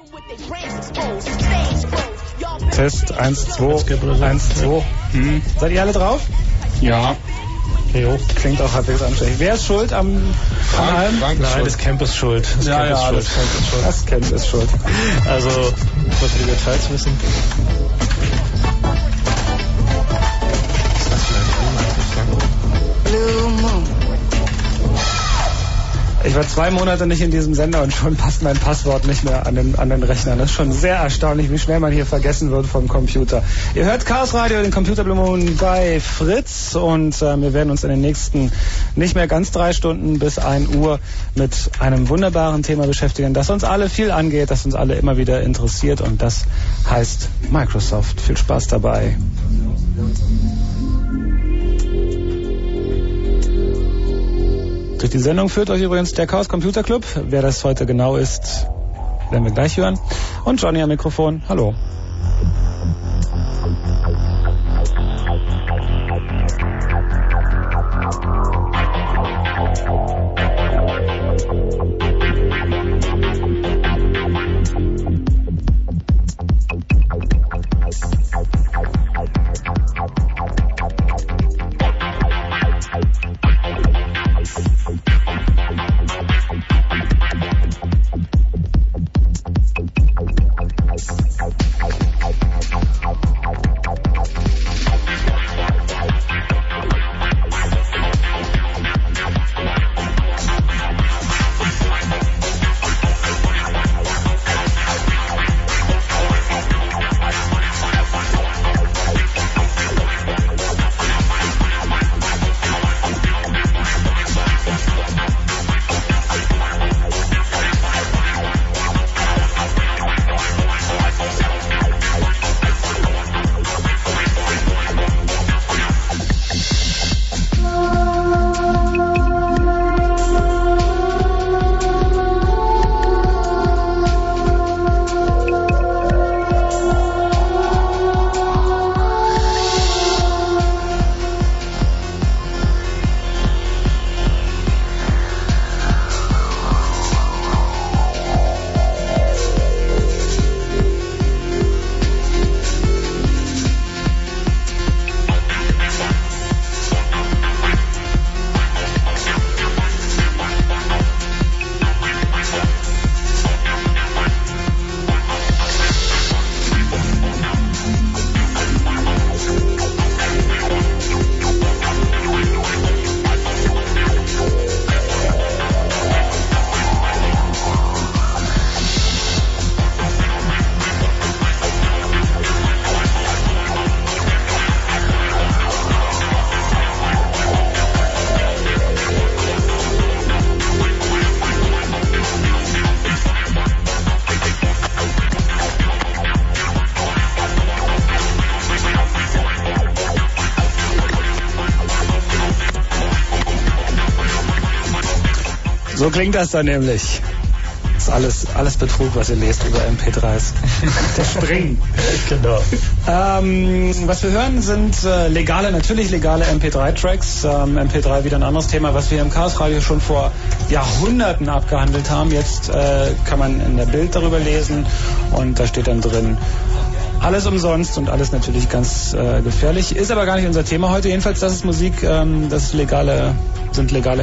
Test 1, 2, 1, 2. Seid ihr alle drauf? Ja. Jo, klingt auch halbwegs anständig. Wer ist schuld am allem? Nein, das Camp ist schuld. Das Camp ist schuld. Das Camp ist schuld. Also, was wir die Details wissen. Blue Moon. Ich war 2 Monate nicht in diesem Sender und schon passt mein Passwort nicht mehr an den Rechner. Das ist schon sehr erstaunlich, wie schnell man hier vergessen wird vom Computer. Ihr hört Chaos Radio, den Computer Blue Moon bei Fritz, und wir werden uns in den nächsten nicht mehr ganz 3 Stunden bis 1 Uhr mit einem wunderbaren Thema beschäftigen, das uns alle viel angeht, das uns alle immer wieder interessiert, und das heißt Microsoft. Viel Spaß dabei. Durch die Sendung führt euch übrigens der Chaos Computer Club. Wer das heute genau ist, werden wir gleich hören. Und Johnny am Mikrofon. Hallo. So klingt das dann nämlich. Das ist alles Betrug, was ihr lest über MP3s. Der Springen. Genau. Was wir hören, sind natürlich legale MP3-Tracks. MP3 wieder ein anderes Thema, was wir im Chaos Radio schon vor Jahrhunderten abgehandelt haben. Jetzt kann man in der Bild darüber lesen, und da steht dann drin, alles umsonst und alles natürlich ganz gefährlich. Ist aber gar nicht unser Thema heute. Jedenfalls, das ist Musik, sind legale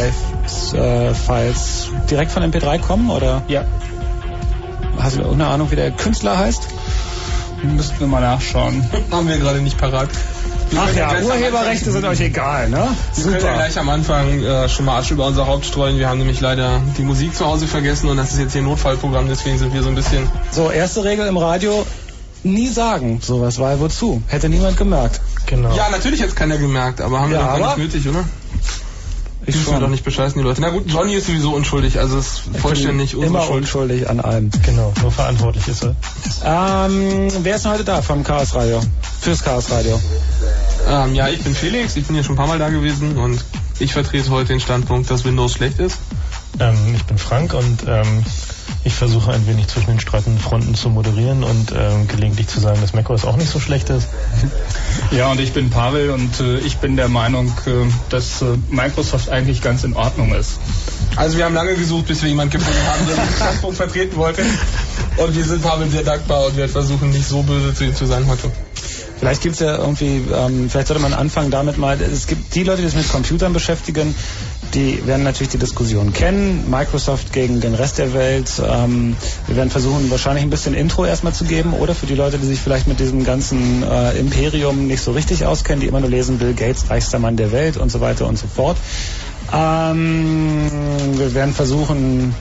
MP3-Files direkt von MP3 kommen, oder? Ja. Hast du eine Ahnung, wie der Künstler heißt? Müssten wir mal nachschauen. Haben wir gerade nicht parat. Ach ja, Urheberrechte sind euch egal, ne? Wir können ja gleich am Anfang schon mal Asche über unser Haupt streuen. Wir haben nämlich leider die Musik zu Hause vergessen, und das ist jetzt hier ein Notfallprogramm, deswegen sind wir so ein bisschen... So, erste Regel im Radio: nie sagen sowas, weil wozu? Hätte niemand gemerkt. Genau. Ja, natürlich hätte es keiner gemerkt, aber haben wir doch gar nicht nötig, oder? Ich muss doch nicht bescheißen, die Leute. Na gut, Johnny ist sowieso unschuldig, also ist vollständig unsere immer Schuld. Unschuldig an allem. Genau, nur verantwortlich ist er. Wer ist denn heute da vom Chaos Radio? Fürs Chaos Radio? Ja, ich bin Felix, ich bin hier schon ein paar Mal da gewesen, und ich vertrete heute den Standpunkt, dass Windows schlecht ist. Ich bin Frank, und ich versuche ein wenig zwischen den streitenden Fronten zu moderieren und gelegentlich zu sagen, dass macOS auch nicht so schlecht ist. Ja, und ich bin Pavel, und ich bin der Meinung, dass Microsoft eigentlich ganz in Ordnung ist. Also wir haben lange gesucht, bis wir jemanden gefunden haben, der den Standpunkt vertreten wollte. Und wir sind Pavel sehr dankbar und werden versuchen, nicht so böse zu ihm zu sein heute. Vielleicht gibt's ja irgendwie, vielleicht sollte man anfangen damit mal, es gibt die Leute, die sich mit Computern beschäftigen, die werden natürlich die Diskussion kennen, Microsoft gegen den Rest der Welt. Wir werden versuchen, wahrscheinlich ein bisschen Intro erstmal zu geben, oder für die Leute, die sich vielleicht mit diesem ganzen Imperium nicht so richtig auskennen, die immer nur lesen, Bill Gates, reichster Mann der Welt und so weiter und so fort. Wir werden versuchen,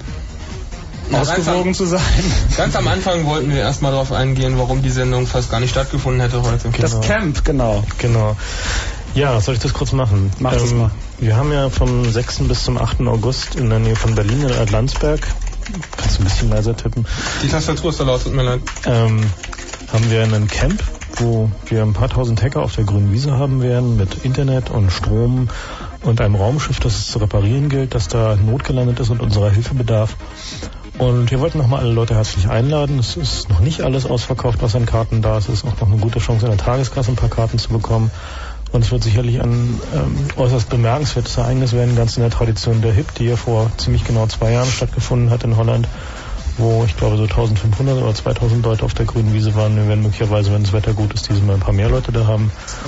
ausgewogen zu sein. Ganz am Anfang wollten wir erstmal darauf eingehen, warum die Sendung fast gar nicht stattgefunden hätte heute. Genau. Das Camp, genau. Ja, soll ich das kurz machen? Mach das mal. Wir haben ja vom 6. bis zum 8. August in der Nähe von Berlin in Adlandsberg, kannst du ein bisschen leiser tippen? Die Tastatur ist so laut, tut mir leid. Haben wir einen Camp, wo wir ein paar tausend Hacker auf der grünen Wiese haben werden, mit Internet und Strom und einem Raumschiff, das es zu reparieren gilt, das da notgelandet ist und unserer Hilfe bedarf. Und wir wollten nochmal alle Leute herzlich einladen. Es ist noch nicht alles ausverkauft, was an Karten da ist. Es ist auch noch eine gute Chance, in der Tageskasse ein paar Karten zu bekommen. Und es wird sicherlich ein äußerst bemerkenswertes Ereignis werden, ganz in der Tradition der HIP, die ja vor ziemlich genau 2 Jahren stattgefunden hat in Holland, wo ich glaube so 1500 oder 2000 Leute auf der grünen Wiese waren. Wir werden möglicherweise, wenn das Wetter gut ist, dieses Mal ein paar mehr Leute da haben.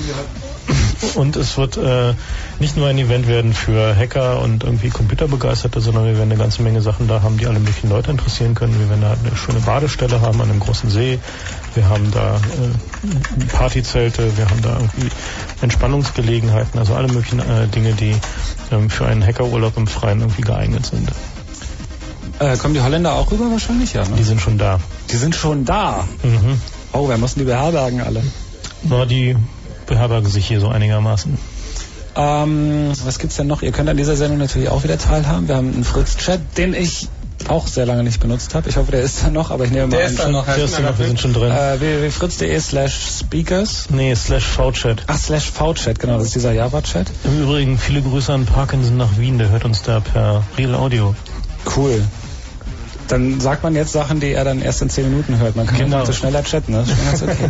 Und es wird nicht nur ein Event werden für Hacker und irgendwie Computerbegeisterte, sondern wir werden eine ganze Menge Sachen da haben, die alle möglichen Leute interessieren können. Wir werden da eine schöne Badestelle haben an einem großen See. Wir haben da Partyzelte, wir haben da irgendwie Entspannungsgelegenheiten, also alle möglichen Dinge, die für einen Hackerurlaub im Freien irgendwie geeignet sind. Kommen die Holländer auch rüber wahrscheinlich? Ja, ne? Die sind schon da. Die sind schon da? Mhm. Oh, wer mussten die beherbergen alle? Na, die beherbergen sich hier so einigermaßen. Was gibt's denn noch? Ihr könnt an dieser Sendung natürlich auch wieder teilhaben. Wir haben einen Fritz-Chat, den ich auch sehr lange nicht benutzt habe. Ich hoffe, der ist da noch, aber ich nehme mal an. Der ist da noch, wir sind schon drin. www.fritz.de/speakers. Nee, /VChat. Ach, /VChat, genau, das ist dieser Java-Chat. Im Übrigen viele Grüße an Parkinson nach Wien, der hört uns da per Real Audio. Cool. Dann sagt man jetzt Sachen, die er dann erst in 10 Minuten hört. Man kann einfach so schneller chatten, ne? Das ist schon ganz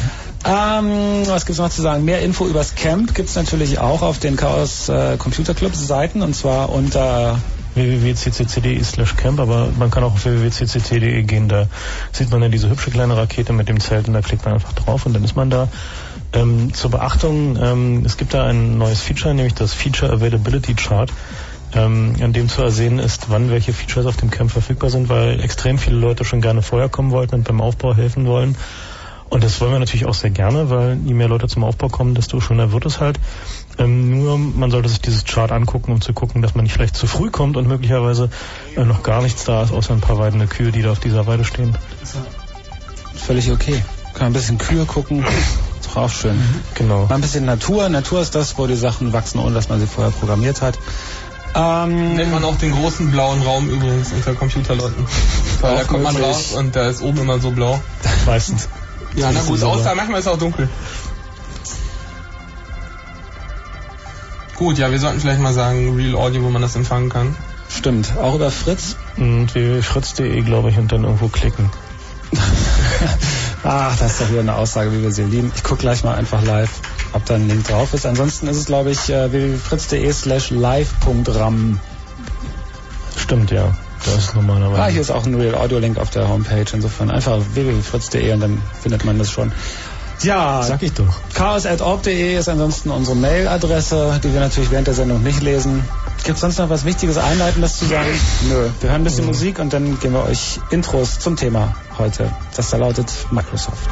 okay. Was gibt's noch zu sagen? Mehr Info übers Camp gibt's natürlich auch auf den Chaos Computer Club Seiten, und zwar unter www.ccc.de/camp, aber man kann auch auf www.ccc.de gehen, da sieht man ja diese hübsche kleine Rakete mit dem Zelt und da klickt man einfach drauf und dann ist man da. Zur Beachtung, es gibt da ein neues Feature, nämlich das Feature Availability Chart, an dem zu ersehen ist, wann welche Features auf dem Camp verfügbar sind, weil extrem viele Leute schon gerne vorher kommen wollten und beim Aufbau helfen wollen. Und das wollen wir natürlich auch sehr gerne, weil je mehr Leute zum Aufbau kommen, desto schöner wird es halt. Nur man sollte sich dieses Chart angucken, um zu gucken, dass man nicht vielleicht zu früh kommt und möglicherweise noch gar nichts da ist, außer ein paar weidende Kühe, die da auf dieser Weide stehen. Völlig okay. Kann ein bisschen Kühe gucken. Ist doch auch schön. Genau. Mal ein bisschen Natur. Natur ist das, wo die Sachen wachsen, ohne dass man sie vorher programmiert hat. Nennt man auch den großen blauen Raum übrigens unter Computerleuten. Weil da kommt man raus und da ist oben immer so blau. Meistens. Ja, na gut, außer manchmal ist es auch dunkel. Gut, ja, wir sollten vielleicht mal sagen, Real Audio, wo man das empfangen kann. Stimmt, auch über Fritz. Und www.fritz.de, glaube ich, und dann irgendwo klicken. Ach, das ist doch wieder eine Aussage, wie wir sie lieben. Ich gucke gleich mal einfach live, ob da ein Link drauf ist. Ansonsten ist es, glaube ich, www.fritz.de/live.ram. Stimmt, ja. Das ist normalerweise. Hier ist auch ein Real Audio Link auf der Homepage. Insofern einfach www.fritz.de und dann findet man das schon. Ja, sag ich doch. chaos@orb.de ist ansonsten unsere Mailadresse, die wir natürlich während der Sendung nicht lesen. Gibt es sonst noch was Wichtiges, Einleitendes zu sagen? Nö. Wir hören ein bisschen Musik und dann geben wir euch Intros zum Thema heute. Das da lautet Microsoft.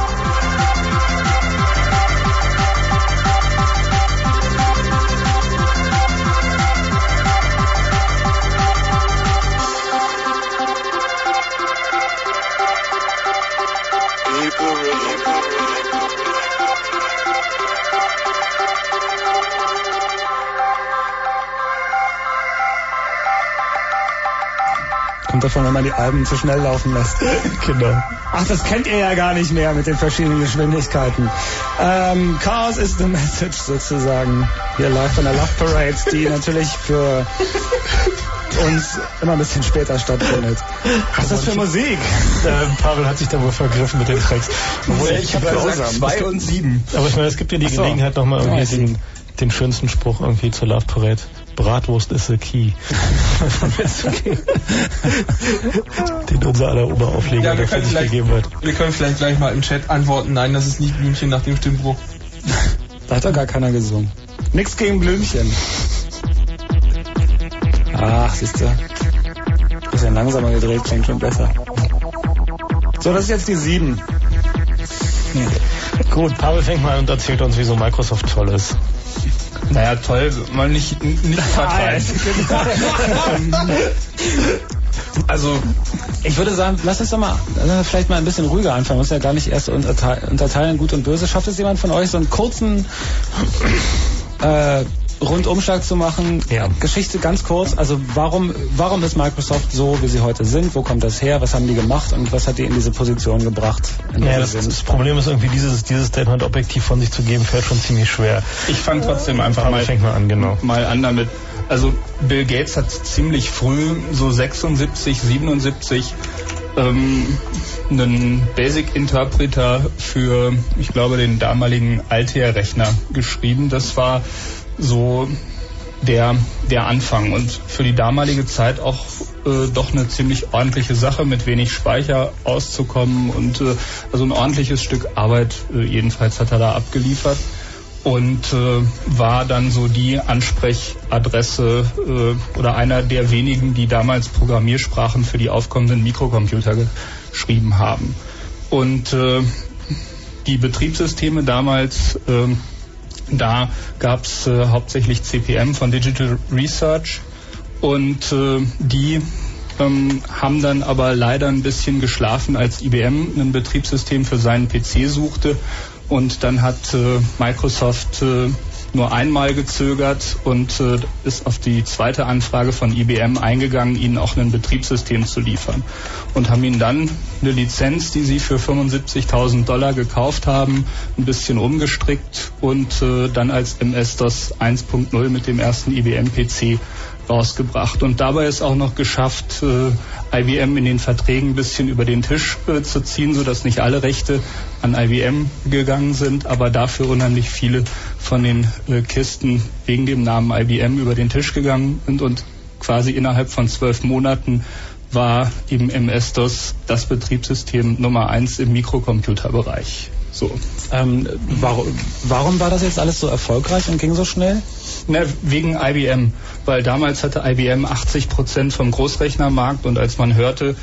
Kommt davon, wenn man die Alben zu schnell laufen lässt. Genau. Ach, das kennt ihr ja gar nicht mehr mit den verschiedenen Geschwindigkeiten. Chaos is the message sozusagen. Hier live von der Love Parade, die natürlich für uns immer ein bisschen später stattfindet. Was ist das für Musik? Pavel hat sich da wohl vergriffen mit den Tracks. Ich habe gesagt 2 und 7. Aber ich meine, es gibt ja die Gelegenheit, nochmal irgendwie den schönsten Spruch irgendwie zur Love Parade Bratwurst is the key. Den unser aller Oberaufleger dafür sich gegeben hat. Wir können vielleicht gleich mal im Chat antworten, nein, das ist nicht Blümchen nach dem Stimmbruch. Da hat doch gar keiner gesungen. Nix gegen Blümchen. Ach, siehst du. Bisschen langsamer gedreht, klingt schon besser. So, das ist jetzt die 7. Gut, Pavel fängt mal an und erzählt uns, wieso Microsoft toll ist. Naja, toll, mal nicht verteilen. Also, ich würde sagen, lass uns doch mal vielleicht mal ein bisschen ruhiger anfangen. Man muss ja gar nicht erst unterteilen, gut und böse. Schafft es jemand von euch, so einen kurzen Rundumschlag zu machen? Ja. Geschichte ganz kurz. Also, warum ist Microsoft so, wie sie heute sind? Wo kommt das her? Was haben die gemacht? Und was hat die in diese Position gebracht? Ja, das Problem ist irgendwie, dieses Statement objektiv von sich zu geben, fällt schon ziemlich schwer. Ich fange trotzdem einfach mal an damit. Also Bill Gates hat ziemlich früh, so 76, 77, einen Basic-Interpreter für, ich glaube, den damaligen Altair-Rechner geschrieben. Das war so der Anfang und für die damalige Zeit auch doch eine ziemlich ordentliche Sache, mit wenig Speicher auszukommen und also ein ordentliches Stück Arbeit jedenfalls hat er da abgeliefert und war dann so die Ansprechadresse oder einer der wenigen, die damals Programmiersprachen für die aufkommenden Mikrocomputer geschrieben haben. Und die Betriebssysteme damals, da gab es hauptsächlich CP/M von Digital Research und die haben dann aber leider ein bisschen geschlafen, als IBM ein Betriebssystem für seinen PC suchte. Und dann hat Microsoft nur einmal gezögert und ist auf die zweite Anfrage von IBM eingegangen, ihnen auch ein Betriebssystem zu liefern. Und haben ihnen dann eine Lizenz, die sie für $75.000 gekauft haben, ein bisschen umgestrickt und dann als MS-DOS 1.0 mit dem ersten IBM-PC rausgebracht. Und dabei ist auch noch geschafft, IBM in den Verträgen ein bisschen über den Tisch zu ziehen, sodass nicht alle Rechte an IBM gegangen sind, aber dafür unheimlich viele von den Kisten wegen dem Namen IBM über den Tisch gegangen sind und quasi innerhalb von 12 Monaten war eben MS-DOS das Betriebssystem Nummer 1 im Mikrocomputerbereich. So. Warum war das jetzt alles so erfolgreich und ging so schnell? Na, wegen IBM, weil damals hatte IBM 80% vom Großrechnermarkt und als man hörte,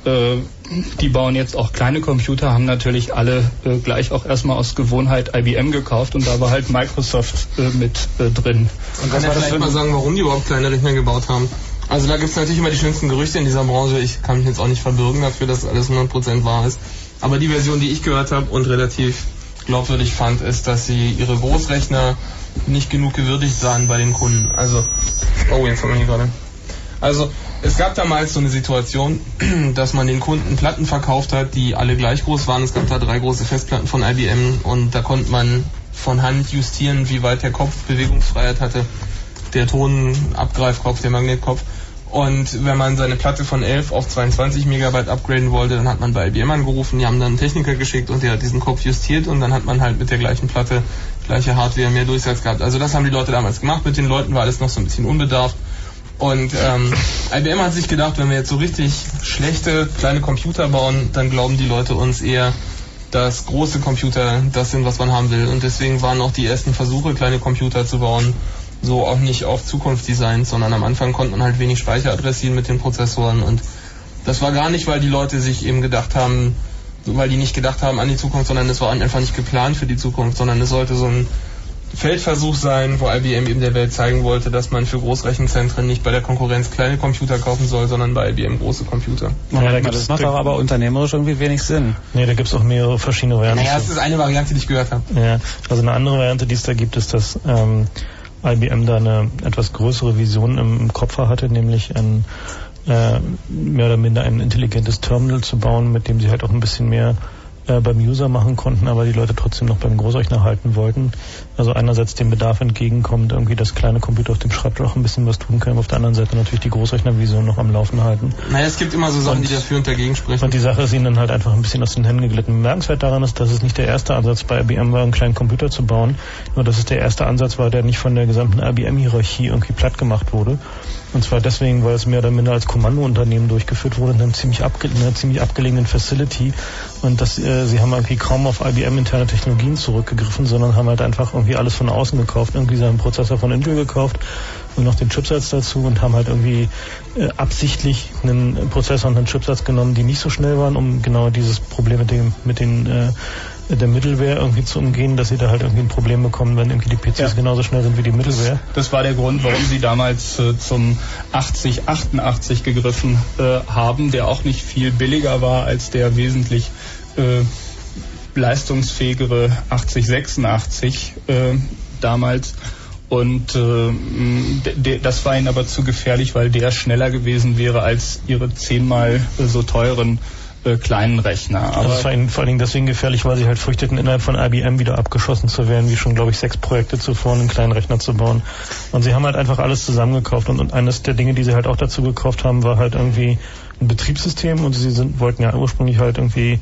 die bauen jetzt auch kleine Computer, haben natürlich alle gleich auch erstmal aus Gewohnheit IBM gekauft und da war halt Microsoft mit drin. Und kann ja vielleicht mal sagen, warum die überhaupt kleine Rechner gebaut haben? Also da gibt es natürlich immer die schlimmsten Gerüchte in dieser Branche. Ich kann mich jetzt auch nicht verbürgen dafür, dass alles 100% wahr ist. Aber die Version, die ich gehört habe und relativ glaubwürdig fand, ist, dass sie ihre Großrechner nicht genug gewürdigt sahen bei den Kunden. Also, jetzt haben wir hier gerade. Also, es gab damals so eine Situation, dass man den Kunden Platten verkauft hat, die alle gleich groß waren. Es gab da 3 große Festplatten von IBM und da konnte man von Hand justieren, wie weit der Kopf Bewegungsfreiheit hatte. Der Tonabgreifkopf, der Magnetkopf. Und wenn man seine Platte von 11 auf 22 Megabyte upgraden wollte, dann hat man bei IBM angerufen, die haben dann einen Techniker geschickt und der hat diesen Kopf justiert und dann hat man halt mit der gleichen Platte, gleiche Hardware, mehr Durchsatz gehabt. Also das haben die Leute damals gemacht, mit den Leuten war alles noch so ein bisschen unbedarft. Und IBM hat sich gedacht, wenn wir jetzt so richtig schlechte kleine Computer bauen, dann glauben die Leute uns eher, dass große Computer das sind, was man haben will. Und deswegen waren auch die ersten Versuche, kleine Computer zu bauen, so auch nicht auf Zukunft designt, sondern am Anfang konnte man halt wenig Speicher adressieren mit den Prozessoren und das war gar nicht, weil die Leute sich eben gedacht haben, weil die nicht gedacht haben an die Zukunft, sondern es war einfach nicht geplant für die Zukunft, sondern es sollte so ein Feldversuch sein, wo IBM eben der Welt zeigen wollte, dass man für Großrechenzentren nicht bei der Konkurrenz kleine Computer kaufen soll, sondern bei IBM große Computer. Ja, das macht doch aber unternehmerisch irgendwie wenig Sinn. Nee, da gibt es auch mehrere verschiedene Varianten. Naja, das ist eine Variante, die ich gehört habe. Ja, also eine andere Variante, die es da gibt, ist, dass IBM da eine etwas größere Vision im Kopf hatte, nämlich mehr oder minder ein intelligentes Terminal zu bauen, mit dem sie halt auch ein bisschen mehr beim User machen konnten, aber die Leute trotzdem noch beim Großrechner halten wollten. Also einerseits dem Bedarf entgegenkommt, irgendwie das kleine Computer auf dem Schreibtisch auch ein bisschen was tun kann, auf der anderen Seite natürlich die Großrechnervision noch am Laufen halten. Naja, es gibt immer so Sachen, die dafür und dagegen sprechen. Und die Sache ist ihnen dann halt einfach ein bisschen aus den Händen geglitten. Bemerkenswert daran ist, dass es nicht der erste Ansatz bei IBM war, einen kleinen Computer zu bauen, nur dass es der erste Ansatz war, der nicht von der gesamten IBM-Hierarchie irgendwie platt gemacht wurde. Und zwar deswegen, weil es mehr oder minder als Kommandounternehmen durchgeführt wurde in einer ziemlich abgelegenen Facility. Und sie haben irgendwie kaum auf IBM-interne Technologien zurückgegriffen, sondern haben halt einfach irgendwie alles von außen gekauft. Irgendwie sie haben einen Prozessor von Intel gekauft und noch den Chipsatz dazu und haben halt irgendwie absichtlich einen Prozessor und einen Chipsatz genommen, die nicht so schnell waren, um genau dieses Problem mit der Middleware irgendwie zu umgehen, dass sie da halt irgendwie ein Problem bekommen, wenn irgendwie die PCs genauso schnell sind wie die Middleware. Das war der Grund, warum sie damals zum 8088 gegriffen haben, der auch nicht viel billiger war als der wesentlich leistungsfähigere 8086 damals. Und das war ihnen aber zu gefährlich, weil der schneller gewesen wäre als ihre 10-mal so teuren kleinen Rechner. Aber das war ihnen vor allen Dingen deswegen gefährlich, weil sie halt fürchteten, innerhalb von IBM wieder abgeschossen zu werden, wie schon, glaube ich, 6 Projekte zuvor, einen kleinen Rechner zu bauen. Und sie haben halt einfach alles zusammengekauft. Und eines der Dinge, die sie halt auch dazu gekauft haben, war halt irgendwie ein Betriebssystem. Und sie wollten ja ursprünglich halt irgendwie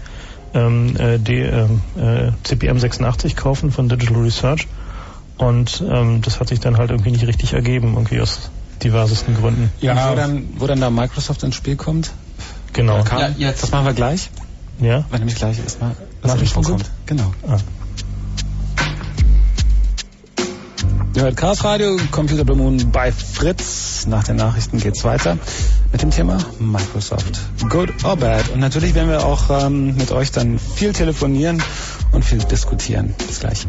CP/M 86 kaufen von Digital Research. Und das hat sich dann halt irgendwie nicht richtig ergeben, irgendwie aus diversesten Gründen. Ja, wo dann da Microsoft ins Spiel kommt? Genau. Ja, jetzt. Das machen wir gleich. Ja? Wenn nämlich gleich erstmal das Info kommt. Genau. Ah. Ihr hört Chaos Radio, Computer Blue Moon bei Fritz. Nach den Nachrichten geht's weiter mit dem Thema Microsoft. Good or bad? Und natürlich werden wir auch mit euch dann viel telefonieren und viel diskutieren. Bis gleich.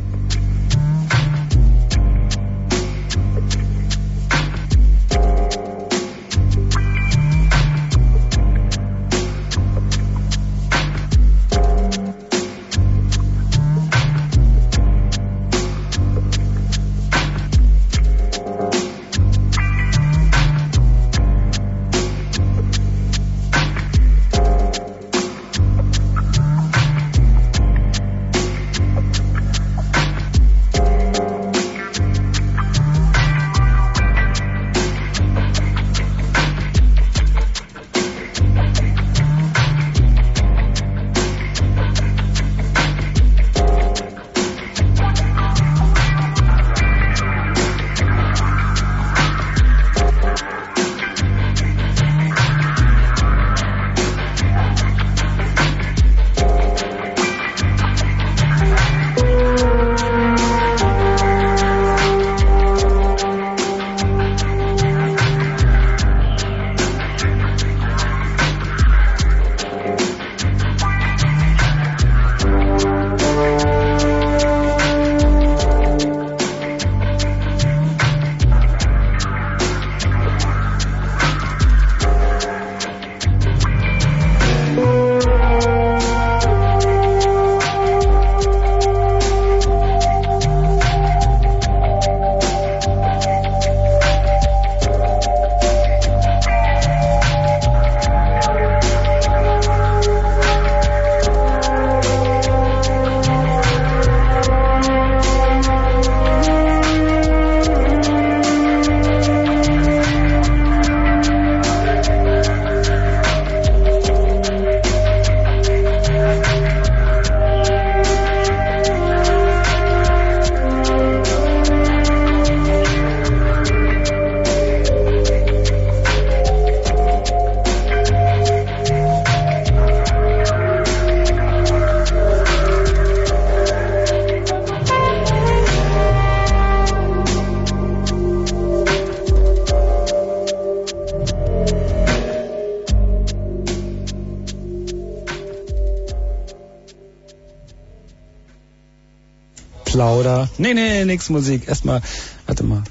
Plauder. Nee, nix Musik. Erstmal, warte mal.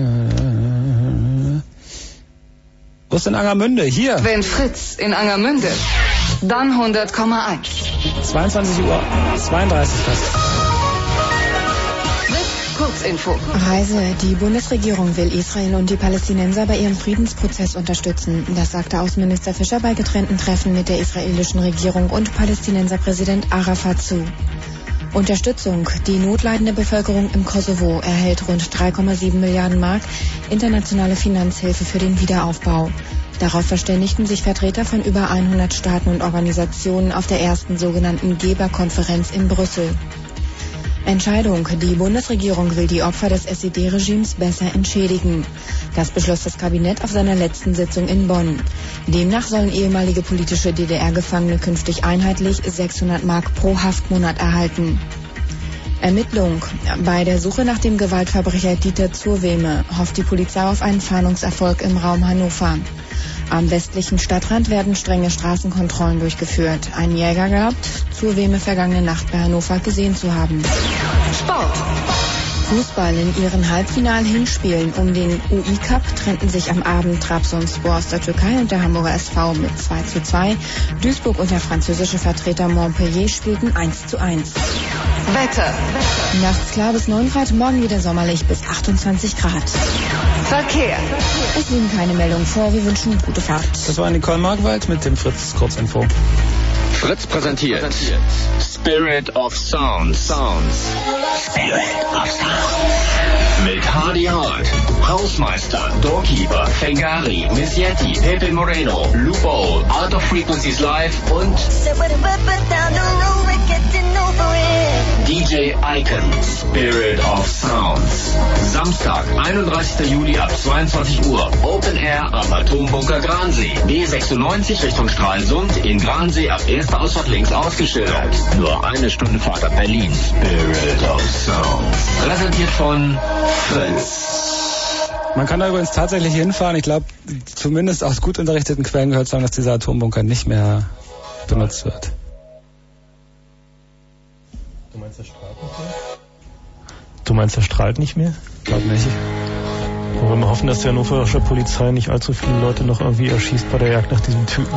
Wo ist denn Angermünde? Hier. Wenn Fritz in Angermünde, dann 100,1. 22 Uhr 32 fast. Fritz, kurz Kurzinfo. Reise. Die Bundesregierung will Israel und die Palästinenser bei ihrem Friedensprozess unterstützen. Das sagte Außenminister Fischer bei getrennten Treffen mit der israelischen Regierung und Palästinenserpräsident Arafat zu. Unterstützung. Die notleidende Bevölkerung im Kosovo erhält rund 3,7 Milliarden Mark internationale Finanzhilfe für den Wiederaufbau. Darauf verständigten sich Vertreter von über 100 Staaten und Organisationen auf der ersten sogenannten Geberkonferenz in Brüssel. Entscheidung. Die Bundesregierung will die Opfer des SED-Regimes besser entschädigen. Das beschloss das Kabinett auf seiner letzten Sitzung in Bonn. Demnach sollen ehemalige politische DDR-Gefangene künftig einheitlich 600 Mark pro Haftmonat erhalten. Ermittlung. Bei der Suche nach dem Gewaltverbrecher Dieter Zurweme hofft die Polizei auf einen Fahndungserfolg im Raum Hannover. Am westlichen Stadtrand werden strenge Straßenkontrollen durchgeführt. Ein Jäger glaubt, Zurweme vergangene Nacht bei Hannover gesehen zu haben. Sport. Fußball. In ihren Halbfinal-Hinspielen um den UI-Cup trennten sich am Abend Trabzonspor aus der Türkei und der Hamburger SV mit 2:2. Duisburg und der französische Vertreter Montpellier spielten 1:1. Wetter. Nachts klar bis 9 Grad, morgen wieder sommerlich bis 28 Grad. Verkehr. Es liegen keine Meldungen vor, wir wünschen gute Fahrt. Das war Nicole Markwald mit dem Fritz Kurzinfo. Fritz präsentiert Spirit of Sounds. Spirit of Sounds. Mit Hardy Hart, Hausmeister, Doorkeeper, Fengari, Miss Yeti, Pepe Moreno, Lupo, Art of Frequencies Live und DJ Icon. Spirit of Sounds. Samstag, 31. Juli ab 22 Uhr. Open Air am Atombunker Gransee. B96 Richtung Stralsund. In Gransee ab 1. Ausfahrt links ausgeschildert. Nur eine Stunde Fahrt ab Berlin. Spirit of Sounds. Präsentiert von Fritz. Man kann da übrigens tatsächlich hinfahren. Ich glaube, zumindest aus gut unterrichteten Quellen gehört zu haben, dass dieser Atombunker nicht mehr benutzt wird. Du meinst, der strahlt nicht mehr? Du meinst, der strahlt nicht mehr? Glaub nicht. Wollen wir hoffen, dass die hannoverische Polizei nicht allzu viele Leute noch irgendwie erschießt bei der Jagd nach diesem Typen.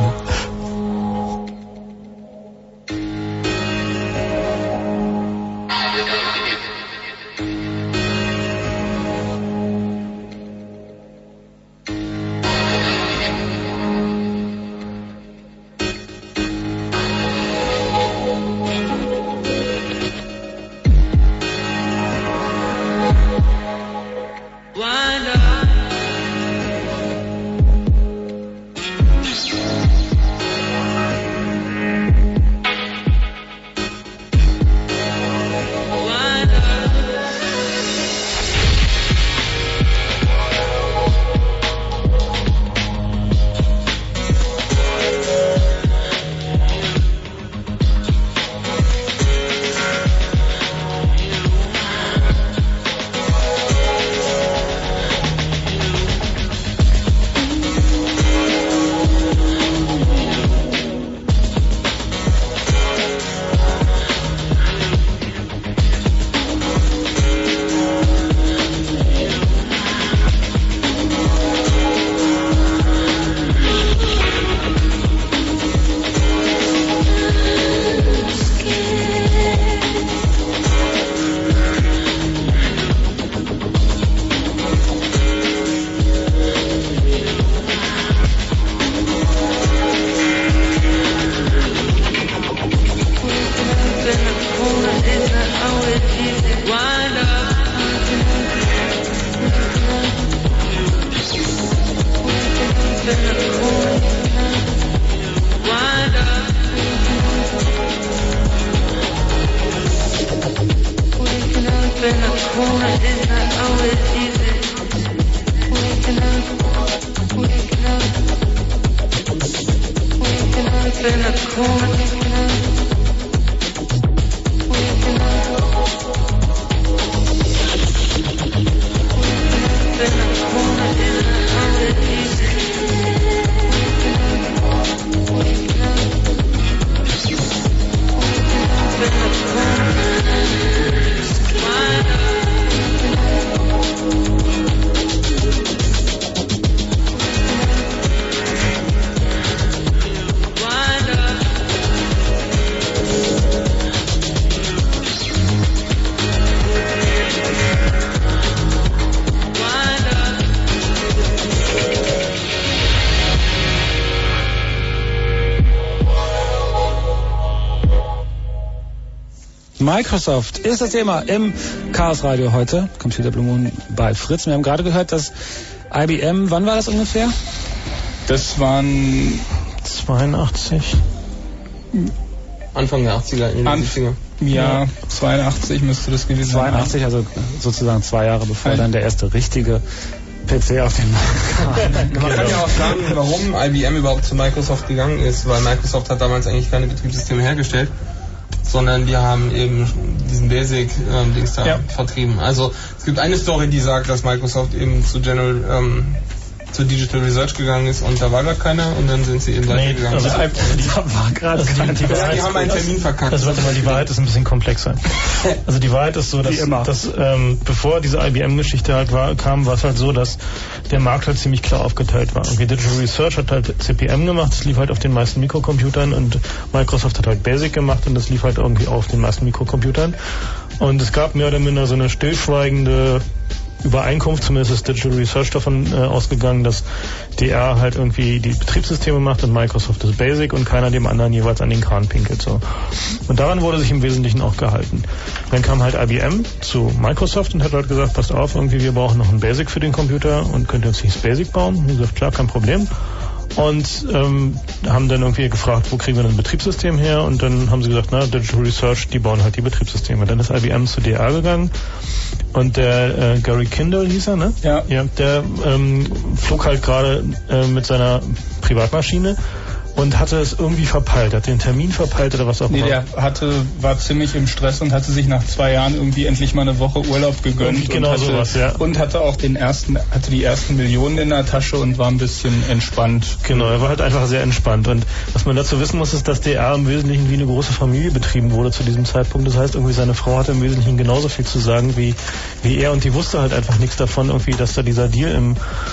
Microsoft ist das Thema im Chaos Radio heute. Computer Blue Moon bei Fritz. Wir haben gerade gehört, dass IBM, wann war das ungefähr? Das waren 82. Anfang der 80er, in den 70er. Ja, 82 müsste das gewesen sein. 82, also sozusagen 2 Jahre bevor dann der erste richtige PC auf den Markt kam. Man kann ja auch sagen, warum IBM überhaupt zu Microsoft gegangen ist, weil Microsoft hat damals eigentlich keine Betriebssysteme hergestellt, sondern die haben eben diesen Basic-Dings da vertrieben. Also es gibt eine Story, die sagt, dass Microsoft eben zu zu Digital Research gegangen ist und da war gar keiner und dann sind sie eben weitergegangen. Also da war gerade keiner. Die haben einen Termin verkackt. Also warte mal, die Wahrheit ist ein bisschen komplexer. Also die Wahrheit ist so, dass bevor diese IBM-Geschichte halt kam, war es halt so, dass der Markt halt ziemlich klar aufgeteilt war. Und Digital Research hat halt CP/M gemacht, das lief halt auf den meisten Mikrocomputern und Microsoft hat halt Basic gemacht und das lief halt irgendwie auch auf den meisten Mikrocomputern. Und es gab mehr oder minder so eine stillschweigende Übereinkunft, zumindest ist Digital Research davon ausgegangen, dass DR halt irgendwie die Betriebssysteme macht und Microsoft das Basic und keiner dem anderen jeweils an den Kran pinkelt. So. Und daran wurde sich im Wesentlichen auch gehalten. Dann kam halt IBM zu Microsoft und hat halt gesagt, passt auf, irgendwie wir brauchen noch ein Basic für den Computer und könnt ihr uns nicht das Basic bauen? Und die gesagt, klar, kein Problem. Und haben dann irgendwie gefragt, wo kriegen wir denn ein Betriebssystem her? Und dann haben sie gesagt, na, Digital Research, die bauen halt die Betriebssysteme. Dann ist IBM zu DR gegangen und der Gary Kindle hieß er, ne? Ja, der flog halt gerade mit seiner Privatmaschine und hatte es irgendwie verpeilt, hat den Termin verpeilt oder was auch immer. Nee, der war ziemlich im Stress und hatte sich nach 2 Jahren irgendwie endlich mal eine Woche Urlaub gegönnt. Genau und sowas, ja. Und hatte auch die ersten Millionen in der Tasche und war ein bisschen entspannt. Genau, er war halt einfach sehr entspannt. Und was man dazu wissen muss, ist, dass DR im Wesentlichen wie eine große Familie betrieben wurde zu diesem Zeitpunkt. Das heißt, irgendwie seine Frau hatte im Wesentlichen genauso viel zu sagen wie er und die wusste halt einfach nichts davon, irgendwie, dass da dieser Deal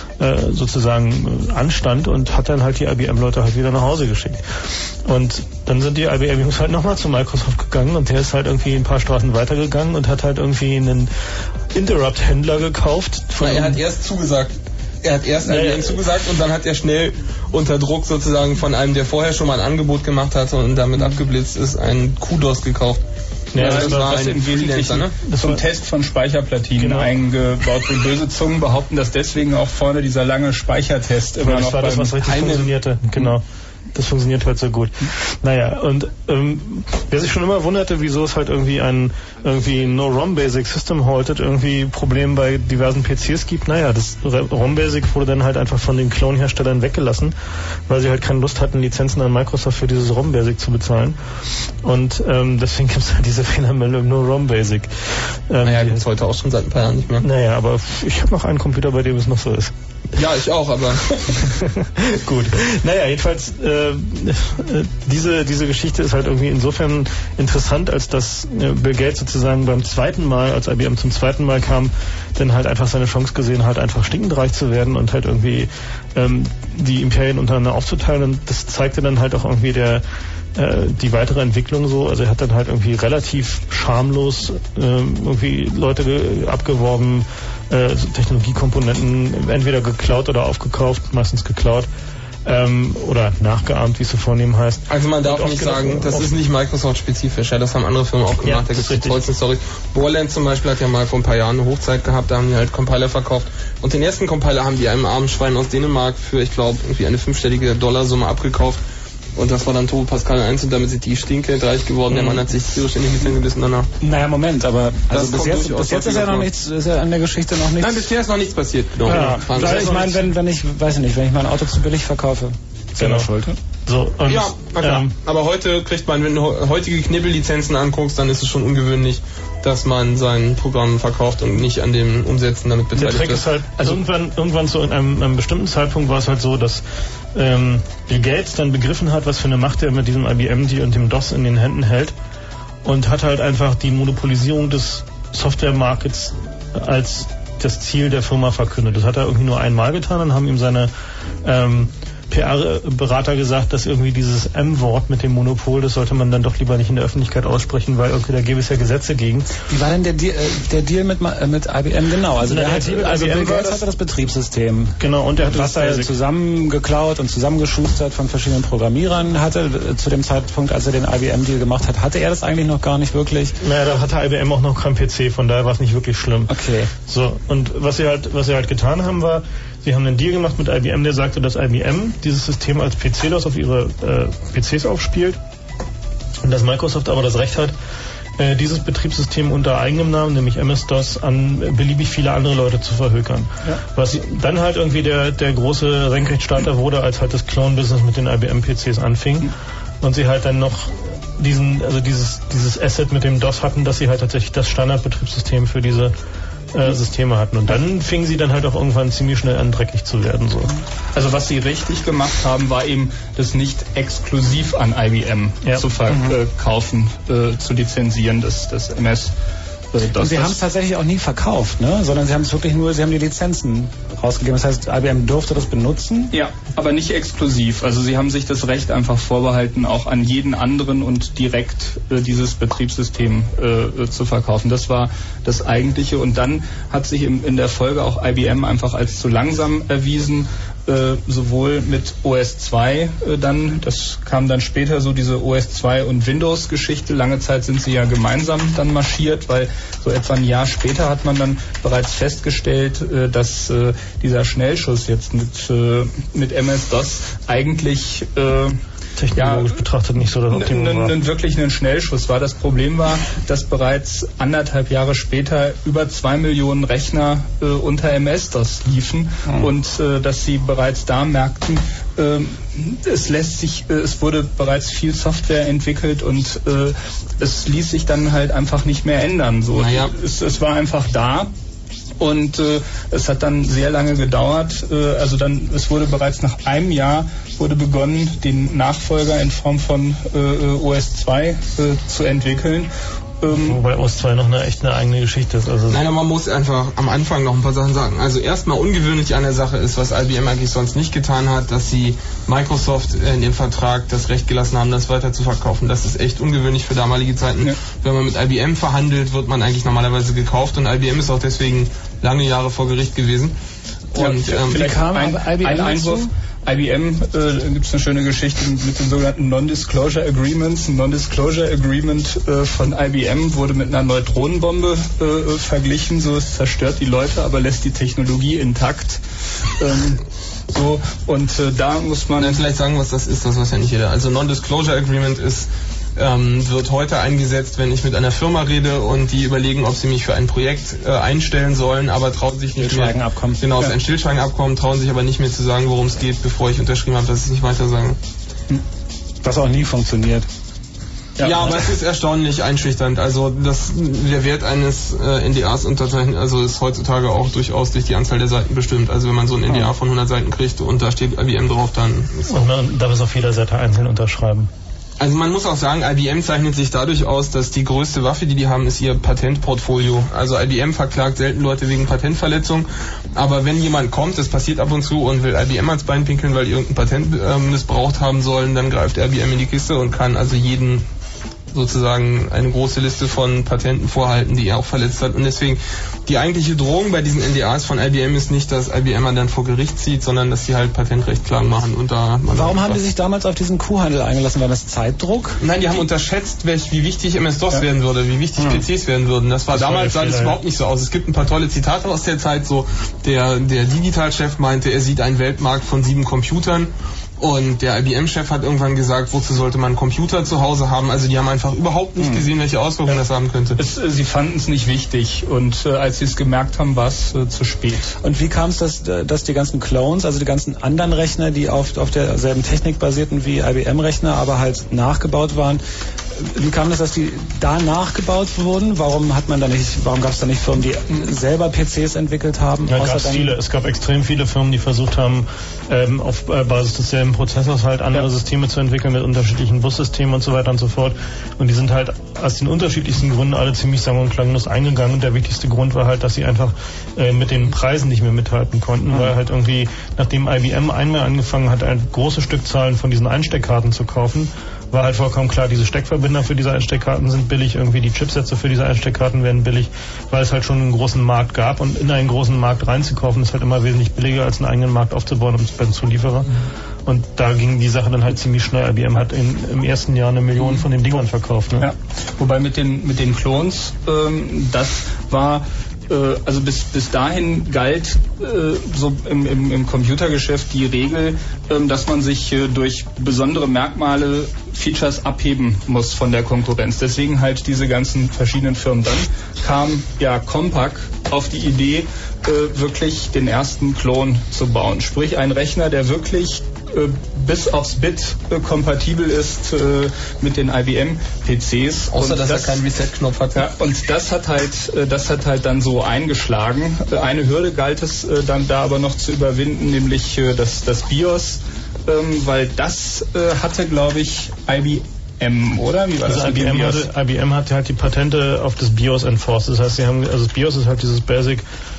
sozusagen anstand und hat dann halt die IBM-Leute halt wieder nach Hause geschickt. Und dann sind die IBM-Jungs halt nochmal zu Microsoft gegangen und der ist halt irgendwie ein paar Straßen weitergegangen und hat halt irgendwie einen Interrupt-Händler gekauft. Er hat erst zugesagt. Er hat erst IBM zugesagt und dann hat er schnell unter Druck sozusagen von einem, der vorher schon mal ein Angebot gemacht hatte und damit abgeblitzt ist, einen Kudos gekauft. Ja, das war im Wesentlichen zum Test von Speicherplatinen eingebaut. Und böse Zungen behaupten, dass deswegen auch vorne dieser lange Speichertest immer noch war das, was richtig funktionierte. Genau. Das funktioniert halt so gut. Naja, und wer sich schon immer wunderte, wieso es halt irgendwie ein No-ROM-Basic System Halted irgendwie Problem bei diversen PCs gibt, naja, das ROM-Basic wurde dann halt einfach von den Clone-Herstellern weggelassen, weil sie halt keine Lust hatten, Lizenzen an Microsoft für dieses ROM-Basic zu bezahlen. Und deswegen gibt es halt diese Fehlermeldung im No-ROM-Basic. Naja, gibt es heute auch schon seit ein paar Jahren nicht mehr. Naja, aber ich habe noch einen Computer, bei dem es noch so ist. Ja, ich auch, aber gut. Naja, jedenfalls diese Geschichte ist halt irgendwie insofern interessant, als dass Bill Gates sozusagen beim zweiten Mal, als IBM zum zweiten Mal kam, dann halt einfach seine Chance gesehen hat, einfach stinkend reich zu werden und halt irgendwie die Imperien untereinander aufzuteilen. Und das zeigte dann halt auch irgendwie die weitere Entwicklung so. Also er hat dann halt irgendwie relativ schamlos irgendwie Leute abgeworben, Technologiekomponenten entweder geklaut oder aufgekauft, meistens geklaut. Oder nachgeahmt, wie es so vornehm heißt. Also man darf nicht sagen, das ist nicht Microsoft-spezifisch, ja, das haben andere Firmen auch gemacht, da gibt es tollste Storys. Borland zum Beispiel hat ja mal vor ein paar Jahren eine Hochzeit gehabt, da haben die halt Compiler verkauft und den ersten Compiler haben die einem armen Schwein aus Dänemark für, ich glaube, irgendwie eine 5-stellige Dollarsumme abgekauft und das war dann Turbo Pascal 1 und damit sind die stinkreich geworden, der Mann hat sich tierisch in die Mitte gebissen danach. Naja, Moment, aber also bis jetzt ist ja noch nichts, ist ja an der Geschichte noch nichts. Nein, bisher ist noch nichts passiert. Genau. Ja, ich meine, wenn ich mein Auto zu billig verkaufe, ist ja schuld. So, ja, na klar. Aber heute kriegt man, wenn du heutige Knibbellizenzen anguckst, dann ist es schon ungewöhnlich, dass man sein Programm verkauft und nicht an dem Umsetzen damit beteiligt wird. Der Trick ist halt, also irgendwann zu einem bestimmten Zeitpunkt war es halt so, dass Bill Gates dann begriffen hat, was für eine Macht er mit diesem IBM-D und dem DOS in den Händen hält und hat halt einfach die Monopolisierung des Software-Markets als das Ziel der Firma verkündet. Das hat er irgendwie nur einmal getan, dann haben ihm seine PR-Berater gesagt, dass irgendwie dieses M-Wort mit dem Monopol, das sollte man dann doch lieber nicht in der Öffentlichkeit aussprechen, weil irgendwie da gäbe es ja Gesetze gegen. Wie war denn der Deal mit IBM genau? Also Bill Gates hatte das Betriebssystem. Genau, und der hat was er zusammengeklaut und zusammengeschustert von verschiedenen Programmierern hatte. Zu dem Zeitpunkt, als er den IBM-Deal gemacht hat, hatte er das eigentlich noch gar nicht wirklich. Naja, da hatte IBM auch noch kein PC, von daher war es nicht wirklich schlimm. Okay. So, und was sie halt getan haben, war, sie haben einen Deal gemacht mit IBM, der sagte, dass IBM dieses System als PC-DOS auf ihre PCs aufspielt und dass Microsoft aber das Recht hat, dieses Betriebssystem unter eigenem Namen, nämlich MS-DOS, an beliebig viele andere Leute zu verhökern. Ja. Was dann halt irgendwie der große Senkrechtstarter wurde, als halt das Clone-Business mit den IBM-PCs anfing und sie halt dann noch dieses Asset mit dem DOS hatten, dass sie halt tatsächlich das Standardbetriebssystem für diese Systeme hatten. Und dann fingen sie dann halt auch irgendwann ziemlich schnell an, dreckig zu werden. So. Also was sie richtig gemacht haben, war eben, das nicht exklusiv an IBM zu verkaufen, zu lizenzieren, das MS. Und sie haben es tatsächlich auch nie verkauft, ne? Sondern sie haben es wirklich nur, sie haben die Lizenzen rausgegeben. Das heißt, IBM durfte das benutzen? Ja, aber nicht exklusiv. Also sie haben sich das Recht einfach vorbehalten, auch an jeden anderen und direkt dieses Betriebssystem zu verkaufen. Das war das Eigentliche. Und dann hat sich in der Folge auch IBM einfach als zu langsam erwiesen, sowohl mit OS 2 dann, das kam dann später so diese OS 2 und Windows Geschichte, lange Zeit sind sie ja gemeinsam dann marschiert, weil so etwa ein Jahr später hat man dann bereits festgestellt, dass dieser Schnellschuss jetzt mit MS-DOS eigentlich technologisch betrachtet nicht so das Optimum war. Wirklich ein Schnellschuss war. Das Problem war, dass bereits 1,5 Jahre später über 2 Millionen Rechner unter MS-DOS liefen und dass sie bereits da merkten, es wurde bereits viel Software entwickelt und es ließ sich dann halt einfach nicht mehr ändern. So, naja. Es war einfach da. Und es hat dann sehr lange gedauert. Es wurde bereits nach einem Jahr begonnen, den Nachfolger in Form von OS 2 zu entwickeln. Wobei OS 2 noch eine eigene Geschichte ist. Also nein, aber man muss einfach am Anfang noch ein paar Sachen sagen. Also erstmal ungewöhnlich an der Sache ist, was IBM eigentlich sonst nicht getan hat, dass sie Microsoft in dem Vertrag das Recht gelassen haben, das weiter zu verkaufen. Das ist echt ungewöhnlich für damalige Zeiten. Ja. Wenn man mit IBM verhandelt, wird man eigentlich normalerweise gekauft und IBM ist auch deswegen lange Jahre vor Gericht gewesen. Und vielleicht kam ein Einwurf. IBM gibt es eine schöne Geschichte mit den sogenannten Non-Disclosure Agreements. Ein Non-Disclosure Agreement von IBM wurde mit einer Neutronenbombe verglichen. So, es zerstört die Leute, aber lässt die Technologie intakt. Da muss man dann vielleicht sagen, was das ist, das weiß ja nicht jeder. Also Non-Disclosure Agreement wird heute eingesetzt, wenn ich mit einer Firma rede und die überlegen, ob sie mich für ein Projekt einstellen sollen, aber trauen sich nicht mehr. Stillschweigenabkommen. Genau, es ist ein Stillschweigenabkommen, trauen sich aber nicht mehr zu sagen, worum es geht, bevor ich unterschrieben habe, dass ich es nicht weiter sage. Was auch nie funktioniert. Ja, aber es ist erstaunlich einschüchternd. Also der Wert eines NDAs unterzeichnen, also ist heutzutage auch durchaus durch die Anzahl der Seiten bestimmt. Also wenn man so ein NDA von 100 Seiten kriegt und da steht IBM drauf, dann ist und man darf es auf jeder Seite einzeln unterschreiben. Also man muss auch sagen, IBM zeichnet sich dadurch aus, dass die größte Waffe, die haben, ist ihr Patentportfolio. Also IBM verklagt selten Leute wegen Patentverletzung, aber wenn jemand kommt, das passiert ab und zu, und will IBM ans Bein pinkeln, weil die irgendein Patent missbraucht haben sollen, dann greift IBM in die Kiste und kann also jeden sozusagen eine große Liste von Patenten vorhalten, die er auch verletzt hat. Und deswegen, die eigentliche Drohung bei diesen NDAs von IBM ist nicht, dass IBM dann vor Gericht zieht, sondern dass sie halt Patentrechtklagen machen. Und warum haben die sich damals auf diesen Kuhhandel eingelassen? War das Zeitdruck? Nein, die haben unterschätzt, wie wichtig MS-DOS werden würde, wie wichtig PCs werden würden. Das sah das überhaupt nicht so aus. Es gibt ein paar tolle Zitate aus der Zeit, so der Digital-Chef meinte, er sieht einen Weltmarkt von 7 Computern. Und der IBM-Chef hat irgendwann gesagt, wozu sollte man einen Computer zu Hause haben? Also die haben einfach überhaupt nicht gesehen, welche Auswirkungen das haben könnte. Sie fanden es nicht wichtig und als sie es gemerkt haben, war es zu spät. Und wie kam es, dass die ganzen Clones, also die ganzen anderen Rechner, die auf derselben Technik basierten wie IBM-Rechner, aber halt nachgebaut waren, wie kam das, dass die da nachgebaut wurden? Warum gab es da nicht Firmen, die selber PCs entwickelt haben? Ja, es gab extrem viele Firmen, die versucht haben, auf Basis desselben Prozessors halt andere Systeme zu entwickeln mit unterschiedlichen Bussystemen und so weiter und so fort. Und die sind halt aus den unterschiedlichsten Gründen alle ziemlich sang- und klanglos eingegangen. Und der wichtigste Grund war halt, dass sie einfach mit den Preisen nicht mehr mithalten konnten, weil halt irgendwie, nachdem IBM einmal angefangen hat, große Stückzahlen von diesen Einsteckkarten zu kaufen, war halt vollkommen klar, diese Steckverbinder für diese Einsteckkarten sind billig, irgendwie die Chipsätze für diese Einsteckkarten werden billig, weil es halt schon einen großen Markt gab, und in einen großen Markt reinzukaufen ist halt immer wesentlich billiger, als einen eigenen Markt aufzubauen beim Zulieferer. Und da ging die Sache dann halt ziemlich schnell. IBM hat im ersten Jahr 1 Million von den Dingern verkauft. Ne? Ja. Wobei mit den Klons, das war also bis dahin galt so im Computergeschäft die Regel, dass man sich durch besondere Merkmale, Features abheben muss von der Konkurrenz. Deswegen halt diese ganzen verschiedenen Firmen. Dann kam ja Compaq auf die Idee, wirklich den ersten Klon zu bauen. Sprich, ein Rechner, der wirklich bis aufs Bit kompatibel ist mit den IBM-PCs. Außer, dass er keinen Reset-Knopf hat. Ja, und das hat halt dann so eingeschlagen. Eine Hürde galt es dann da aber noch zu überwinden, nämlich das BIOS, weil das hatte, glaube ich, IBM, oder? Wie war das? IBM hatte halt die Patente auf das BIOS enforced. Das heißt, das BIOS ist halt dieses Basic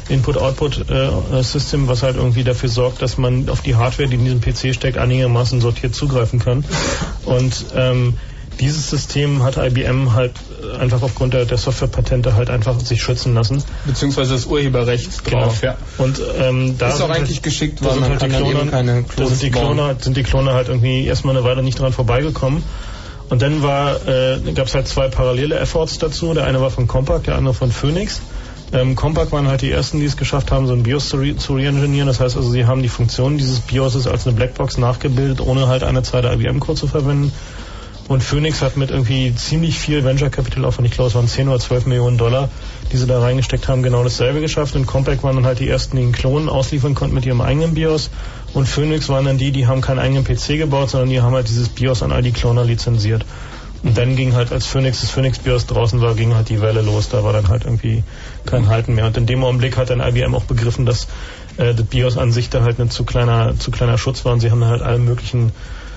Input-Output-System, was halt irgendwie dafür sorgt, dass man auf die Hardware, die in diesem PC steckt, einigermaßen sortiert zugreifen kann. Und dieses System hat IBM halt einfach aufgrund der Softwarepatente halt einfach sich schützen lassen. Beziehungsweise das Urheberrecht drauf, genau. Ja. Und da ist auch eigentlich geschickt, weil man kann dann eben keine Klons sind die Klone halt irgendwie erstmal eine Weile nicht dran vorbeigekommen. Und dann gab es halt 2 parallele Efforts dazu. Der eine war von Compaq, der andere von Phoenix. Compaq waren halt die ersten, die es geschafft haben, so ein BIOS zu re-engineeren. Das heißt also, sie haben die Funktionen dieses BIOSes als eine Blackbox nachgebildet, ohne halt eine Zeile IBM-Code zu verwenden. Und Phoenix hat mit irgendwie ziemlich viel Venture-Capital-Aufwand, ich glaube es waren 10 oder 12 Millionen $, die sie da reingesteckt haben, genau dasselbe geschafft. Und Compaq waren dann halt die ersten, die einen Klon ausliefern konnten mit ihrem eigenen BIOS. Und Phoenix waren dann die haben keinen eigenen PC gebaut, sondern die haben halt dieses BIOS an all die Cloner lizenziert. Und dann ging halt, als das Phoenix BIOS draußen war, ging halt die Welle los. Da war dann halt irgendwie kein Halten mehr. Und in dem Augenblick hat dann IBM auch begriffen, dass das BIOS an sich da halt ein zu kleiner Schutz war. Und sie haben dann halt alle möglichen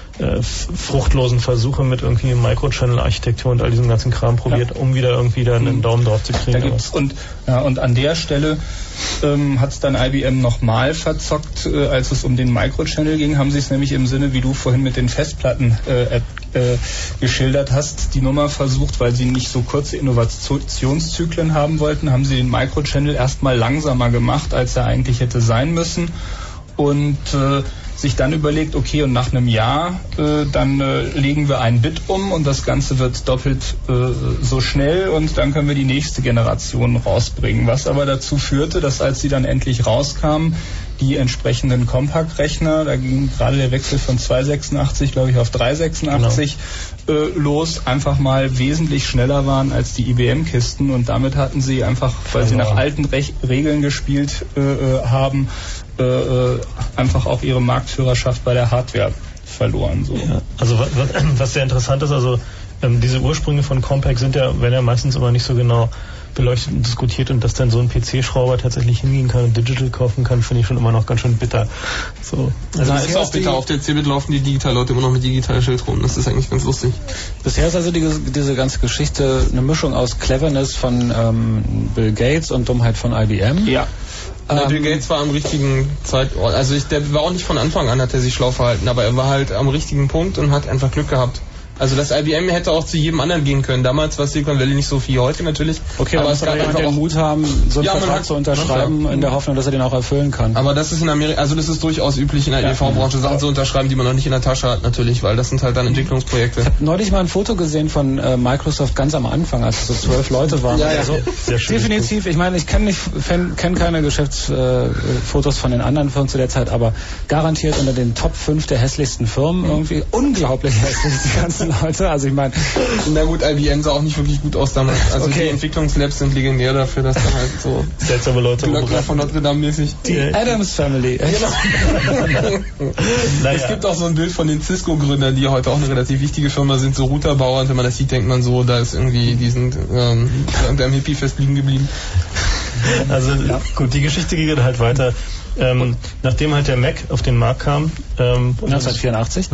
fruchtlosen Versuche mit irgendwie Microchannel-Architektur und all diesem ganzen Kram probiert, um wieder irgendwie da einen Daumen drauf zu kriegen. Da gibt's, und an der Stelle hat es dann IBM nochmal verzockt, als es um den Microchannel ging, haben sie es nämlich im Sinne, wie du vorhin mit den Festplatten geschildert hast, die Nummer versucht, weil sie nicht so kurze Innovationszyklen haben wollten, haben sie den Microchannel erstmal langsamer gemacht, als er eigentlich hätte sein müssen, und sich dann überlegt, okay, und nach einem Jahr dann legen wir ein Bit um und das Ganze wird doppelt so schnell und dann können wir die nächste Generation rausbringen. Was aber dazu führte, dass als sie dann endlich rauskamen, die entsprechenden Compaq-Rechner, da ging gerade der Wechsel von 286, glaube ich, auf 386 los, einfach mal wesentlich schneller waren als die IBM-Kisten, und damit hatten sie einfach, weil sie nach alten Regeln gespielt haben, einfach auch ihre Marktführerschaft bei der Hardware verloren. So. Ja, also was sehr interessant ist, also diese Ursprünge von Compaq werden ja meistens aber nicht so genau beleuchtet und diskutiert, und dass dann so ein PC-Schrauber tatsächlich hingehen kann und Digital kaufen kann, finde ich schon immer noch ganz schön bitter. So. Also das ist auch bitter. Auf der CeBIT laufen die Digital-Leute immer noch mit Digital-Schild rum. Das ist eigentlich ganz lustig. Bisher ist also diese ganze Geschichte eine Mischung aus Cleverness von Bill Gates und Dummheit von IBM. Ja. Bill Gates war am richtigen Zeitort. Also der war auch nicht von Anfang an, hat er sich schlau verhalten, aber er war halt am richtigen Punkt und hat einfach Glück gehabt. Also das IBM hätte auch zu jedem anderen gehen können. Damals war Silicon Valley nicht so viel, heute natürlich. Okay, aber es gab einfach den Mut haben, so einen Vertrag zu unterschreiben, in der Hoffnung, dass er den auch erfüllen kann. Aber das ist in Amerika, also das ist durchaus üblich in der EDV-Branche, Sachen zu unterschreiben, die man noch nicht in der Tasche hat natürlich, weil das sind halt dann Entwicklungsprojekte. Ich habe neulich mal ein Foto gesehen von Microsoft ganz am Anfang, als es so 12 Leute waren. Ja, so. Definitiv, ich meine, ich kenne keine Geschäftsfotos von den anderen Firmen zu der Zeit, aber garantiert unter den Top 5 der hässlichsten Firmen irgendwie. Unglaublich hässlich, die ganzen Leute. Also ich meine... Na gut, IBM sah auch nicht wirklich gut aus damals. Also die Entwicklungslabs sind legendär dafür, dass da halt so... Seltsame Leute Glöckner von Notre Dame mäßig. Die Addams Family. Genau. Naja. Es gibt auch so ein Bild von den Cisco-Gründern, die heute auch eine relativ wichtige Firma sind, so Routerbauer. Und wenn man das sieht, denkt man so, da ist irgendwie, die sind unter einem Hippie-Fest liegen geblieben. Also gut, die Geschichte geht halt weiter. Nachdem halt der Mac auf den Markt kam, 1984,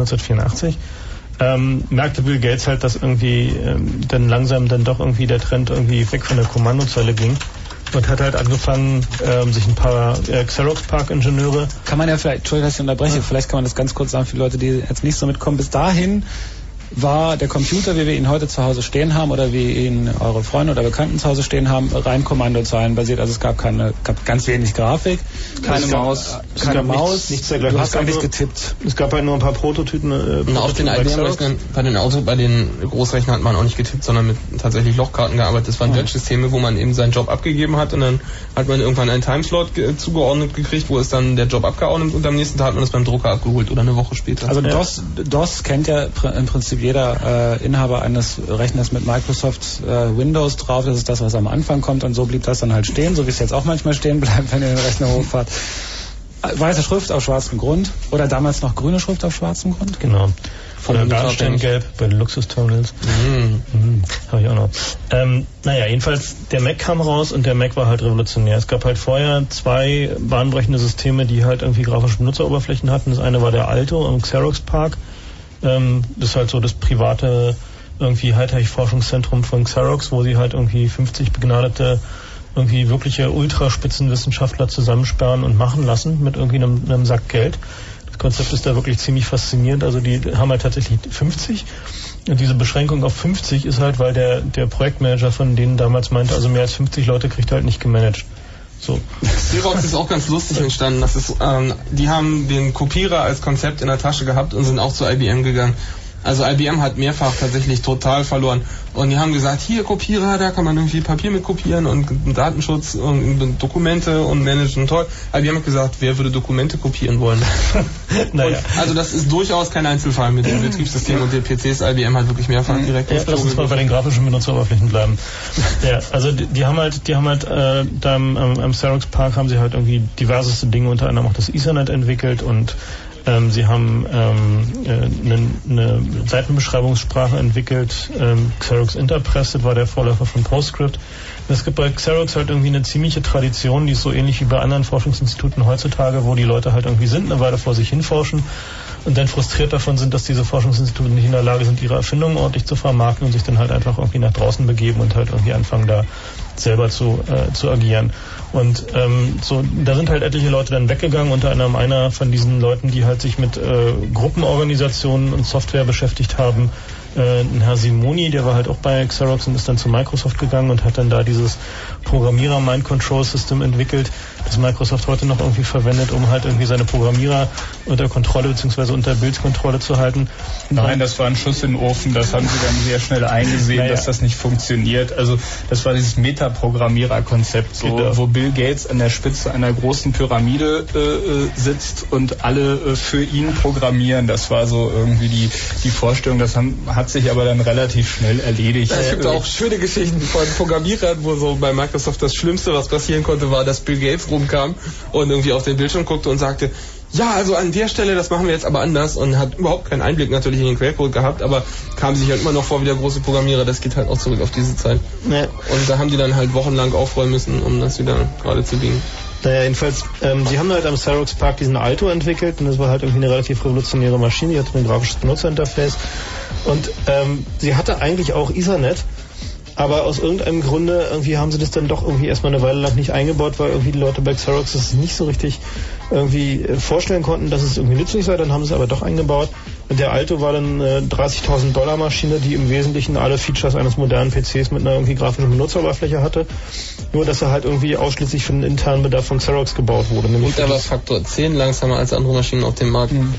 merkte Bill Gates halt, dass irgendwie dann langsam dann doch irgendwie der Trend irgendwie weg von der Kommandozeile ging und hat halt angefangen, sich ein paar Xerox-PARC-Ingenieure... Kann man ja vielleicht, Entschuldigung, dass ich unterbreche, vielleicht kann man das ganz kurz sagen für die Leute, die jetzt nicht so mitkommen. Bis dahin war der Computer, wie wir ihn heute zu Hause stehen haben oder wie ihn eure Freunde oder Bekannten zu Hause stehen haben, rein Kommandozeilen basiert. Also es gab ganz wenig Grafik. Keine Maus. Nichts dergleichen. Du hast eigentlich getippt. Es gab halt nur ein paar Prototypen. Auf den IBM-Rechnern, bei den Großrechnern hat man auch nicht getippt, sondern mit tatsächlich Lochkarten gearbeitet. Das waren Batch-Systeme, wo man eben seinen Job abgegeben hat und dann hat man irgendwann einen Timeslot zugeordnet gekriegt, wo es dann der Job abgeordnet und am nächsten Tag hat man das beim Drucker abgeholt oder eine Woche später. Also DOS kennt ja im Prinzip jeder Inhaber eines Rechners mit Microsoft Windows drauf. Das ist das, was am Anfang kommt und so blieb das dann halt stehen, so wie es jetzt auch manchmal stehen bleibt, wenn ihr den Rechner hochfahrt. Weiße Schrift auf schwarzem Grund oder damals noch grüne Schrift auf schwarzem Grund. Genau. Oder Garnsteingelb bei den Luxusterminals. Habe ich auch noch. Naja, jedenfalls, der Mac kam raus und der Mac war halt revolutionär. Es gab halt vorher 2 bahnbrechende Systeme, die halt irgendwie grafische Benutzeroberflächen hatten. Das eine war der Alto und Xerox PARC. Das ist halt so das private irgendwie Hightech-Forschungszentrum von Xerox, wo sie halt irgendwie 50 begnadete, irgendwie wirkliche Ultraspitzenwissenschaftler zusammensperren und machen lassen mit irgendwie einem Sack Geld. Das Konzept ist da wirklich ziemlich faszinierend. Also die haben halt tatsächlich 50. Und diese Beschränkung auf 50 ist halt, weil der Projektmanager von denen damals meinte, also mehr als 50 Leute kriegt er halt nicht gemanagt. So. Xerox ist auch ganz lustig entstanden. Das ist, die haben den Kopierer als Konzept in der Tasche gehabt und sind auch zu IBM gegangen. Also IBM hat mehrfach tatsächlich total verloren. Und die haben gesagt, hier Kopierer, da kann man irgendwie Papier mit kopieren und Datenschutz und Dokumente und managen, toll. IBM hat gesagt, wer würde Dokumente kopieren wollen? Naja. Also das ist durchaus kein Einzelfall mit dem Betriebssystem und den PCs. IBM hat wirklich mehrfach direkt... Ja, lass uns mal bei den grafischen Benutzeroberflächen bleiben. Ja, also die haben halt da am Xerox PARC haben sie halt irgendwie diverseste Dinge, unter anderem auch das Ethernet entwickelt und sie haben eine Seitenbeschreibungssprache entwickelt, Xerox Interpress, das war der Vorläufer von PostScript. Es gibt bei Xerox halt irgendwie eine ziemliche Tradition, die ist so ähnlich wie bei anderen Forschungsinstituten heutzutage, wo die Leute halt irgendwie sind, eine Weile vor sich hin forschen und dann frustriert davon sind, dass diese Forschungsinstitute nicht in der Lage sind, ihre Erfindungen ordentlich zu vermarkten und sich dann halt einfach irgendwie nach draußen begeben und halt irgendwie anfangen, da selber zu agieren. Und da sind halt etliche Leute dann weggegangen, unter anderem einer von diesen Leuten, die halt sich mit Gruppenorganisationen und Software beschäftigt haben, ein Herr Simoni, der war halt auch bei Xerox und ist dann zu Microsoft gegangen und hat dann da dieses Programmierer Mind Control System entwickelt, das Microsoft heute noch irgendwie verwendet, um halt irgendwie seine Programmierer unter Kontrolle bzw. unter Bildkontrolle zu halten. Nein, das war ein Schuss in den Ofen, das haben sie dann sehr schnell eingesehen, dass das nicht funktioniert. Also das war dieses Metaprogrammierer-Konzept, wo Bill Gates an der Spitze einer großen Pyramide sitzt und alle für ihn programmieren. Das war so irgendwie die Vorstellung, das hat sich aber dann relativ schnell erledigt. Es gibt auch schöne Geschichten von Programmierern, wo so bei Microsoft das Schlimmste, was passieren konnte, war, dass Bill Gates rumkam und irgendwie auf den Bildschirm guckte und sagte, ja, also an der Stelle, das machen wir jetzt aber anders und hat überhaupt keinen Einblick natürlich in den Quellcode gehabt, aber kam sich halt immer noch vor wie der große Programmierer, das geht halt auch zurück auf diese Zeit. Ja. Und da haben die dann halt wochenlang aufräumen müssen, um das wieder gerade zu biegen. Naja, jedenfalls, die haben halt am Xerox PARC diesen Alto entwickelt und das war halt irgendwie eine relativ revolutionäre Maschine, die hatte ein grafisches Benutzerinterface und sie hatte eigentlich auch Ethernet, aber aus irgendeinem Grunde irgendwie haben sie das dann doch irgendwie erstmal eine Weile lang nicht eingebaut, weil irgendwie die Leute bei Xerox das nicht so richtig irgendwie vorstellen konnten, dass es irgendwie nützlich sei, dann haben sie es aber doch eingebaut. Und der Alto war dann eine $30.000 Maschine, die im Wesentlichen alle Features eines modernen PCs mit einer irgendwie grafischen Benutzeroberfläche hatte. Nur, dass er halt irgendwie ausschließlich für den internen Bedarf von Xerox gebaut wurde. Und er war Faktor 10 langsamer als andere Maschinen auf dem Markt.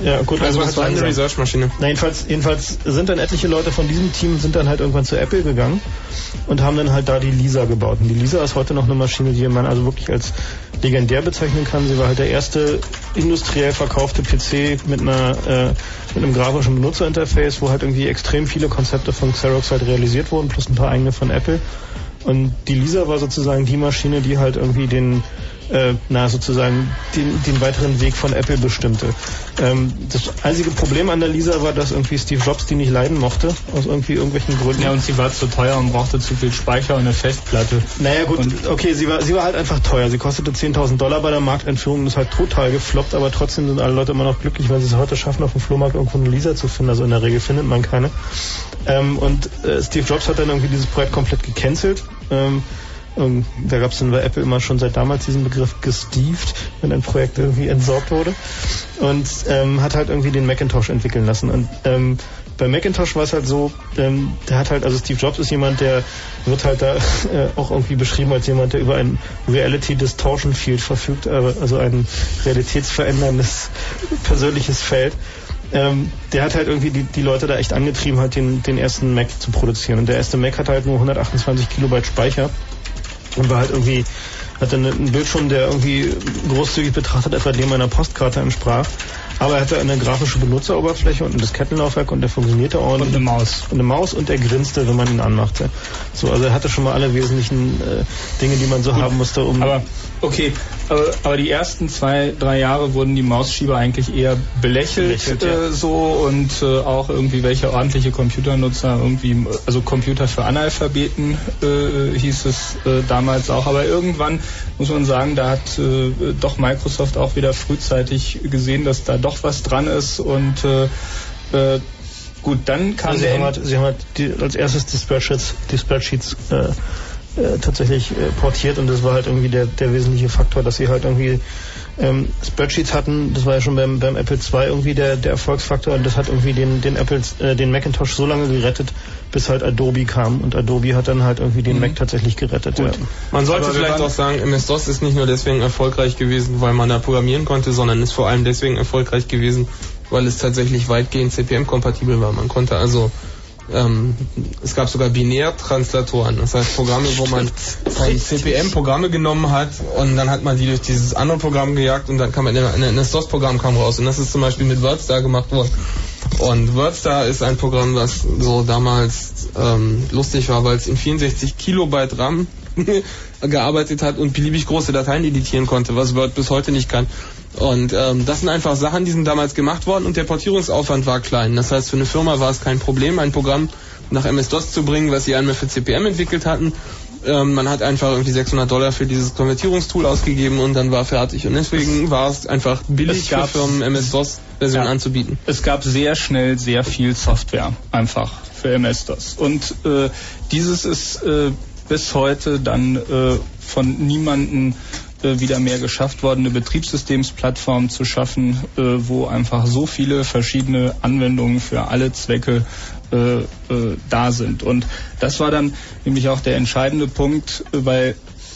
Ja, gut, also das war eine Research-Maschine. Na, jedenfalls sind dann etliche Leute von diesem Team sind dann halt irgendwann zu Apple gegangen und haben dann halt da die Lisa gebaut. Und die Lisa ist heute noch eine Maschine, die man also wirklich als legendär bezeichnen kann. Sie war halt der erste industriell verkaufte PC mit einem grafischen Benutzerinterface, wo halt irgendwie extrem viele Konzepte von Xerox halt realisiert wurden, plus ein paar eigene von Apple. Und die Lisa war sozusagen die Maschine, die halt irgendwie den weiteren Weg von Apple bestimmte. Das einzige Problem an der Lisa war, dass irgendwie Steve Jobs die nicht leiden mochte, aus irgendwelchen Gründen. Ja, und sie war zu teuer und brauchte zu viel Speicher und eine Festplatte. Naja gut, okay, sie war halt einfach teuer. Sie kostete $10.000 bei der Markteinführung und ist halt total gefloppt, aber trotzdem sind alle Leute immer noch glücklich, weil sie es heute schaffen, auf dem Flohmarkt irgendwo eine Lisa zu finden. Also in der Regel findet man keine. Und Steve Jobs hat dann irgendwie dieses Projekt komplett gecancelt. Da gab es dann bei Apple immer schon seit damals diesen Begriff gesteeved, wenn ein Projekt irgendwie entsorgt wurde, und hat halt irgendwie den Macintosh entwickeln lassen. Und bei Macintosh war es halt so, der hat halt, also Steve Jobs ist jemand, der wird halt da auch irgendwie beschrieben als jemand, der über ein Reality Distortion Field verfügt, also ein realitätsveränderndes persönliches Feld. Der hat halt irgendwie die Leute da echt angetrieben, halt den ersten Mac zu produzieren. Und der erste Mac hat halt nur 128 Kilobyte Speicher und war halt irgendwie, hatte einen Bildschirm, der irgendwie großzügig betrachtet etwa dem einer Postkarte entsprach. Aber er hatte eine grafische Benutzeroberfläche und ein Diskettenlaufwerk und der funktionierte ordentlich. Und eine Maus. Und eine Maus und er grinste, wenn man ihn anmachte. So, also er hatte schon mal alle wesentlichen Dinge, die man so haben musste, um... Aber die ersten 2-3 Jahre wurden die Mausschieber eigentlich eher belächelt ja. So und auch irgendwie welche ordentliche Computernutzer irgendwie, also Computer für Analphabeten hieß es damals auch. Aber irgendwann muss man sagen, da hat doch Microsoft auch wieder frühzeitig gesehen, dass da doch was dran ist und gut, dann kam Sie haben halt als erstes die Spreadsheets tatsächlich portiert und das war halt irgendwie der wesentliche Faktor, dass sie halt irgendwie Spreadsheets hatten. Das war ja schon beim Apple II irgendwie der Erfolgsfaktor und das hat irgendwie den Macintosh so lange gerettet, bis halt Adobe kam und Adobe hat dann halt irgendwie den Mac tatsächlich gerettet. Gut. Ja. Man sollte vielleicht auch sagen, MS-DOS ist nicht nur deswegen erfolgreich gewesen, weil man da programmieren konnte, sondern ist vor allem deswegen erfolgreich gewesen, weil es tatsächlich weitgehend CP/M-kompatibel war. Man konnte also es gab sogar Binärtranslatoren, das heißt Programme, wo man von CP/M-Programme genommen hat und dann hat man die durch dieses andere Programm gejagt und dann kam ein MS-DOS-Programm kam raus und das ist zum Beispiel mit WordStar gemacht worden. Und WordStar ist ein Programm, was so damals lustig war, weil es in 64 Kilobyte RAM gearbeitet hat und beliebig große Dateien editieren konnte, was Word bis heute nicht kann. Und das sind einfach Sachen, die sind damals gemacht worden und der Portierungsaufwand war klein. Das heißt, für eine Firma war es kein Problem, ein Programm nach MS-DOS zu bringen, was sie einmal für CP/M entwickelt hatten. Man hat einfach irgendwie $600 für dieses Konvertierungstool ausgegeben und dann war fertig. Und deswegen war es einfach billig für Firmen, MS-DOS-Versionen anzubieten. Es gab sehr schnell sehr viel Software einfach für MS-DOS. Und dieses ist bis heute dann von niemandem wieder mehr geschafft worden, eine Betriebssystemsplattform zu schaffen, wo einfach so viele verschiedene Anwendungen für alle Zwecke da sind. Und das war dann nämlich auch der entscheidende Punkt, weil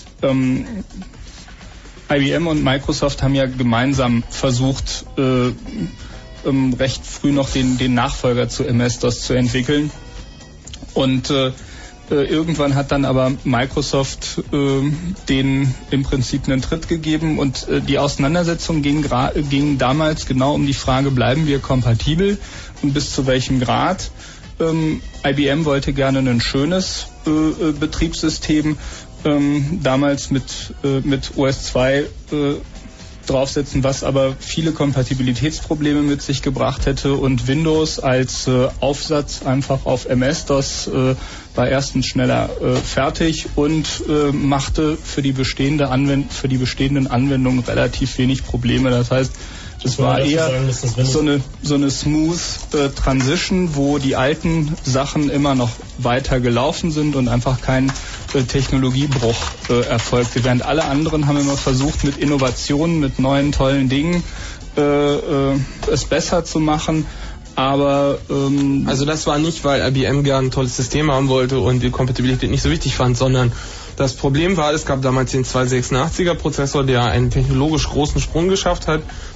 IBM und Microsoft haben ja gemeinsam versucht, recht früh noch den Nachfolger zu MS-DOS zu entwickeln. Und irgendwann hat dann aber Microsoft denen im Prinzip einen Tritt gegeben und die Auseinandersetzung ging damals genau um die Frage, bleiben wir kompatibel und bis zu welchem Grad. IBM wollte gerne ein schönes Betriebssystem damals mit OS 2 draufsetzen, was aber viele Kompatibilitätsprobleme mit sich gebracht hätte und Windows als Aufsatz einfach auf MS-DOS war erstens schneller fertig und machte für die bestehenden Anwendungen relativ wenig Probleme. Das heißt, das war eher so eine smooth Transition, wo die alten Sachen immer noch weiter gelaufen sind und einfach kein Technologiebruch erfolgte. Während alle anderen haben immer versucht, mit Innovationen, mit neuen tollen Dingen es besser zu machen. Aber also das war nicht, weil IBM gern ein tolles System haben wollte und die Kompatibilität nicht so wichtig fand, sondern das Problem war, es gab damals den 286er Prozessor, der einen technologisch großen Sprung geschafft hat.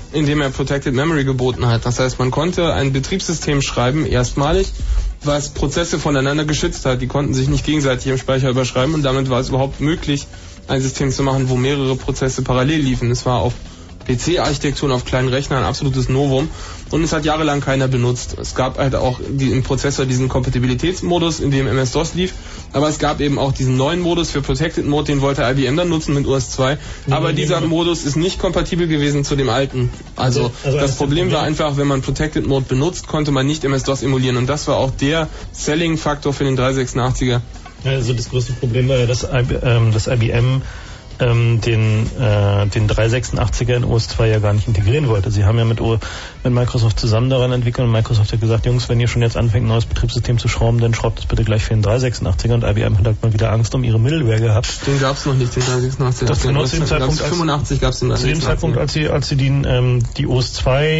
indem er Protected Memory geboten hat. Das heißt, man konnte ein Betriebssystem schreiben, erstmalig, was Prozesse voneinander geschützt hat. Die konnten sich nicht gegenseitig im Speicher überschreiben und damit war es überhaupt möglich, ein System zu machen, wo mehrere Prozesse parallel liefen. Es war auf PC-Architekturen, auf kleinen Rechnern ein absolutes Novum und es hat jahrelang keiner benutzt. Es gab halt auch im Prozessor diesen Kompatibilitätsmodus, in dem MS-DOS lief, aber es gab eben auch diesen neuen Modus für Protected Mode, den wollte IBM dann nutzen mit OS 2, aber dieser Modus ist nicht kompatibel gewesen zu dem alten. Also das Problem war einfach, wenn man Protected Mode benutzt, konnte man nicht MS-DOS emulieren und das war auch der Selling-Faktor für den 386er. Also das größte Problem war ja, dass IBM den 386er in OS 2 ja gar nicht integrieren wollte. Sie haben ja mit Microsoft zusammen daran entwickelt und Microsoft hat gesagt, Jungs, wenn ihr schon jetzt anfängt, ein neues Betriebssystem zu schrauben, dann schraubt es bitte gleich für den 386er und IBM hat halt mal wieder Angst um ihre Middleware gehabt. Den gab es noch nicht, den 386er. Das genau zu dem Zeitpunkt, 85 gab es den 386er. Zu dem Zeitpunkt, als sie die OS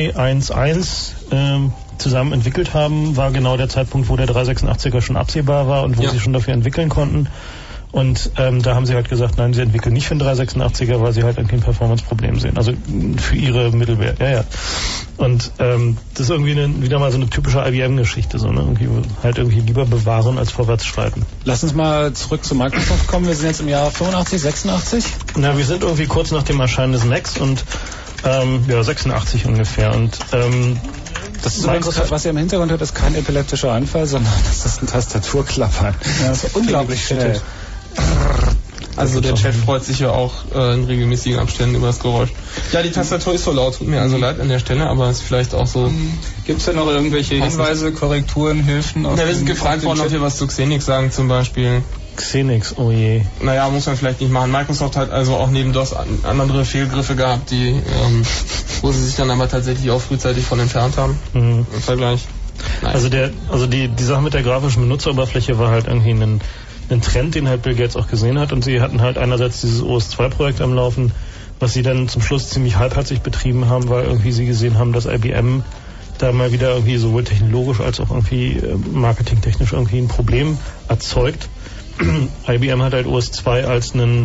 2.1.1 zusammen entwickelt haben, war genau der Zeitpunkt, wo der 386er schon absehbar war und wo sie schon dafür entwickeln konnten. Und da haben sie halt gesagt, nein, sie entwickeln nicht für den 386er, weil sie halt irgendwie ein Performance-Problem sehen. Also für ihre Middleware. Ja. Und das ist irgendwie wieder mal so eine typische IBM-Geschichte, so, ne? Irgendwie lieber bewahren als vorwärts schreiten. Lass uns mal zurück zu Microsoft kommen. Wir sind jetzt im Jahr 85, 86? Na, wir sind irgendwie kurz nach dem Erscheinen des Macs und 86 ungefähr. Und das ist Microsoft, was ihr im Hintergrund hört, ist kein epileptischer Anfall, sondern das ist ein Tastaturklappern. Ja, das ist unglaublich schnell. Also der Chat freut sich ja auch in regelmäßigen Abständen über das Geräusch. Ja, die Tastatur ist so laut, tut mir also leid an der Stelle, aber ist vielleicht auch so... Gibt es da noch irgendwelche Hinweise, Korrekturen, Hilfen? Ja, wir sind gefragt worden, ob wir was zu Xenix sagen zum Beispiel. Xenix, oh je. Naja, muss man vielleicht nicht machen. Microsoft hat also auch neben DOS andere Fehlgriffe gehabt, wo sie sich dann aber tatsächlich auch frühzeitig von entfernt haben. Im Vergleich. Nein. Also die Sache mit der grafischen Benutzeroberfläche war halt irgendwie ein Trend, den halt Bill Gates auch gesehen hat und sie hatten halt einerseits dieses OS 2 Projekt am Laufen, was sie dann zum Schluss ziemlich halbherzig betrieben haben, weil irgendwie sie gesehen haben, dass IBM da mal wieder irgendwie sowohl technologisch als auch irgendwie marketingtechnisch irgendwie ein Problem erzeugt. IBM hat halt OS 2 als einen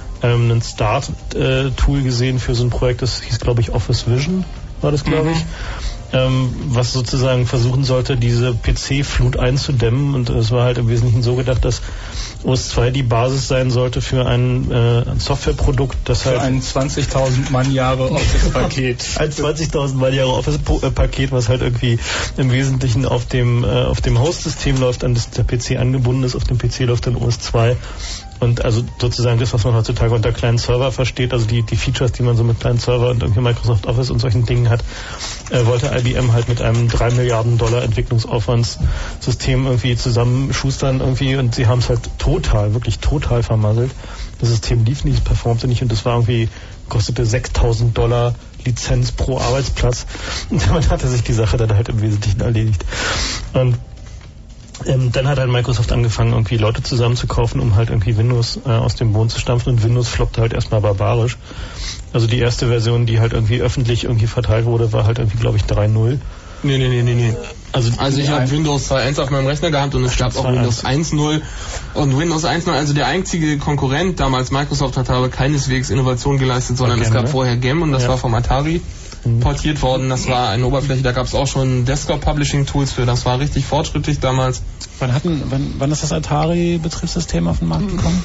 Start-Tool gesehen für so ein Projekt, das hieß, glaube ich, Office Vision, war das, glaube ich. Was sozusagen versuchen sollte, diese PC-Flut einzudämmen. Und es war halt im Wesentlichen so gedacht, dass OS 2 die Basis sein sollte für ein Softwareprodukt, das halt... Für ein 20.000 Mann-Jahre Office-Paket. Ein 20.000 Mann-Jahre Office-Paket, was halt irgendwie im Wesentlichen auf dem Host-System läuft, an das der PC angebunden ist. Auf dem PC läuft dann OS 2. Und also sozusagen das, was man heutzutage unter kleinen Server versteht, also die Features, die man so mit kleinen Server und irgendwie Microsoft Office und solchen Dingen hat, wollte IBM halt mit einem $3 Milliarden Entwicklungsaufwandssystem irgendwie zusammenschustern irgendwie und sie haben es halt wirklich total vermasselt. Das System lief nicht, es performte nicht und das war irgendwie, kostete $6.000 Lizenz pro Arbeitsplatz. Und damit hatte sich die Sache dann halt im Wesentlichen erledigt. Und dann hat halt Microsoft angefangen, irgendwie Leute zusammenzukaufen, um halt irgendwie Windows aus dem Boden zu stampfen und Windows floppte halt erstmal barbarisch. Also die erste Version, die halt irgendwie öffentlich irgendwie verteilt wurde, war halt irgendwie, glaube ich, 3.0. Nee. Also ich habe Windows 2.1 auf meinem Rechner gehabt und es gab auch Windows 1.0 und Windows 1.0, also der einzige Konkurrent damals Microsoft hat aber keineswegs Innovation geleistet, sondern es gab vorher GEM und das war vom Atari portiert worden. Das war eine Oberfläche, da gab es auch schon Desktop-Publishing-Tools für, das war richtig fortschrittlich damals. Wann ist das Atari-Betriebssystem auf den Markt gekommen?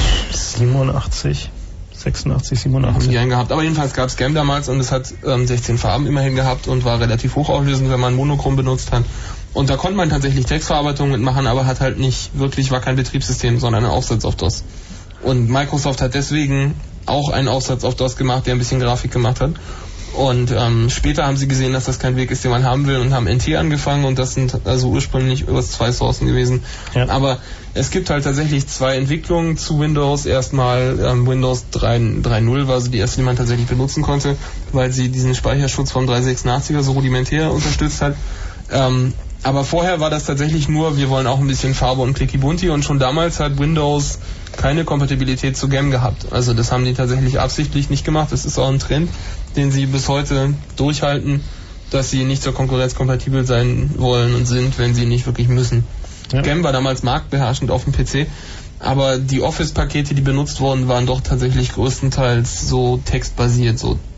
86, 87. Gehabt. Aber jedenfalls gab es GEM damals und es hat 16 Farben immerhin gehabt und war relativ hochauflösend, wenn man Monochrom benutzt hat. Und da konnte man tatsächlich Textverarbeitung mitmachen, aber hat halt nicht wirklich, war kein Betriebssystem, sondern ein Aufsatz auf DOS. Und Microsoft hat deswegen auch einen Aufsatz auf DOS gemacht, der ein bisschen Grafik gemacht hat. Und später haben sie gesehen, dass das kein Weg ist, den man haben will und haben NT angefangen und das sind also ursprünglich OS 2 Sourcen gewesen. Ja. Aber es gibt halt tatsächlich zwei Entwicklungen zu Windows. Erstmal Windows 3.0 war so die erste, die man tatsächlich benutzen konnte, weil sie diesen Speicherschutz vom 386er so rudimentär unterstützt hat. Aber vorher war das tatsächlich nur, wir wollen auch ein bisschen Farbe und Clicky Bunti und schon damals hat Windows keine Kompatibilität zu GEM gehabt. Also das haben die tatsächlich absichtlich nicht gemacht. Das ist auch ein Trend, den sie bis heute durchhalten, dass sie nicht zur Konkurrenz kompatibel sein wollen und sind, wenn sie nicht wirklich müssen. Ja. GEM war damals marktbeherrschend auf dem PC, aber die Office-Pakete, die benutzt wurden, waren doch tatsächlich größtenteils so textbasiert, so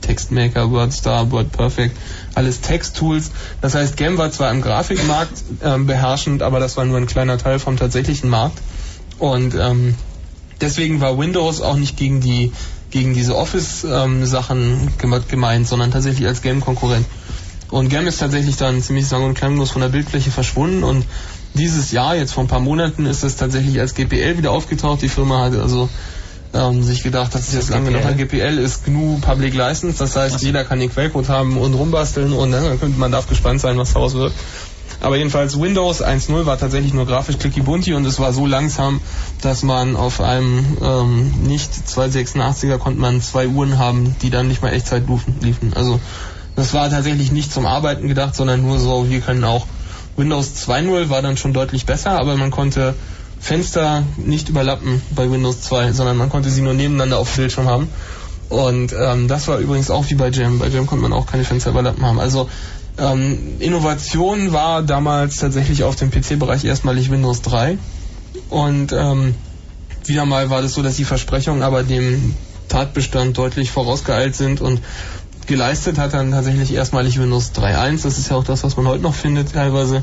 Textmaker, WordStar, WordPerfect, alles Text-Tools. Das heißt, GEM war zwar im Grafikmarkt beherrschend, aber das war nur ein kleiner Teil vom tatsächlichen Markt. Und deswegen war Windows auch nicht gegen diese Office-Sachen gemeint, sondern tatsächlich als GEM-Konkurrent. Und GEM ist tatsächlich dann ziemlich sang- und klanglos von der Bildfläche verschwunden und dieses Jahr, jetzt vor ein paar Monaten, ist es tatsächlich als GPL wieder aufgetaucht. Die Firma hat also sich gedacht, das ist jetzt lange noch ein GPL, ist GNU Public License, das heißt, jeder kann den Quellcode haben und rumbasteln und man darf gespannt sein, was daraus wird. Aber jedenfalls Windows 1.0 war tatsächlich nur grafisch clicky bunti und es war so langsam, dass man auf einem nicht 286er konnte man 2 Uhren haben, die dann nicht mal Echtzeit liefen. Also das war tatsächlich nicht zum Arbeiten gedacht, sondern nur so, wir können auch. Windows 2.0 war dann schon deutlich besser, aber man konnte Fenster nicht überlappen bei Windows 2, sondern man konnte sie nur nebeneinander auf dem Bildschirm haben. Und das war übrigens auch wie bei GEM. Bei GEM konnte man auch keine Fenster überlappen haben. Also Innovation war damals tatsächlich auf dem PC-Bereich erstmalig Windows 3. Und wieder mal war das so, dass die Versprechungen aber dem Tatbestand deutlich vorausgeeilt sind und geleistet hat dann tatsächlich erstmalig Windows 3.1. Das ist ja auch das, was man heute noch findet teilweise.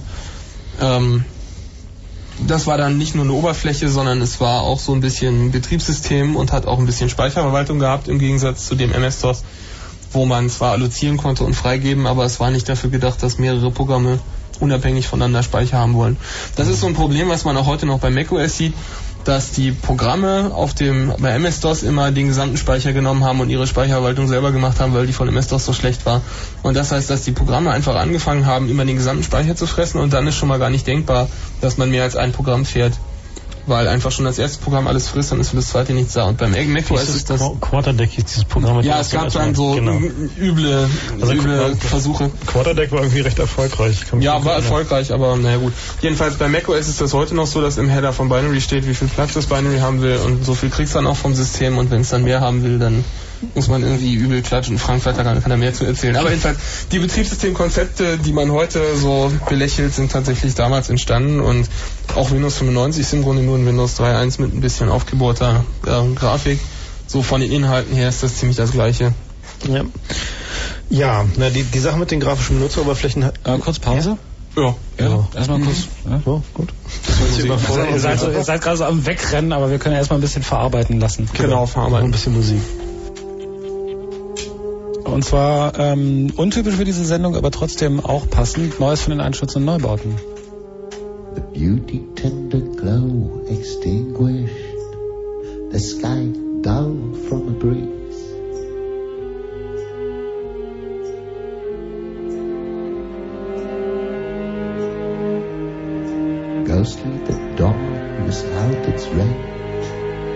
Das war dann nicht nur eine Oberfläche, sondern es war auch so ein bisschen Betriebssystem und hat auch ein bisschen Speicherverwaltung gehabt, im Gegensatz zu dem MS-DOS, wo man zwar allozieren konnte und freigeben, aber es war nicht dafür gedacht, dass mehrere Programme unabhängig voneinander Speicher haben wollen. Das ist so ein Problem, was man auch heute noch bei macOS sieht, dass die Programme bei MS-DOS immer den gesamten Speicher genommen haben und ihre Speicherverwaltung selber gemacht haben, weil die von MS-DOS so schlecht war. Und das heißt, dass die Programme einfach angefangen haben, immer den gesamten Speicher zu fressen und dann ist schon mal gar nicht denkbar, dass man mehr als ein Programm fährt. Weil einfach schon das erste Programm alles frisst, dann ist für das zweite nichts da. Und beim macOS ist das... Quarterdeck hieß dieses Programm. Ja, es gab dann so üble Versuche. Quarterdeck war irgendwie recht erfolgreich. Ja, war erfolgreich, aber naja gut. Jedenfalls bei macOS ist das heute noch so, dass im Header vom Binary steht, wie viel Platz das Binary haben will und so viel kriegst du dann auch vom System und wenn es dann mehr haben will, dann muss man irgendwie übel klatschen. Frank Wetter kann da mehr zu erzählen. Aber jedenfalls, die Betriebssystemkonzepte, die man heute so belächelt, sind tatsächlich damals entstanden und auch Windows 95 ist im Grunde nur ein Windows 3.1 mit ein bisschen aufgebohrter Grafik. So von den Inhalten her ist das ziemlich das Gleiche. Ja, die Sache mit den grafischen Benutzeroberflächen... kurz Pause? Ja. Erstmal kurz. Ja, gut. Ihr seid gerade so am Wegrennen, aber wir können erstmal ein bisschen verarbeiten lassen. Genau, verarbeiten. Ein bisschen Musik. Und zwar untypisch für diese Sendung, aber trotzdem auch passend. Neues von den Einstürzen und Neubauten. The beauty tender glow extinguished, the sky dull from a breeze. Ghostly the dawn without its range,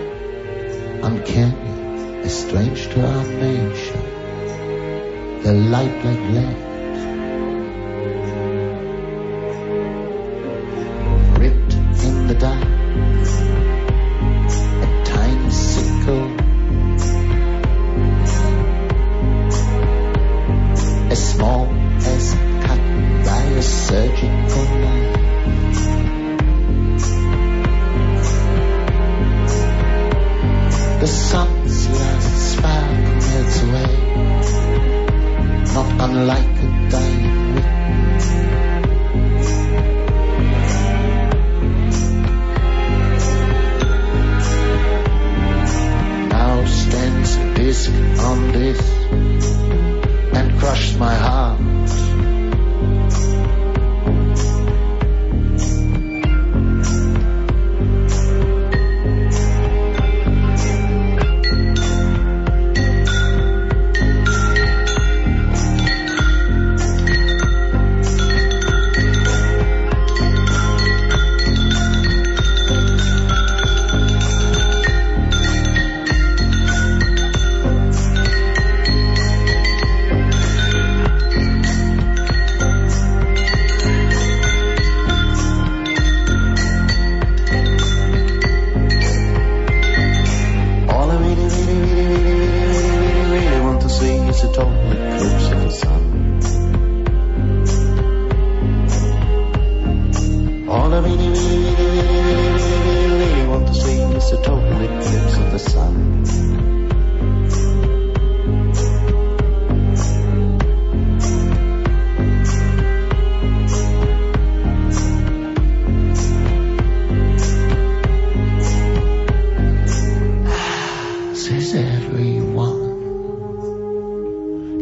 uncanny, estranged to our nature, the light like lead, ripped in the dark, a tiny sickle, as small as cut by a surgical knife. The sun's last spark melts away, not unlike a dying wind. Now stands a disk on this and crushed my heart.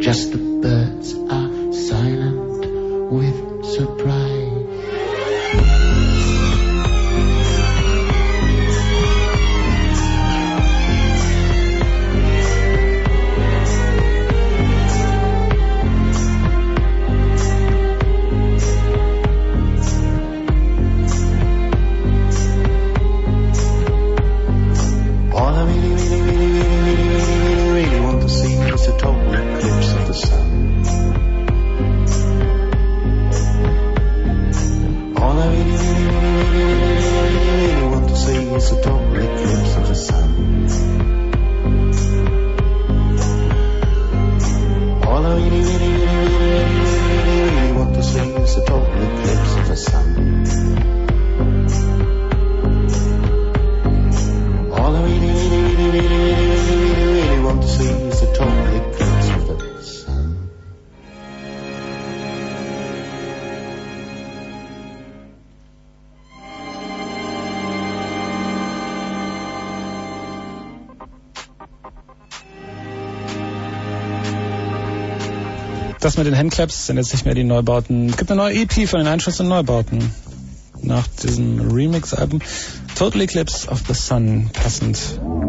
Just the birds are silent with surprise. All I really want to see is a total eclipse of the sun. All I really want to see is a total eclipse of the sun. All I really want to see is a total eclipse of the sun. All I really want to see is a total eclipse of the sun. Das mit den Handclaps sind jetzt nicht mehr die Neubauten. Es gibt eine neue EP von den Einschuss und Neubauten. Nach diesem Remix-Album Total Eclipse of the Sun, passend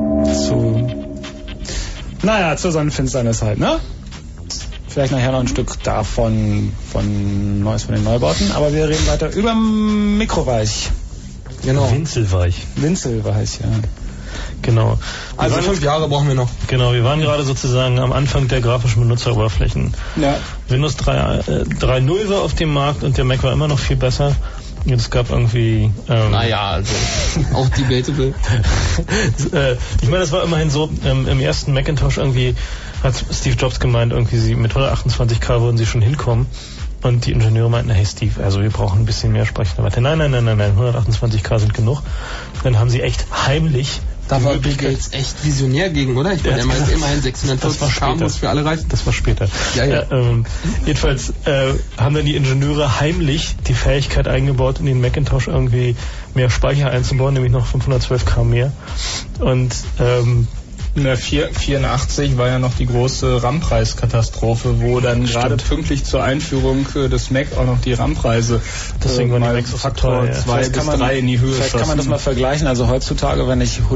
zur Sonnenfinsternis halt, ne? Vielleicht nachher noch ein Stück davon von Neues von den Neubauten, aber wir reden weiter über Mikroweich. Genau. Winzelweich, ja. Genau. Also 5 Jahre brauchen wir noch. Genau, wir waren gerade sozusagen am Anfang der grafischen Benutzeroberflächen. Ja. Windows 3.0 war auf dem Markt und der Mac war immer noch viel besser. Es gab irgendwie... also auch debatable. Ich meine, das war immerhin so, im ersten Macintosh irgendwie hat Steve Jobs gemeint, irgendwie mit 128K würden sie schon hinkommen. Und die Ingenieure meinten, hey Steve, also wir brauchen ein bisschen mehr Speicherrate. Nein, 128K sind genug. Dann haben sie echt heimlich... Da war Bill Gates echt visionär gegen, oder? Ich meine, er meint immerhin 640K muss für alle reichen. Das war später. Ja. Jedenfalls haben dann die Ingenieure heimlich die Fähigkeit eingebaut, in den Macintosh irgendwie mehr Speicher einzubauen, nämlich noch 512K mehr. Und in der 84 war ja noch die große RAM-Preiskatastrophe, wo dann gerade pünktlich zur Einführung des Mac auch noch die RAM-Preise deswegen waren die Macs so Faktor 2 bis 3 in die Höhe Vielleicht kann man das mal vergleichen. Also heutzutage, wenn ich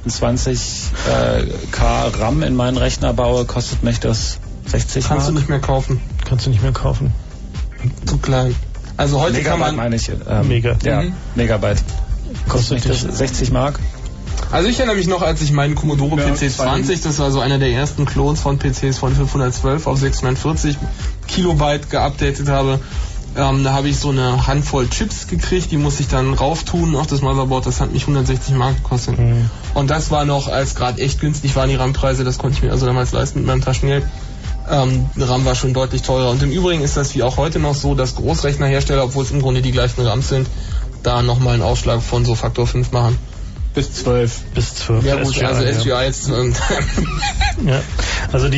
128K RAM in meinen Rechner baue, kostet mich das 60 Mark. Kannst du nicht mehr kaufen. Zu klein. Also heute Megabyte kann man... meine ich. Mega. Ja, Megabyte. Kostet mich das 60 Mark? Also ich erinnere mich noch, als ich meinen Commodore PC 20, das war so einer der ersten Klons von PCs von 512 auf 640 Kilobyte geupdatet habe. Da habe ich so eine Handvoll Chips gekriegt, die musste ich dann rauftun auf das Motherboard, das hat mich 160 Mark gekostet. Und das war noch, als gerade echt günstig waren die RAM-Preise, das konnte ich mir also damals leisten mit meinem Taschengeld. RAM war schon deutlich teurer. Und im Übrigen ist das wie auch heute noch so, dass Großrechnerhersteller, obwohl es im Grunde die gleichen RAMs sind, da nochmal einen Aufschlag von so Faktor 5 machen. Bis 12. Ja gut, SGI, also SGI jetzt... Ja, also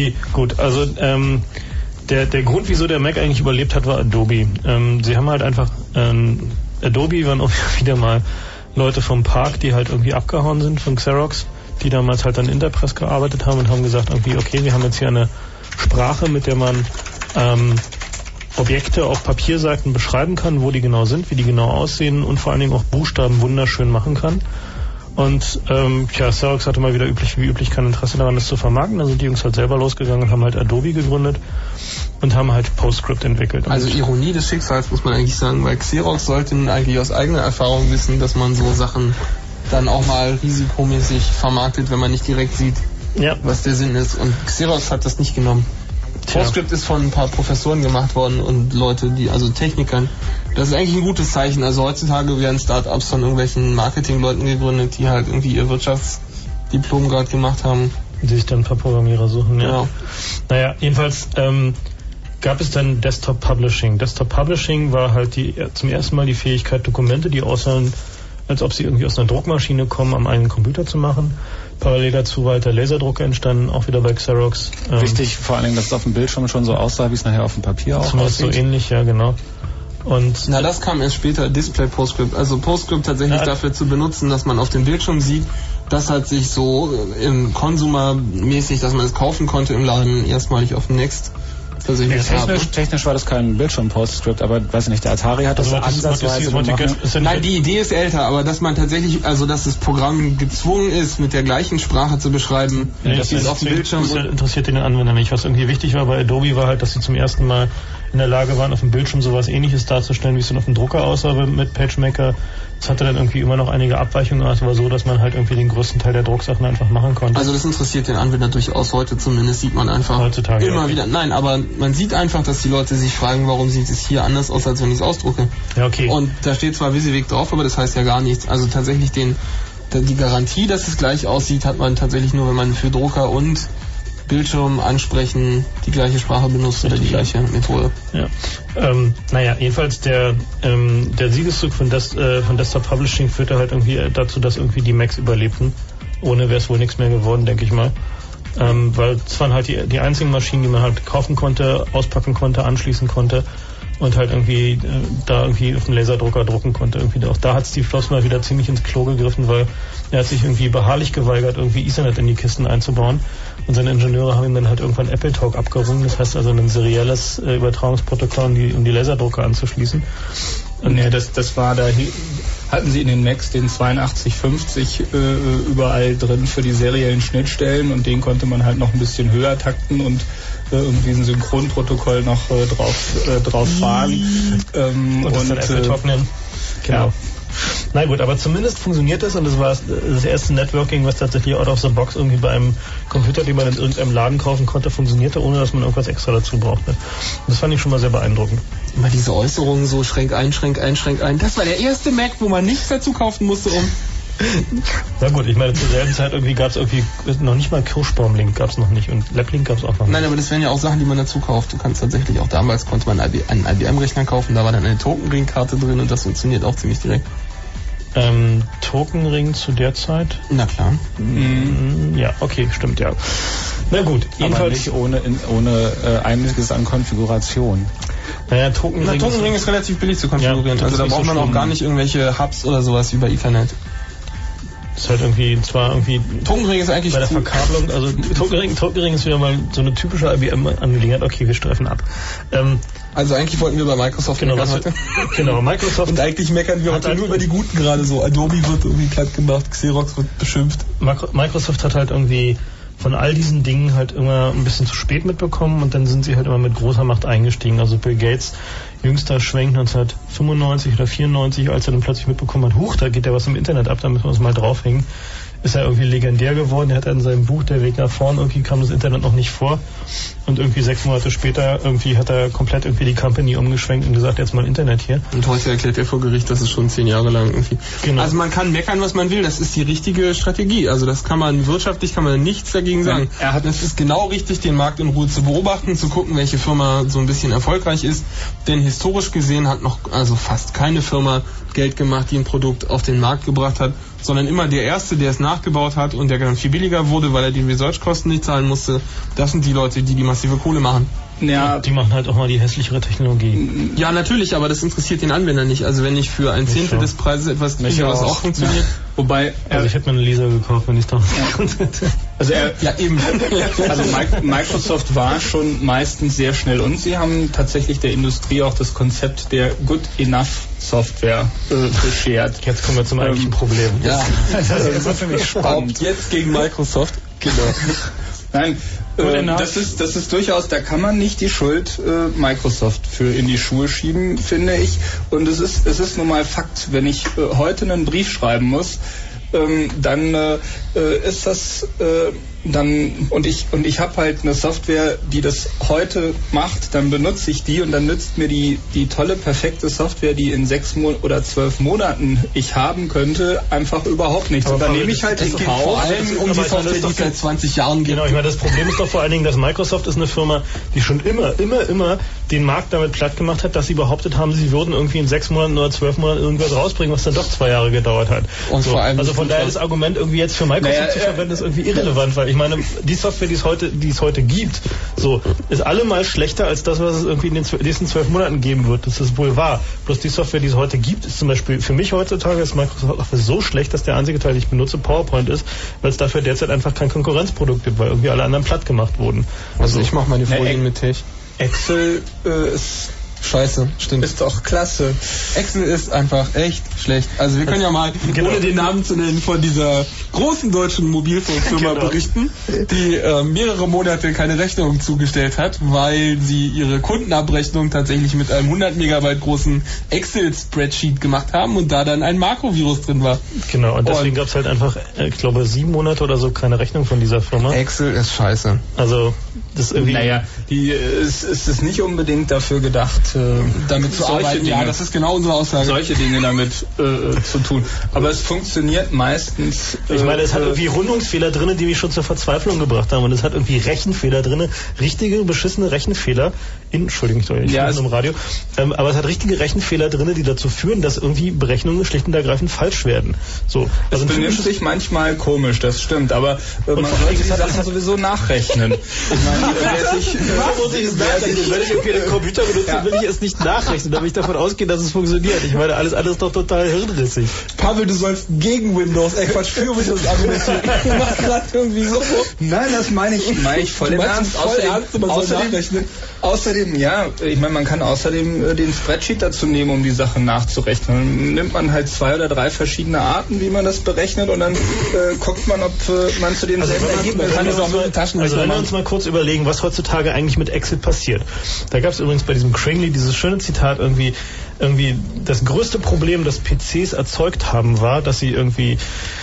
der Grund, wieso der Mac eigentlich überlebt hat, war Adobe. Sie haben halt einfach... Adobe waren auch wieder mal Leute vom Park, die halt irgendwie abgehauen sind von Xerox, die damals halt an Interpress gearbeitet haben und haben gesagt, irgendwie, okay, wir haben jetzt hier eine Sprache, mit der man Objekte auf Papierseiten beschreiben kann, wo die genau sind, wie die genau aussehen und vor allen Dingen auch Buchstaben wunderschön machen kann. Und Xerox hatte mal wieder wie üblich kein Interesse daran, das zu vermarkten. Dann sind die Jungs halt selber losgegangen und haben halt Adobe gegründet und haben halt PostScript entwickelt. Also Ironie des Schicksals, muss man eigentlich sagen, weil Xerox sollte eigentlich aus eigener Erfahrung wissen, dass man so Sachen dann auch mal risikomäßig vermarktet, wenn man nicht direkt sieht, was der Sinn ist. Und Xerox hat das nicht genommen. PostScript ist von ein paar Professoren gemacht worden und also Technikern. Das ist eigentlich ein gutes Zeichen. Also heutzutage werden Startups von irgendwelchen Marketingleuten gegründet, die halt irgendwie ihr Wirtschaftsdiplom gerade gemacht haben. Die sich dann ein paar Programmierer suchen, ja. Naja, jedenfalls gab es dann Desktop Publishing. Desktop Publishing war halt zum ersten Mal die Fähigkeit, Dokumente, die aussahen, als ob sie irgendwie aus einer Druckmaschine kommen, am eigenen Computer zu machen. Parallel dazu weiter Laserdrucker entstanden, auch wieder bei Xerox. Wichtig vor allen Dingen, dass es auf dem Bildschirm schon so aussah, wie es nachher auf dem Papier auch aussieht. So ähnlich, ja genau. Und Na, das kam erst später, Display PostScript. Also PostScript tatsächlich dafür zu benutzen, dass man auf dem Bildschirm sieht, das hat sich so im Consumer-mäßig, dass man es kaufen konnte im Laden, erstmalig auf dem Next tatsächlich. Technisch war das kein Bildschirm-PostScript, aber weiß nicht, der Atari hat das ansatzweise gemacht. Nein, die Idee ist älter, aber dass man tatsächlich, also dass das Programm gezwungen ist, mit der gleichen Sprache zu beschreiben, das ist auf dem Bildschirm. Das interessiert den Anwender nicht. Was irgendwie wichtig war bei Adobe war halt, dass sie zum ersten Mal in der Lage waren, auf dem Bildschirm sowas Ähnliches darzustellen, wie es dann auf dem Drucker aussah mit PageMaker. Das hatte dann irgendwie immer noch einige Abweichungen, aber es war so, dass man halt irgendwie den größten Teil der Drucksachen einfach machen konnte. Also das interessiert den Anwender durchaus heute zumindest, sieht man einfach heutzutage immer wieder. Nein, aber man sieht einfach, dass die Leute sich fragen, warum sieht es hier anders aus, als wenn ich es ausdrucke. Ja, okay. Und da steht zwar WYSIWYG drauf, aber das heißt ja gar nichts. Also tatsächlich die Garantie, dass es gleich aussieht, hat man tatsächlich nur, wenn man für Drucker und Bildschirm ansprechen, die gleiche Sprache benutzt oder die gleiche Methode. Ja. Naja, jedenfalls der Siegeszug von Desktop Publishing führte halt irgendwie dazu, dass irgendwie die Macs überlebten. Ohne wäre es wohl nichts mehr geworden, denke ich mal. Weil es waren halt die einzigen Maschinen, die man halt kaufen konnte, auspacken konnte, anschließen konnte und halt irgendwie da irgendwie auf dem Laserdrucker drucken konnte. Irgendwie auch da hat Steve Jobs mal wieder ziemlich ins Klo gegriffen, weil er hat sich irgendwie beharrlich geweigert, irgendwie Ethernet in die Kisten einzubauen. Und seine Ingenieure haben ihm dann halt irgendwann AppleTalk abgerungen. Das heißt also ein serielles Übertragungsprotokoll, um die Laserdrucker anzuschließen. Und nee, das war da, hatten sie in den Macs den 8250 überall drin für die seriellen Schnittstellen und den konnte man halt noch ein bisschen höher takten und irgendwie ein Synchronprotokoll noch drauf fahren. Und das dann AppleTalk nennen. Genau. Ja. Na gut, aber zumindest funktioniert das und das war das erste Networking, was tatsächlich out of the box irgendwie bei einem Computer, den man in irgendeinem Laden kaufen konnte, funktionierte, ohne dass man irgendwas extra dazu brauchte. Und das fand ich schon mal sehr beeindruckend. Immer diese Äußerungen so Schränk ein. Das war der erste Mac, wo man nichts dazu kaufen musste, Na gut, ich meine, zur selben Zeit irgendwie gab es irgendwie noch nicht mal Kirschbaum-Link, gab es noch nicht und Lab-Link gab es auch noch nicht. Nein, aber das wären ja auch Sachen, die man dazu kauft. Du kannst tatsächlich auch damals, konnte man einen IBM-Rechner kaufen, da war dann eine Token-Ring-Karte drin und das funktioniert auch ziemlich direkt. Tokenring zu der Zeit? Na klar. Ja, okay, stimmt, ja. Na gut, jedenfalls aber nicht ohne einiges an Konfiguration. Naja, Tokenring ist relativ billig zu konfigurieren. Ja, also da braucht man auch gar nicht irgendwelche Hubs oder sowas wie bei Ethernet. Das ist halt irgendwie, Tokenring ist eigentlich bei der Verkabelung, also Tokenring ist wieder mal so eine typische IBM-Angelegenheit. Okay, wir streifen ab. Also eigentlich wollten wir bei Microsoft meckern heute. Genau, Microsoft. Und eigentlich meckern wir heute nur über die Guten gerade so. Adobe wird irgendwie platt gemacht, Xerox wird beschimpft. Microsoft hat halt irgendwie von all diesen Dingen halt immer ein bisschen zu spät mitbekommen und dann sind sie halt immer mit großer Macht eingestiegen. Also Bill Gates, jüngster Schwenk 1995 oder 94, als er dann plötzlich mitbekommen hat, da geht ja was im Internet ab, da müssen wir uns mal draufhängen, ist er irgendwie legendär geworden. Er hat in seinem Buch Der Weg nach vorn, irgendwie kam das Internet noch nicht vor und irgendwie 6 Monate später irgendwie hat er komplett irgendwie die Company umgeschwenkt und gesagt, jetzt mal Internet hier. Und heute erklärt er vor Gericht, dass es schon 10 Jahre lang irgendwie. Genau. Also man kann meckern, was man will, das ist die richtige Strategie. Also das kann man wirtschaftlich, kann man nichts dagegen sagen. Es ist genau richtig, den Markt in Ruhe zu beobachten, zu gucken, welche Firma so ein bisschen erfolgreich ist. Denn historisch gesehen hat also fast keine Firma Geld gemacht, die ein Produkt auf den Markt gebracht hat, sondern immer der Erste, der es nachgebaut hat und der dann viel billiger wurde, weil er die Research-Kosten nicht zahlen musste. Das sind die Leute, die massive Kohle machen. Ja, die machen halt auch mal die hässlichere Technologie. Ja, natürlich, aber das interessiert den Anwender nicht. Also wenn ich für ein Zehntel des Preises etwas kriege, was auch funktioniert. Ja. Wobei, also ich hätte mir einen Laser gekauft, wenn ich da hätte. Also Also Microsoft war schon meistens sehr schnell und sie haben tatsächlich der Industrie auch das Konzept der Good Enough Software beschert. Jetzt kommen wir zum eigentlichen Problem. Ja, das ist für mich spannend. Jetzt gegen Microsoft. Genau. Nein, das ist durchaus, da kann man nicht die Schuld Microsoft für in die Schuhe schieben, finde ich. Und es ist nun mal Fakt, wenn ich heute einen Brief schreiben muss, dann ist das und ich habe halt eine Software, die das heute macht, dann benutze ich die und dann nützt mir die tolle, perfekte Software, die in 6 oder 12 Monaten ich haben könnte, einfach überhaupt nichts. Aber und dann nehme ich halt den Kauf. Vor allem um die Software, die es seit 20 Jahren gibt. Genau, ich meine, das Problem ist doch vor allen Dingen, dass Microsoft ist eine Firma, die schon immer den Markt damit platt gemacht hat, dass sie behauptet haben, sie würden irgendwie in 6 Monaten oder 12 Monaten irgendwas rausbringen, was dann doch 2 Jahre gedauert hat. Und vor allem also von daher das Argument irgendwie jetzt für Microsoft zu verwenden, ist irgendwie irrelevant, weil ich meine, die Software, die es heute gibt, so, ist allemal schlechter als das, was es irgendwie in den nächsten 12 Monaten geben wird. Das ist wohl wahr. Bloß die Software, die es heute gibt, ist zum Beispiel für mich heutzutage ist Microsoft Office so schlecht, dass der einzige Teil, den ich benutze, PowerPoint ist, weil es dafür derzeit einfach kein Konkurrenzprodukt gibt, weil irgendwie alle anderen platt gemacht wurden. Also ich mache meine Folien mit Tech. Excel ist scheiße, stimmt. Ist doch klasse. Excel ist einfach echt schlecht. Also wir können ja mal, ohne den Namen zu nennen, von dieser großen deutschen Mobilfunkfirma berichten, die mehrere Monate keine Rechnung zugestellt hat, weil sie ihre Kundenabrechnung tatsächlich mit einem 100 Megabyte großen Excel-Spreadsheet gemacht haben und da dann ein Makrovirus drin war. Genau, und deswegen gab es halt einfach, ich glaube, 7 Monate oder so keine Rechnung von dieser Firma. Excel ist scheiße. Also, das ist irgendwie... Naja, es ist nicht unbedingt dafür gedacht, damit zu arbeiten. Dinge, ja, das ist genau unsere Aussage. Solche Dinge damit zu tun. Aber es funktioniert meistens... ich meine, es hat irgendwie Rundungsfehler drin, die mich schon zur Verzweiflung gebracht haben. Und es hat irgendwie Rechenfehler drin, richtige, beschissene Rechenfehler. Entschuldigung, ich bin im Radio. Aber es hat richtige Rechenfehler drin, die dazu führen, dass irgendwie Berechnungen schlicht und ergreifend falsch werden. So, also es benimmt sich manchmal komisch, das stimmt. Aber man sollte die Sachen sowieso nachrechnen. Ich meine, wenn ich irgendwie den Computer benutze, will ich es nicht nachrechnen, damit ich davon ausgehe, dass es funktioniert. Ich meine, alles ist doch total hirnrissig. Pavel, du sollst gegen Windows, Quatsch, für Windows argumentieren. Du machst gerade irgendwie so. Nein, das meine ich voll im Ernst. Außerdem, ja, ich meine, man kann außerdem den Spreadsheet dazu nehmen, um die Sachen nachzurechnen. Dann nimmt man halt 2 oder 3 verschiedene Arten, wie man das berechnet, und dann guckt man, ob man zu denselben Ergebnissen kommt. Also wenn wir uns mal kurz überlegen, was heutzutage eigentlich mit Excel passiert. Da gab es übrigens bei diesem Crangley dieses schöne Zitat, irgendwie das größte Problem, das PCs erzeugt haben, war, dass sie irgendwie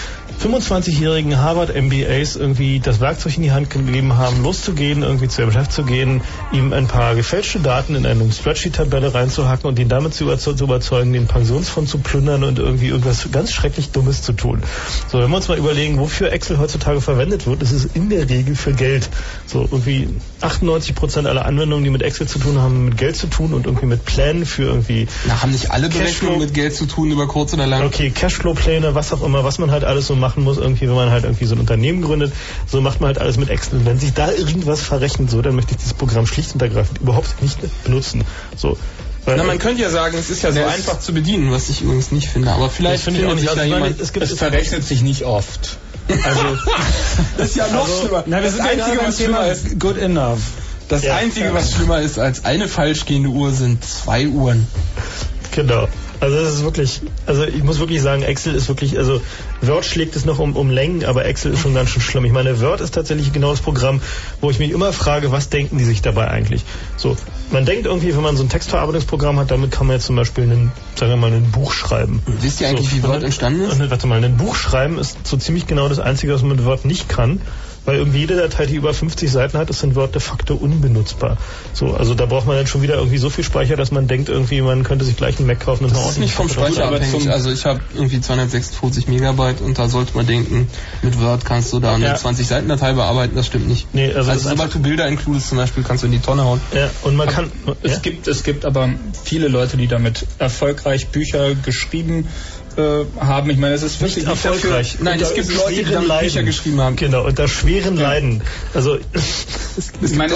25-jährigen Harvard-MBAs irgendwie das Werkzeug in die Hand gegeben haben, loszugehen, irgendwie zu ihrem Chef zu gehen, ihm ein paar gefälschte Daten in eine Spreadsheet-Tabelle reinzuhacken und ihn damit zu überzeugen, den Pensionsfonds zu plündern und irgendwie irgendwas ganz schrecklich Dummes zu tun. So, wenn wir uns mal überlegen, wofür Excel heutzutage verwendet wird, ist es in der Regel für Geld. So, irgendwie 98% aller Anwendungen, die mit Excel zu tun haben, mit Geld zu tun und irgendwie mit Plänen für irgendwie... Na, haben nicht alle Berechnungen mit Geld zu tun, über kurz oder lang? Okay, Cashflow-Pläne, was auch immer, was man halt alles so machen muss, irgendwie, wenn man halt irgendwie so ein Unternehmen gründet, so macht man halt alles mit Excel. Und wenn sich da irgendwas verrechnet, so, dann möchte ich dieses Programm schlicht und ergreifend überhaupt nicht benutzen. So. Na, man könnte ja sagen, es ist ja so einfach zu bedienen, was ich übrigens nicht finde, aber vielleicht finde ich auch nicht, jemand... Es verrechnet sich nicht oft. Also, das ist ja noch schlimmer. Na, das Einzige, was schlimmer ist, good enough. Das Einzige, was schlimmer ist als eine falsch gehende Uhr, sind 2 Uhren. Genau. Also das ist wirklich, also ich muss wirklich sagen, Excel ist wirklich, also Word schlägt es noch um Längen, aber Excel ist schon ganz schön schlimm. Ich meine, Word ist tatsächlich genau das Programm, wo ich mich immer frage, was denken die sich dabei eigentlich? So, man denkt irgendwie, wenn man so ein Textverarbeitungsprogramm hat, damit kann man jetzt zum Beispiel ein Buch schreiben. Wisst ihr eigentlich, wie Word entstanden ist? Ein Buch schreiben ist so ziemlich genau das Einzige, was man mit Word nicht kann. Weil irgendwie jede Datei, die über 50 Seiten hat, ist in Word de facto unbenutzbar. So, also da braucht man dann schon wieder irgendwie so viel Speicher, dass man denkt, irgendwie man könnte sich gleich einen Mac kaufen und das ist nicht vom Speicher abhängig. Also ich habe irgendwie 246 Megabyte und da sollte man denken, mit Word kannst du da eine 20-Seiten-Datei bearbeiten, das stimmt nicht. Nee, also sobald du Bilder includest zum Beispiel, kannst du in die Tonne hauen. Ja, und man kann... Es gibt aber viele Leute, die damit erfolgreich Bücher geschrieben haben. Ich meine, es ist wirklich nicht erfolgreich. Nein, es gibt Leute, die damit Bücher geschrieben haben. Genau, unter schweren Leiden. Also es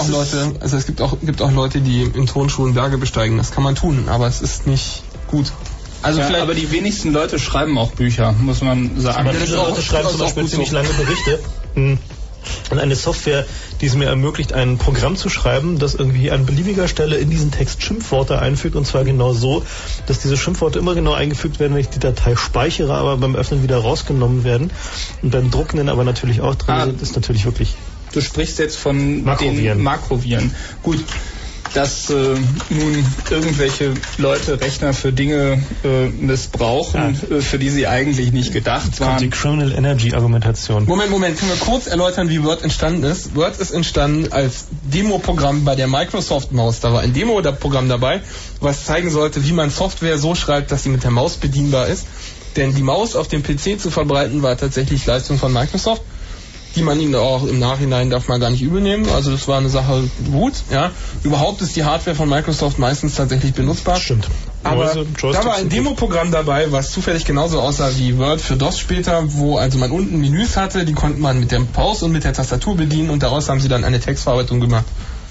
gibt auch Leute, die in Tonschulen Berge besteigen. Das kann man tun, aber es ist nicht gut. Also vielleicht, aber die wenigsten Leute schreiben auch Bücher, muss man sagen. Aber viele Leute schreiben zum Beispiel ziemlich lange Berichte. Und eine Software, die es mir ermöglicht, ein Programm zu schreiben, das irgendwie an beliebiger Stelle in diesen Text Schimpfworte einfügt, und zwar genau so, dass diese Schimpfworte immer genau eingefügt werden, wenn ich die Datei speichere, aber beim Öffnen wieder rausgenommen werden und beim Drucken dann aber natürlich auch drin sind, ist natürlich wirklich... Du sprichst jetzt von den Makroviren. Gut. Dass nun irgendwelche Leute Rechner für Dinge missbrauchen, für die sie eigentlich nicht gedacht waren. Die Criminal Energy Argumentation. Moment, können wir kurz erläutern, wie Word entstanden ist? Word ist entstanden als Demo-Programm bei der Microsoft Maus. Da war ein Demo-Programm dabei, was zeigen sollte, wie man Software so schreibt, dass sie mit der Maus bedienbar ist. Denn die Maus auf dem PC zu verbreiten, war tatsächlich Leistung von Microsoft. die man ihnen auch im Nachhinein darf man gar nicht übel nehmen. Also das war eine Sache gut. Ja. Überhaupt ist die Hardware von Microsoft meistens tatsächlich benutzbar. Stimmt. Aber da war ein Demoprogramm dabei, was zufällig genauso aussah wie Word für DOS später, wo also man unten Menüs hatte, die konnte man mit der Pause und mit der Tastatur bedienen und daraus haben sie dann eine Textverarbeitung gemacht.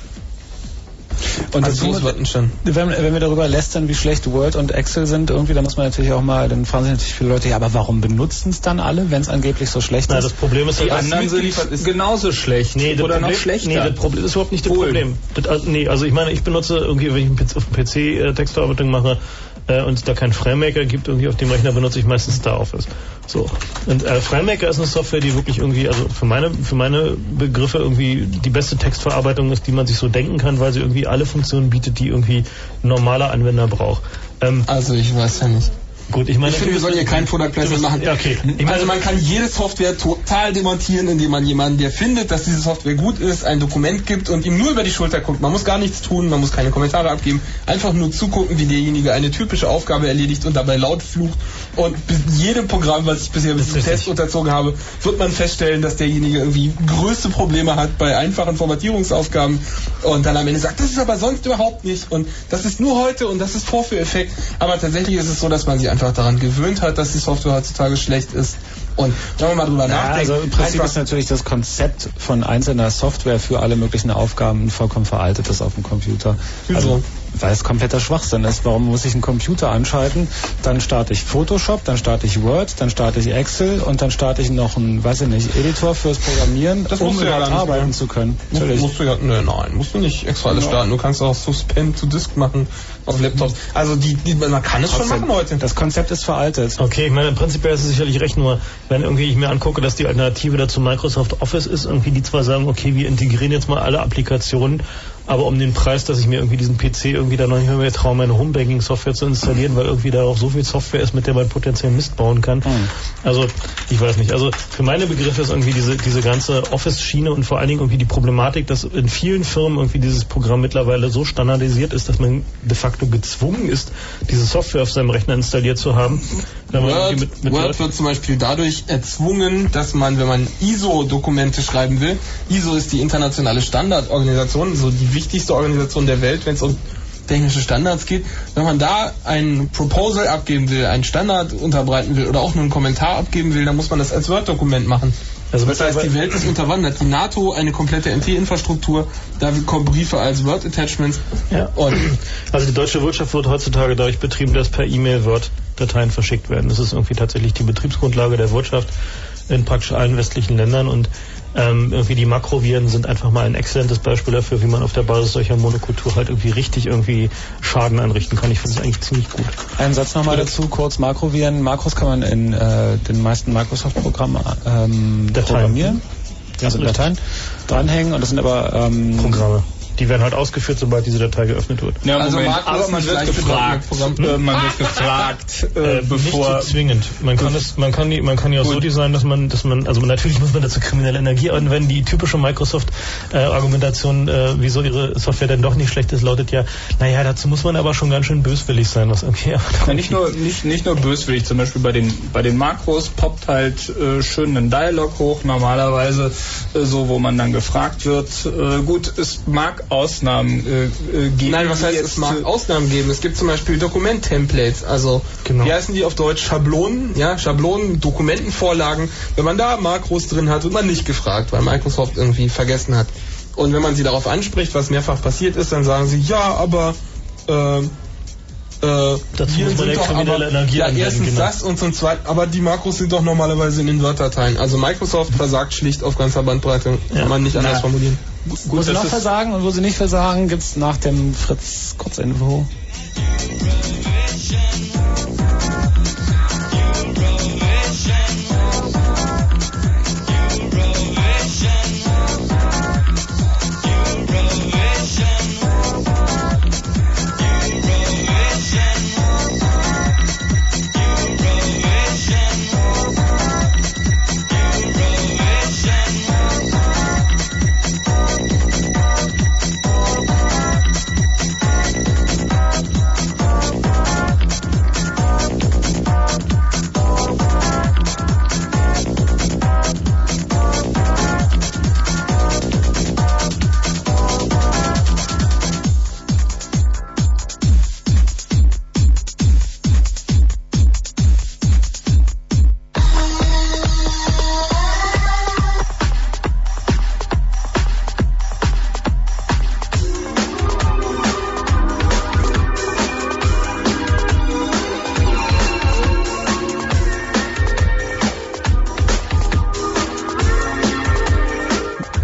Und also wenn wir darüber lästern, wie schlecht Word und Excel sind, irgendwie, da muss man natürlich auch mal, dann fragen sich natürlich viele Leute, ja, aber warum benutzen es dann alle, wenn es angeblich so schlecht ist? Das Problem ist, die anderen sind genauso schlecht. Oder noch schlechter. Nee, das Problem ist überhaupt nicht das Problem. Also ich meine, ich benutze irgendwie, wenn ich auf dem PC Textverarbeitung mache, und es da keinen FrameMaker gibt, irgendwie auf dem Rechner benutze ich meistens StarOffice. So. Und FrameMaker ist eine Software, die wirklich irgendwie, also für meine Begriffe irgendwie die beste Textverarbeitung ist, die man sich so denken kann, weil sie irgendwie alle Funktionen bietet, die irgendwie ein normaler Anwender braucht. Also ich weiß ja nicht. Gut, ich finde, wir sollen hier kein Product Placement machen. Okay. Also man kann jede Software total demontieren, indem man jemanden, der findet, dass diese Software gut ist, ein Dokument gibt und ihm nur über die Schulter guckt. Man muss gar nichts tun, man muss keine Kommentare abgeben, einfach nur zugucken, wie derjenige eine typische Aufgabe erledigt und dabei laut flucht. Und jedem Programm, was ich bisher bis zum Test unterzogen habe, wird man feststellen, dass derjenige irgendwie größte Probleme hat bei einfachen Formatierungsaufgaben und dann am Ende sagt, das ist aber sonst überhaupt nicht und das ist nur heute und das ist Vorführeffekt. Aber tatsächlich ist es so, dass man sich einfach daran gewöhnt hat, dass die Software heutzutage schlecht ist. Und wenn man mal drüber nachdenkt... Also im Prinzip ist natürlich das Konzept von einzelner Software für alle möglichen Aufgaben vollkommen veraltet ist auf dem Computer. Also, weil es kompletter Schwachsinn ist. Warum muss ich einen Computer anschalten? Dann starte ich Photoshop, dann starte ich Word, dann starte ich Excel und dann starte ich noch einen, weiß ich nicht, Editor fürs Programmieren, um überhaupt arbeiten zu können. Musst du nicht extra alles starten. Du kannst auch Suspend to Disk machen auf Laptops. Also man kann es schon machen heute. Das Konzept ist veraltet. Okay, ich meine, prinzipiell ist es sicherlich recht, nur wenn irgendwie ich mir angucke, dass die Alternative dazu Microsoft Office ist, irgendwie die zwar sagen, okay, wir integrieren jetzt mal alle Applikationen, aber um den Preis, dass ich mir irgendwie diesen PC irgendwie da noch nicht mehr traue, meine Homebanking-Software zu installieren, weil irgendwie da auch so viel Software ist, mit der man potenziell Mist bauen kann. Also, ich weiß nicht. Also, für meine Begriffe ist irgendwie diese ganze Office-Schiene und vor allen Dingen irgendwie die Problematik, dass in vielen Firmen irgendwie dieses Programm mittlerweile so standardisiert ist, dass man de facto gezwungen ist, diese Software auf seinem Rechner installiert zu haben. Word wird zum Beispiel dadurch erzwungen, dass man, wenn man ISO-Dokumente schreiben will, ISO ist die internationale Standardorganisation, so die wichtigste Organisation der Welt, wenn es um technische Standards geht, wenn man da ein Proposal abgeben will, einen Standard unterbreiten will oder auch nur einen Kommentar abgeben will, dann muss man das als Word-Dokument machen. Also das heißt, die Welt ist unterwandert. Die NATO, eine komplette MT-Infrastruktur, da kommen Briefe als Word-Attachments. Ja. Also die deutsche Wirtschaft wird heutzutage dadurch betrieben, dass per E-Mail Word-Dateien verschickt werden. Das ist irgendwie tatsächlich die Betriebsgrundlage der Wirtschaft in praktisch allen westlichen Ländern und irgendwie die Makroviren sind einfach mal ein exzellentes Beispiel dafür, wie man auf der Basis solcher Monokultur halt irgendwie Schaden anrichten kann. Ich finde es eigentlich ziemlich gut. Einen Satz nochmal dazu, kurz Makroviren. Makros kann man in den meisten Microsoft-Programmen programmieren, also Dateien dranhängen und das sind aber Programme. Die werden halt ausgeführt, sobald diese Datei geöffnet wird. Ja, also aber man wird gefragt, bevor... Nicht so zwingend. Man kann ja auch so designen, dass man, also natürlich muss man dazu kriminelle Energie anwenden. Die typische Microsoft-Argumentation, wieso ihre Software denn doch nicht schlecht ist, lautet ja, naja, dazu muss man aber schon ganz schön böswillig sein, was irgendwie... Ja, nicht nur böswillig, zum Beispiel bei den Makros poppt halt schön ein Dialog hoch, normalerweise so, wo man dann gefragt wird, gut, es mag Ausnahmen geben. Nein, was heißt, es mag Ausnahmen geben? Es gibt zum Beispiel Dokument-Templates, also wie heißen die auf Deutsch? Schablonen, Dokumentenvorlagen. Wenn man da Makros drin hat, wird man nicht gefragt, weil Microsoft irgendwie vergessen hat. Und wenn man sie darauf anspricht, was mehrfach passiert ist, dann sagen sie, ja, aber dazu muss man ja kriminelle Energie anwenden. Erstens das und zum Zweiten, aber die Makros sind doch normalerweise in den Word-Dateien. Also Microsoft versagt schlicht auf ganzer Bandbreite. Kann man nicht anders formulieren. Wo sie noch versagen und wo sie nicht versagen, gibt's nach dem Fritz Kurzinfo.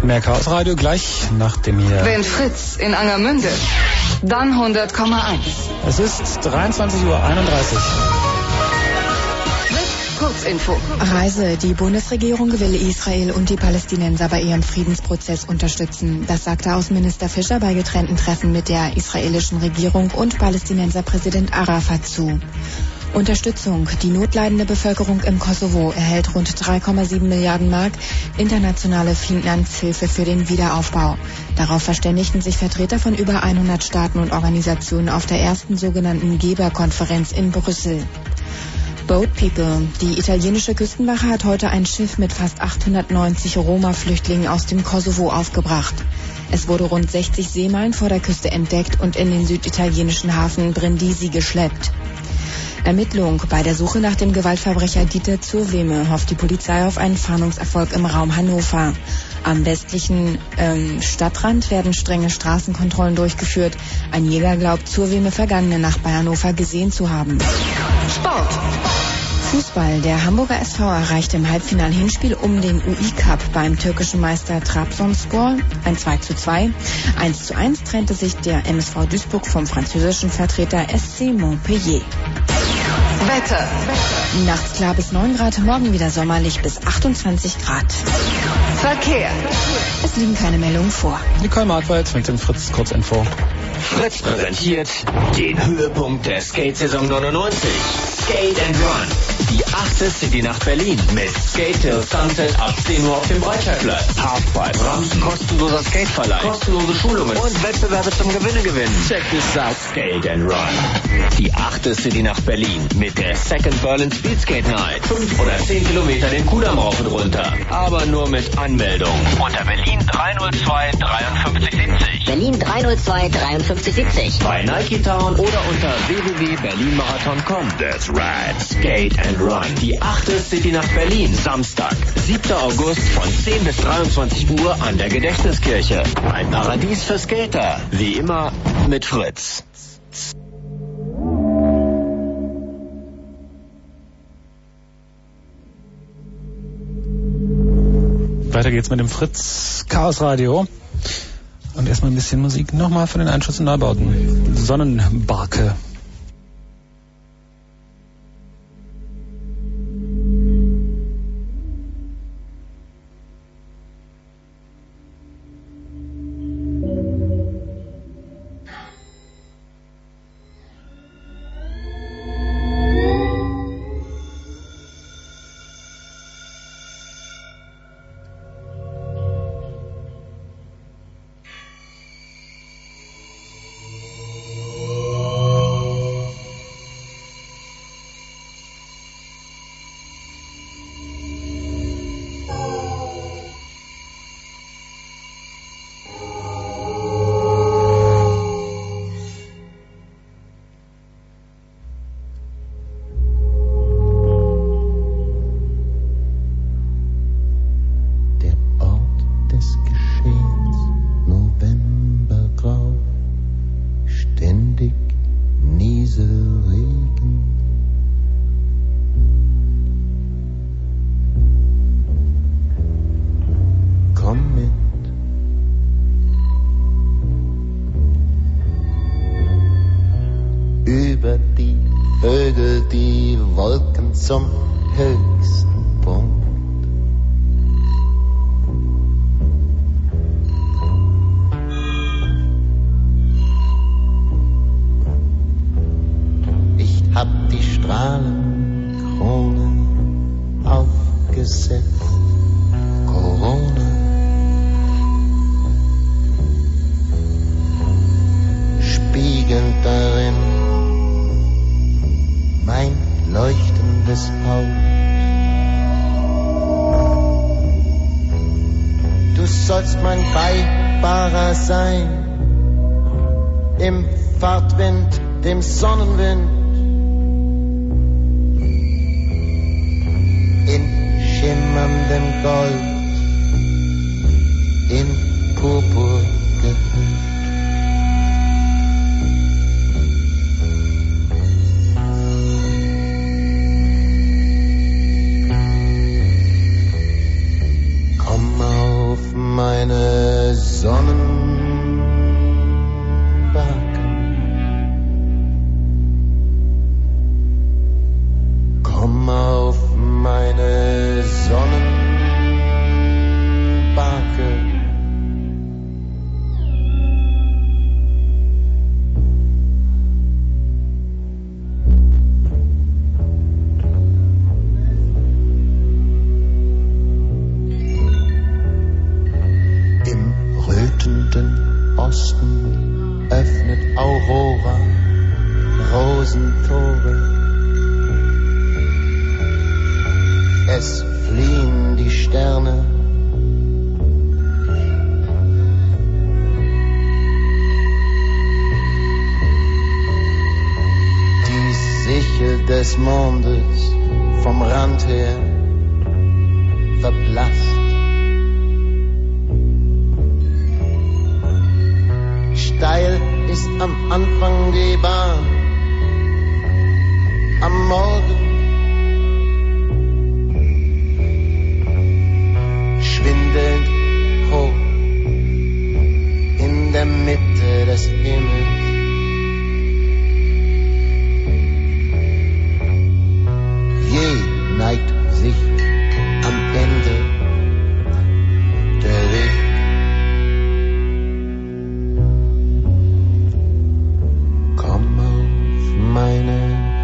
Mehr Chaos Radio gleich nach dem hier. Wenn Fritz in Angermünde, dann 100,1. Es ist 23:31 Uhr. Kurzinfo. Reise. Die Bundesregierung will Israel und die Palästinenser bei ihrem Friedensprozess unterstützen. Das sagte Außenminister Fischer bei getrennten Treffen mit der israelischen Regierung und Palästinenserpräsident Arafat zu. Unterstützung. Die notleidende Bevölkerung im Kosovo erhält rund 3,7 Milliarden Mark internationale Finanzhilfe für den Wiederaufbau. Darauf verständigten sich Vertreter von über 100 Staaten und Organisationen auf der ersten sogenannten Geberkonferenz in Brüssel. Boat People. Die italienische Küstenwache hat heute ein Schiff mit fast 890 Roma-Flüchtlingen aus dem Kosovo aufgebracht. Es wurde rund 60 Seemeilen vor der Küste entdeckt und in den süditalienischen Hafen Brindisi geschleppt. Ermittlung. Bei der Suche nach dem Gewaltverbrecher Dieter Zurweme hofft die Polizei auf einen Fahndungserfolg im Raum Hannover. Am westlichen Stadtrand werden strenge Straßenkontrollen durchgeführt. Ein Jäger glaubt, Zurweme vergangene Nacht bei Hannover gesehen zu haben. Sport. Fußball. Der Hamburger SV erreichte im Halbfinal-Hinspiel um den UI-Cup beim türkischen Meister Trabzonspor ein 2:2. 1:1 trennte sich der MSV Duisburg vom französischen Vertreter SC Montpellier. Wetter. Nachts klar bis 9 Grad, morgen wieder sommerlich bis 28 Grad. Verkehr. Es liegen keine Meldungen vor. Nicole Marquardt mit dem Fritz Kurzinfo. Fritz präsentiert den Höhepunkt der Skate-Saison 99. Skate and Run. Die 8. City-Nacht Berlin mit Skate till Sunset ab 10 Uhr auf dem Breitscheidplatz. Halfpipe, Ramsen, kostenloser Skateverleih, kostenlose Schulungen und Wettbewerbe zum Gewinnen. Check this out. Skate and Run. Die 8. City-Nacht Berlin mit der Second Berlin Speedskate Night. 5 oder 10 Kilometer den Kudamm rauf und runter. Aber nur mit Anmeldung. Unter Berlin 302 5370. Berlin 302 5370. Bei Nike Town oder unter www.berlinmarathon.com. That's right. Skate and Run. Die 8. City nach Berlin. Samstag, 7. August von 10 bis 23 Uhr an der Gedächtniskirche. Ein Paradies für Skater. Wie immer mit Fritz. Weiter geht's mit dem Fritz Chaos Radio. Und erstmal ein bisschen Musik nochmal für den Einschutz und Neubauten. Sonnenbarke. Zum höchsten Punkt. Ich hab die Strahlenkrone aufgesetzt. Corona spiegelt darin mein leuchtendes Haus. Du sollst mein Beifahrer sein, im Fahrtwind, dem Sonnenwind, in schimmerndem Gold, in Purpur gehüllt. Meine Sonnenbarke. Komm auf meine Sonnenbarke. Osten öffnet Aurora Rosentore. Es fliehen die Sterne. Die Sichel des Mondes vom Rand her verblasst. Steil ist am Anfang die Bahn, am Morgen schwindelnd hoch in der Mitte des Himmels. Je neigt sich am Ende der Weg. Meine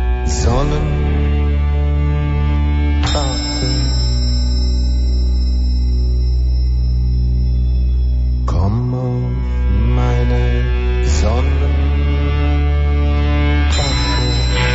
Sonnenbarke. Komm auf meine Sonnenbarke.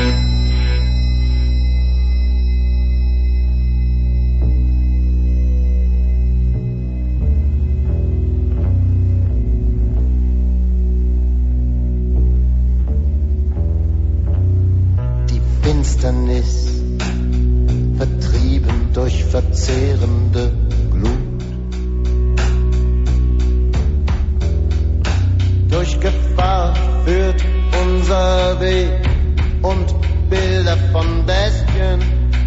Finsternis, vertrieben durch verzehrende Glut. Durch Gefahr führt unser Weg und Bilder von Bestien.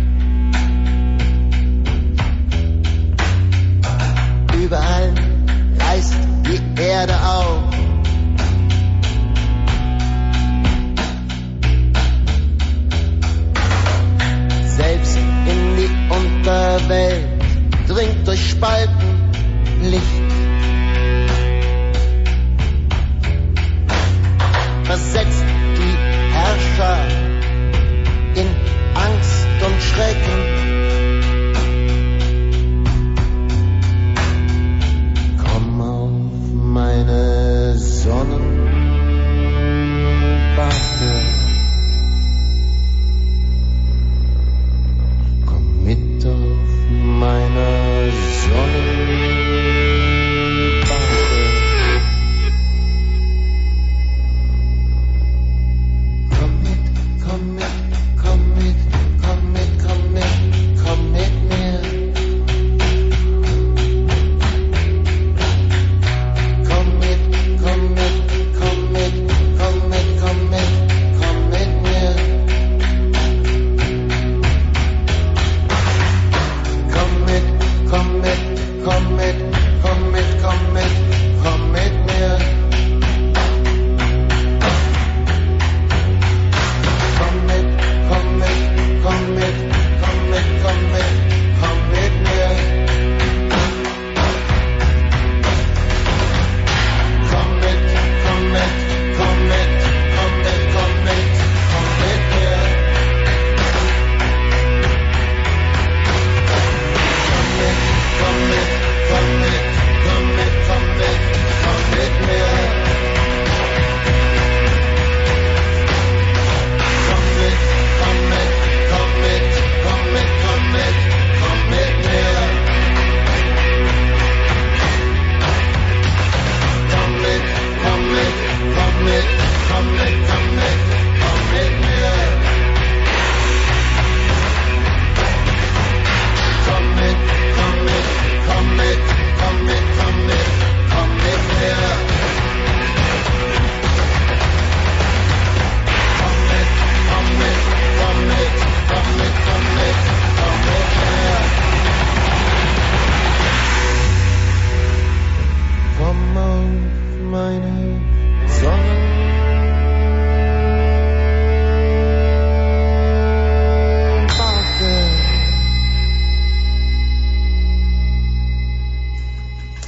Überall reißt die Erde auf. Selbst in die Unterwelt dringt durch Spalten Licht. Versetzt die Herrscher in Angst und Schrecken. Komm auf meine Sonnenbarke. Mit auf meiner Sonnenbarke. Komm mit, komm mit, komm mit, komm mit, komm mit.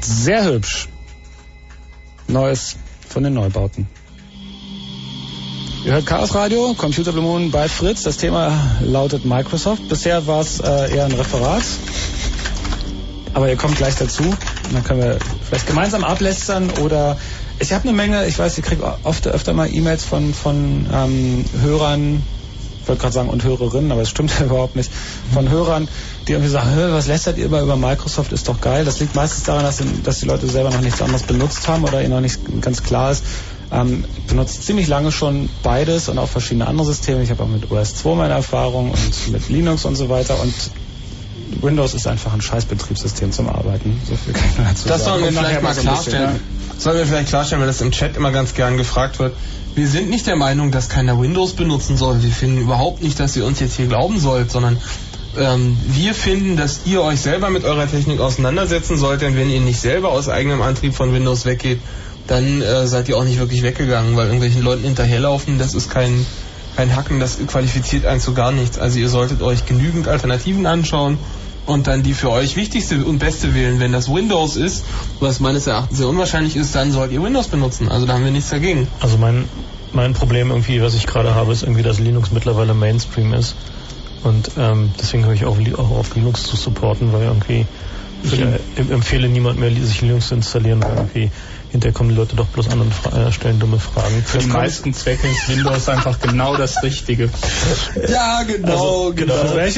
sehr hübsch. Neues von den Neubauten. Ihr hört Chaos Radio, Computer Blue Moon bei Fritz. Das Thema lautet Microsoft. Bisher war es eher ein Referat. Aber ihr kommt gleich dazu. Dann können wir vielleicht gemeinsam ablästern oder... Ich habe eine Menge, ich weiß, ich kriege öfter mal E-Mails von Hörern, ich wollte gerade sagen und Hörerinnen, aber es stimmt ja überhaupt nicht, von Hörern, die irgendwie sagen, was lästert ihr immer über Microsoft, ist doch geil. Das liegt meistens daran, dass die Leute selber noch nichts anderes benutzt haben oder ihnen noch nicht ganz klar ist. Ich benutze ziemlich lange schon beides und auch verschiedene andere Systeme. Ich habe auch mit OS 2 meine Erfahrung und mit Linux und so weiter und Windows ist einfach ein scheiß Betriebssystem zum Arbeiten. So viel kann ich nur dazu sagen. Das sollen wir vielleicht mal klarstellen. Sollen wir vielleicht klarstellen, weil das im Chat immer ganz gern gefragt wird. Wir sind nicht der Meinung, dass keiner Windows benutzen soll. Wir finden überhaupt nicht, dass ihr uns jetzt hier glauben sollt, sondern wir finden, dass ihr euch selber mit eurer Technik auseinandersetzen sollt, denn wenn ihr nicht selber aus eigenem Antrieb von Windows weggeht, dann seid ihr auch nicht wirklich weggegangen, weil irgendwelchen Leuten hinterherlaufen, das ist kein Hacken, das qualifiziert einen zu gar nichts. Also ihr solltet euch genügend Alternativen anschauen und dann die für euch wichtigste und beste wählen. Wenn das Windows ist, was meines Erachtens sehr unwahrscheinlich ist, dann sollt ihr Windows benutzen. Also da haben wir nichts dagegen. Also mein Problem irgendwie, was ich gerade habe, ist irgendwie, dass Linux mittlerweile Mainstream ist. Und deswegen höre ich auch auf Linux zu supporten, weil irgendwie ich empfehle niemand mehr, sich Linux zu installieren, weil irgendwie hinterher kommen die Leute doch bloß an und stellen dumme Fragen. Für die meisten Zwecke ist Windows einfach genau das Richtige. Ja, genau. Welche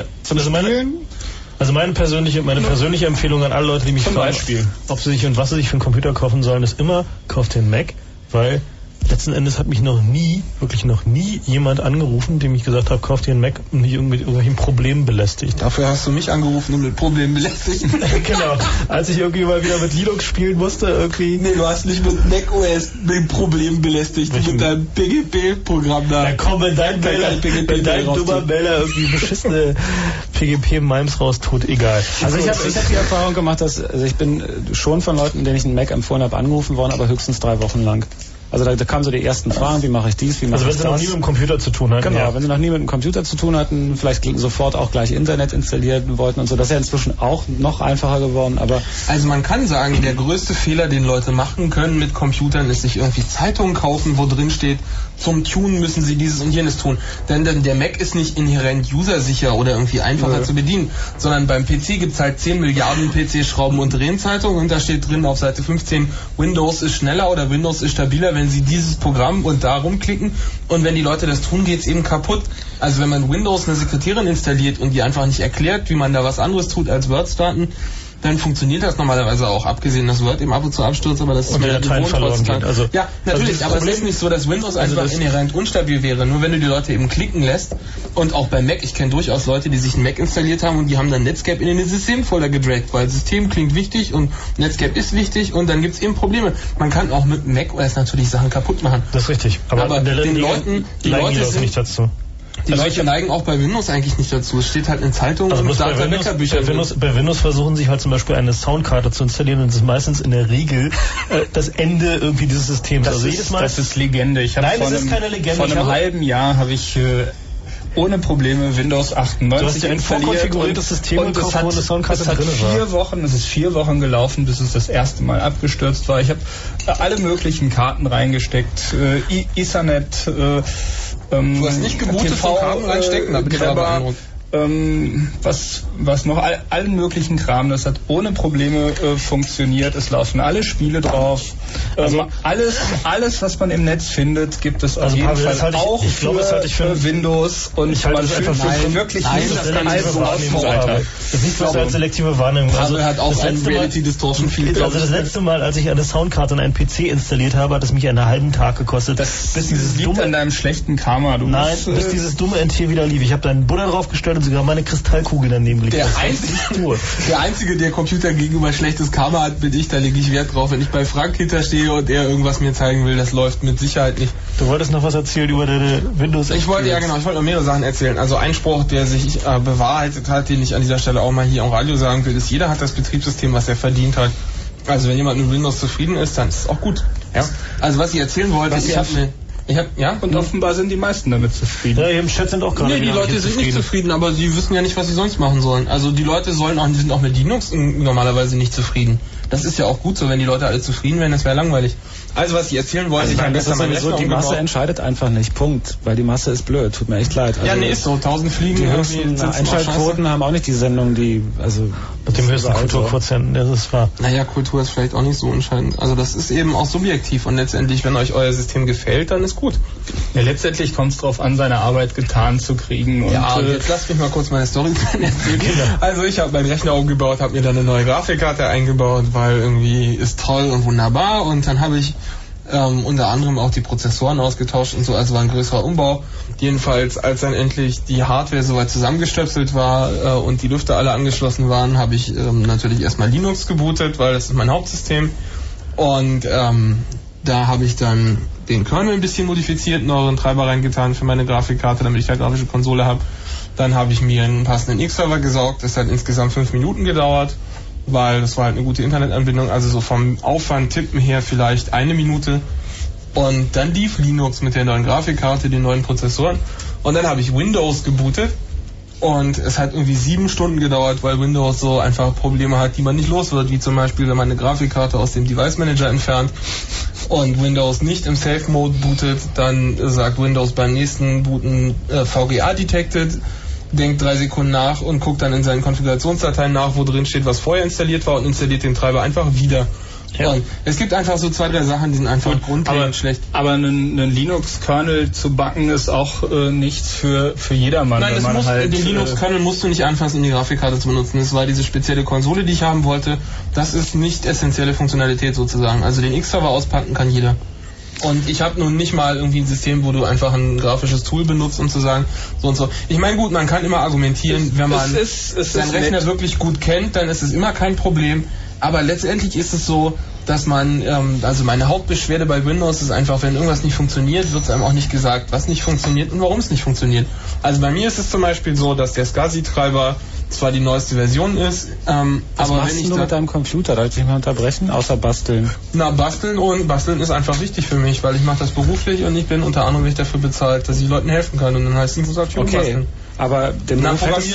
meine persönliche Empfehlung an alle Leute, die mich fragen, ob sie sich und was sie sich für einen Computer kaufen sollen, ist immer, kauft den Mac, weil letzten Endes hat mich wirklich noch nie jemand angerufen, dem ich gesagt habe, kauf dir einen Mac und mich mit irgendwelchen Problemen belästigt. Dafür hast du mich angerufen und mit Problemen belästigt. Genau. Als ich irgendwie mal wieder mit Linux spielen musste, irgendwie... Nee, du hast nicht mit macOS mit Problemen belästigt, mit deinem PGP-Programm da. Na komm, wenn dein dummer Melder irgendwie beschissene PGP-Mimes raustut, egal. Also ich hab die Erfahrung gemacht, dass ich bin schon von Leuten, denen ich einen Mac empfohlen habe, angerufen worden, aber höchstens 3 Wochen lang. Also da kamen so die ersten Fragen, wie mache ich dies, wie mache ich das? Also wenn sie noch nie mit dem Computer zu tun hatten. Genau, ja. Wenn sie noch nie mit dem Computer zu tun hatten, vielleicht sofort auch gleich Internet installieren wollten und so. Das ist ja inzwischen auch noch einfacher geworden, aber... Also man kann sagen, der größte Fehler, den Leute machen können mit Computern, ist sich irgendwie Zeitungen kaufen, wo drin steht, zum Tunen müssen sie dieses und jenes tun. Denn der Mac ist nicht inhärent usersicher oder irgendwie einfacher zu bedienen, sondern beim PC gibt's halt 10 Milliarden PC-Schrauben und Drehenzeitungen und da steht drin auf Seite 15, Windows ist schneller oder Windows ist stabiler, wenn sie dieses Programm und da rumklicken und wenn die Leute das tun, geht's eben kaputt. Also wenn man Windows eine Sekretärin installiert und die einfach nicht erklärt, wie man da was anderes tut als Word starten, dann funktioniert das normalerweise auch, abgesehen, dass Word eben ab und zu abstürzt, aber das ist mir gewohnt. Also, ja, natürlich, aber es ist nicht so, dass Windows einfach inhärent unstabil wäre, nur wenn du die Leute eben klicken lässt und auch bei Mac, ich kenne durchaus Leute, die sich einen Mac installiert haben und die haben dann Netscape in den Systemfolder gedragt, weil System klingt wichtig und Netscape ist wichtig und dann gibt's eben Probleme. Man kann auch mit macOS natürlich Sachen kaputt machen. Das ist richtig, aber den Leuten, die Leute sind nicht dazu. Die Leute neigen auch bei Windows eigentlich nicht dazu. Es steht halt in Zeitungen und Datenbäckerbüchern. Bei Windows versuchen sich halt zum Beispiel eine Soundkarte zu installieren und das ist meistens in der Regel das Ende irgendwie dieses Systems. Das ist Legende. Das ist keine Legende. Vor einem halben Jahr habe ich ohne Probleme Windows 98 du hast ja ein vorkonfiguriertes System und es hat 4 Wochen gelaufen, bis es das erste Mal abgestürzt war. Ich habe alle möglichen Karten reingesteckt, Ethernet, du hast nicht gebootet von Kabel reinstecken, da bin ich aber beeindruckt. Was noch, allen möglichen Kram, das hat ohne Probleme funktioniert, es laufen alle Spiele drauf, alles was man im Netz findet, gibt es auf jeden Fall auch für Windows und ich halte es einfach für wirklich das ist nicht so als selektive Wahrnehmung. Also er hat auch ein Reality Distortion Filter. Also das letzte Mal, als ich eine Soundkarte und einen PC installiert habe, hat es mich einen halben Tag gekostet. Bis dieses liegt an deinem schlechten Karma. Bis dieses dumme NT wieder lief. Ich habe da einen Buddha draufgestellt und sogar meine Kristallkugel daneben gelegt. Der Einzige, der Computer gegenüber schlechtes Karma hat, bin ich. Da lege ich Wert drauf. Wenn ich bei Frank hinterstehe und er irgendwas mir zeigen will, das läuft mit Sicherheit nicht. Du wolltest noch was erzählen über deine Windows? Ich wollte noch mehrere Sachen erzählen. Also ein Spruch, der sich bewahrheitet hat, den ich an dieser Stelle auch mal hier am Radio sagen will, ist, jeder hat das Betriebssystem, was er verdient hat. Also wenn jemand mit Windows zufrieden ist, dann ist es auch gut. Ja. Also was ich erzählen wollte, Und offenbar sind die meisten damit zufrieden. Ja, im Chat sind auch gerade. Nee, die Leute sind nicht zufrieden, aber sie wissen ja nicht, was sie sonst machen sollen. Also die Leute sind auch mit Linux normalerweise nicht zufrieden. Das ist ja auch gut so, wenn die Leute alle zufrieden wären, das wäre langweilig. Also was ich erzählen wollte, die Masse entscheidet einfach nicht, Punkt. Weil die Masse ist blöd, tut mir echt leid. Also ist so, 1000 Fliegen. Die höchsten Einschaltquoten haben auch nicht die Sendung, die, mit dem höchsten Kulturquotienten, das ist wahr. Naja, Kultur ist vielleicht auch nicht so entscheidend. Also das ist eben auch subjektiv und letztendlich, wenn euch euer System gefällt, dann ist gut. Ja, letztendlich kommt es darauf an, seine Arbeit getan zu kriegen. Und jetzt lasst mich mal kurz meine Story erzählen. Also ich habe meinen Rechner umgebaut, habe mir dann eine neue Grafikkarte eingebaut, weil irgendwie ist toll und wunderbar, und dann habe ich unter anderem auch die Prozessoren ausgetauscht und so, also war ein größerer Umbau. Jedenfalls, als dann endlich die Hardware soweit zusammengestöpselt war und die Lüfter alle angeschlossen waren, habe ich natürlich erstmal Linux gebootet, weil das ist mein Hauptsystem, und da habe ich dann den Kernel ein bisschen modifiziert, einen neueren Treiber reingetan für meine Grafikkarte, damit ich da grafische Konsole habe. Dann habe ich mir einen passenden X-Server gesaugt, das hat insgesamt 5 Minuten gedauert, weil das war halt eine gute Internetanbindung, also so vom Aufwand tippen her vielleicht 1 Minute, und dann lief Linux mit der neuen Grafikkarte, den neuen Prozessoren, und dann habe ich Windows gebootet, und es hat irgendwie 7 Stunden gedauert, weil Windows so einfach Probleme hat, die man nicht los wird, wie zum Beispiel, wenn man eine Grafikkarte aus dem Device Manager entfernt und Windows nicht im Safe Mode bootet, dann sagt Windows beim nächsten Booten VGA detected, denkt 3 Sekunden nach und guckt dann in seinen Konfigurationsdateien nach, wo drin steht, was vorher installiert war, und installiert den Treiber einfach wieder. Ja. Und es gibt einfach so 2, 3 Sachen, die sind einfach grundlegend schlecht. Aber einen Linux-Kernel zu backen ist auch nichts für jedermann. Nein, den Linux-Kernel musst du nicht anfassen, um die Grafikkarte zu benutzen. Das war diese spezielle Konsole, die ich haben wollte. Das ist nicht essentielle Funktionalität sozusagen. Also den X-Server auspacken kann jeder. Und ich habe nun nicht mal irgendwie ein System, wo du einfach ein grafisches Tool benutzt, um zu sagen, so und so. Ich meine, gut, man kann immer argumentieren, wenn man seinen Rechner wirklich gut kennt, dann ist es immer kein Problem. Aber letztendlich ist es so, dass man, also meine Hauptbeschwerde bei Windows ist einfach, wenn irgendwas nicht funktioniert, wird es einem auch nicht gesagt, was nicht funktioniert und warum es nicht funktioniert. Also bei mir ist es zum Beispiel so, dass der SCSI-Treiber zwar die neueste Version ist, aber wenn ich nur mit deinem Computer, darf ich dich mal unterbrechen, außer basteln? Na, basteln ist einfach wichtig für mich, weil ich mache das beruflich und ich bin unter anderem dafür bezahlt, dass ich Leuten helfen kann, und dann heißt es, basteln. Aber den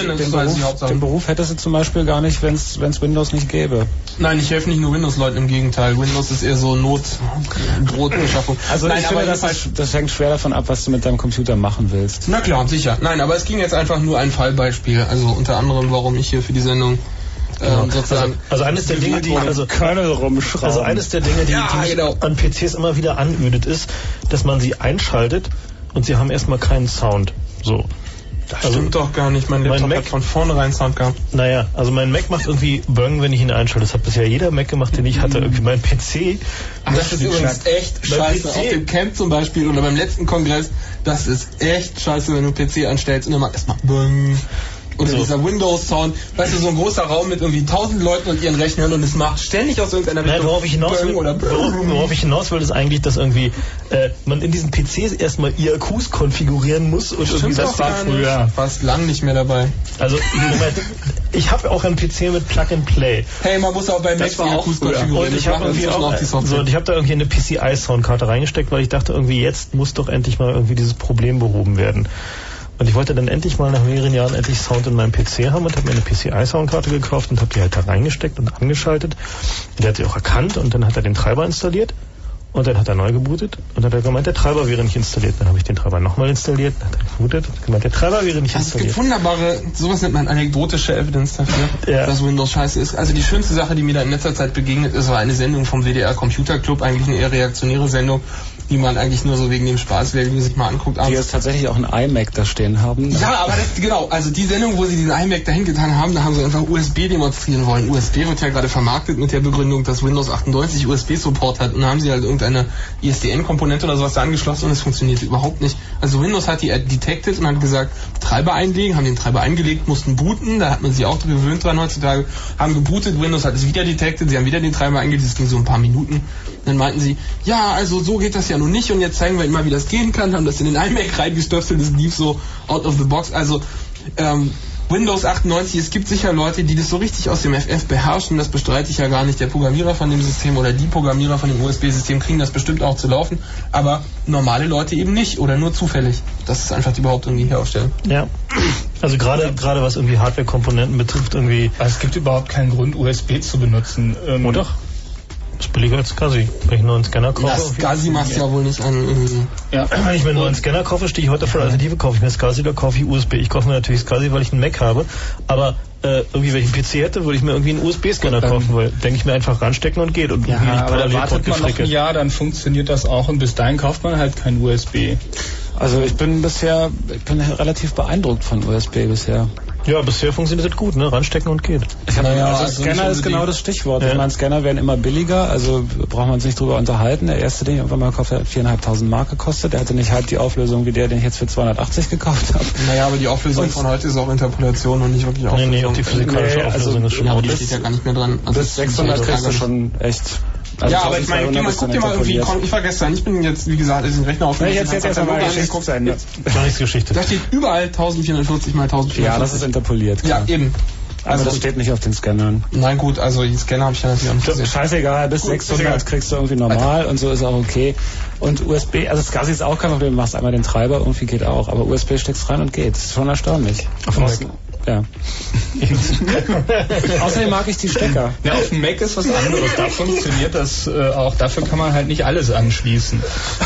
Beruf hättest du zum Beispiel gar nicht, wenn es Windows nicht gäbe. Nein, ich helfe nicht nur Windows-Leuten, im Gegenteil. Windows ist eher so Notbrotbeschaffung. Also ich finde, das hängt schwer davon ab, was du mit deinem Computer machen willst. Na klar, sicher. Nein, aber es ging jetzt einfach nur ein Fallbeispiel. Also unter anderem, warum ich hier für die Sendung sozusagen... Also eines der Dinge, die... Kernel rumschrauben. Also eines der Dinge, die an PCs immer wieder anödet, ist, dass man sie einschaltet und sie haben erstmal keinen Sound. So. Das stimmt doch gar nicht. Mein Laptop hat von vornherein Sound gehabt. Naja, also mein Mac macht irgendwie Böng, wenn ich ihn einschalte. Das hat bisher jeder Mac gemacht, den ich hatte. Irgendwie mein PC... Das ist übrigens echt scheiße. Auf dem Camp zum Beispiel oder beim letzten Kongress, das ist echt scheiße, wenn du PC anstellst und dann macht erstmal Böng. Oder so. Dieser Windows-Sound, weißt du, so ein großer Raum mit irgendwie 1000 Leuten und ihren Rechnern, und es macht ständig aus irgendeiner Richtung. Worauf ich hinaus will, ist eigentlich, dass irgendwie man in diesen PCs erstmal IAQs konfigurieren muss. Und stimmt, das war früher fast lang nicht mehr dabei. Also, ich habe auch einen PC mit Plug and Play. Hey, man muss auch bei Mac IAQs konfigurieren. Und ich habe da irgendwie eine PCI-Soundkarte reingesteckt, weil ich dachte, irgendwie jetzt muss doch endlich mal irgendwie dieses Problem behoben werden. Und ich wollte dann endlich mal nach mehreren Jahren endlich Sound in meinem PC haben und habe mir eine PCI-Soundkarte gekauft und habe die halt da reingesteckt und angeschaltet. Und der hat sie auch erkannt, und dann hat er den Treiber installiert und dann hat er neu gebootet und dann hat er gemeint, der Treiber wäre nicht installiert. Dann habe ich den Treiber nochmal installiert, dann hat er gebootet und gemeint, der Treiber wäre nicht installiert. Es gibt wunderbare, sowas nennt man anekdotische Evidence dafür, dass Windows scheiße ist. Also die schönste Sache, die mir da in letzter Zeit begegnet ist, war eine Sendung vom WDR Computer Club, eigentlich eine eher reaktionäre Sendung, die man eigentlich nur so wegen dem Spaß sich mal anguckt. Die jetzt tatsächlich auch ein iMac da stehen haben. Ja, aber genau, also die Sendung, wo sie diesen iMac dahin getan haben, da haben sie einfach USB demonstrieren wollen. USB wird ja gerade vermarktet mit der Begründung, dass Windows 98 USB-Support hat, und da haben sie halt irgendeine ISDN-Komponente oder sowas da angeschlossen und es funktioniert überhaupt nicht. Also Windows hat die detected und hat gesagt, Treiber einlegen, haben den Treiber eingelegt, mussten booten, da hat man sich auch gewöhnt dran heutzutage, haben gebootet, Windows hat es wieder detected, sie haben wieder den Treiber eingelegt, das ging so ein paar Minuten. Dann meinten sie, ja, also so geht das ja nun nicht, und jetzt zeigen wir Ihnen mal, wie das gehen kann, haben das in den iMac reingestöpselt, das lief so out of the box. Also Windows 98, es gibt sicher Leute, die das so richtig aus dem FF beherrschen, das bestreite ich ja gar nicht. Der Programmierer von dem System oder die Programmierer von dem USB-System kriegen das bestimmt auch zu laufen, aber normale Leute eben nicht oder nur zufällig. Das ist einfach die Behauptung, die ich hier aufstelle. Ja, also gerade was irgendwie Hardware-Komponenten betrifft, irgendwie... Also es gibt überhaupt keinen Grund, USB zu benutzen. Oh doch. Das ist billiger als SCSI. Wenn ich einen neuen Scanner kaufe... Ja, SCSI macht ja wohl nicht an irgendwie... Ja, wenn ich mir einen neuen Scanner kaufe, stehe ich heute vor der Alternative, kaufe ich mir SCSI oder kaufe ich USB. Ich kaufe mir natürlich SCSI, weil ich einen Mac habe, aber irgendwie, wenn ich einen PC hätte, würde ich mir irgendwie einen USB-Scanner kaufen, weil denke ich mir einfach ranstecken und geht. Und ja, aber dann wartet man noch ein Jahr, dann funktioniert das auch und bis dahin kauft man halt kein USB. Also ich bin relativ beeindruckt von USB bisher. Ja, bisher funktioniert das gut, ne? Ranstecken und geht. Also Scanner ist genau das Stichwort. Ja. Ich meine, Scanner werden immer billiger, also braucht man uns nicht drüber unterhalten. Der erste, den ich irgendwann mal gekauft habe, hat 4.500 Mark gekostet. Der hatte nicht halb die Auflösung wie der, den ich jetzt für 280 gekauft habe. Naja, aber die Auflösung von heute ist auch Interpolation und nicht wirklich Auflösung. Nee, auch die physikalische Auflösung ist schon aber die steht ja gar nicht mehr dran. Also bis 600 kriegst du schon echt... Also ja, aber ich meine, guck dir mal irgendwie, ich war gestern, ich bin jetzt, wie gesagt, ist ein Rechner auf. Nee, jetzt erstmal guck zu Ende. Geschichte. Da steht überall 1440 mal 1440. Ja, das ist interpoliert. Klar. Ja, eben. Also das steht nicht auf den Scannern. Nein, gut, also die Scanner habe ich ja natürlich auch nicht gesehen. Scheißegal, bis 600 kriegst du irgendwie normal und so ist auch okay. Und USB, also SCSI ist auch kein Problem, du machst einmal den Treiber, irgendwie geht auch. Aber USB steckst rein und geht. Das ist schon erstaunlich. Auf dem Mac. Ja. Außerdem mag ich die Stecker. Ja, auf dem Mac ist was anderes. Da funktioniert das auch. Dafür kann man halt nicht alles anschließen.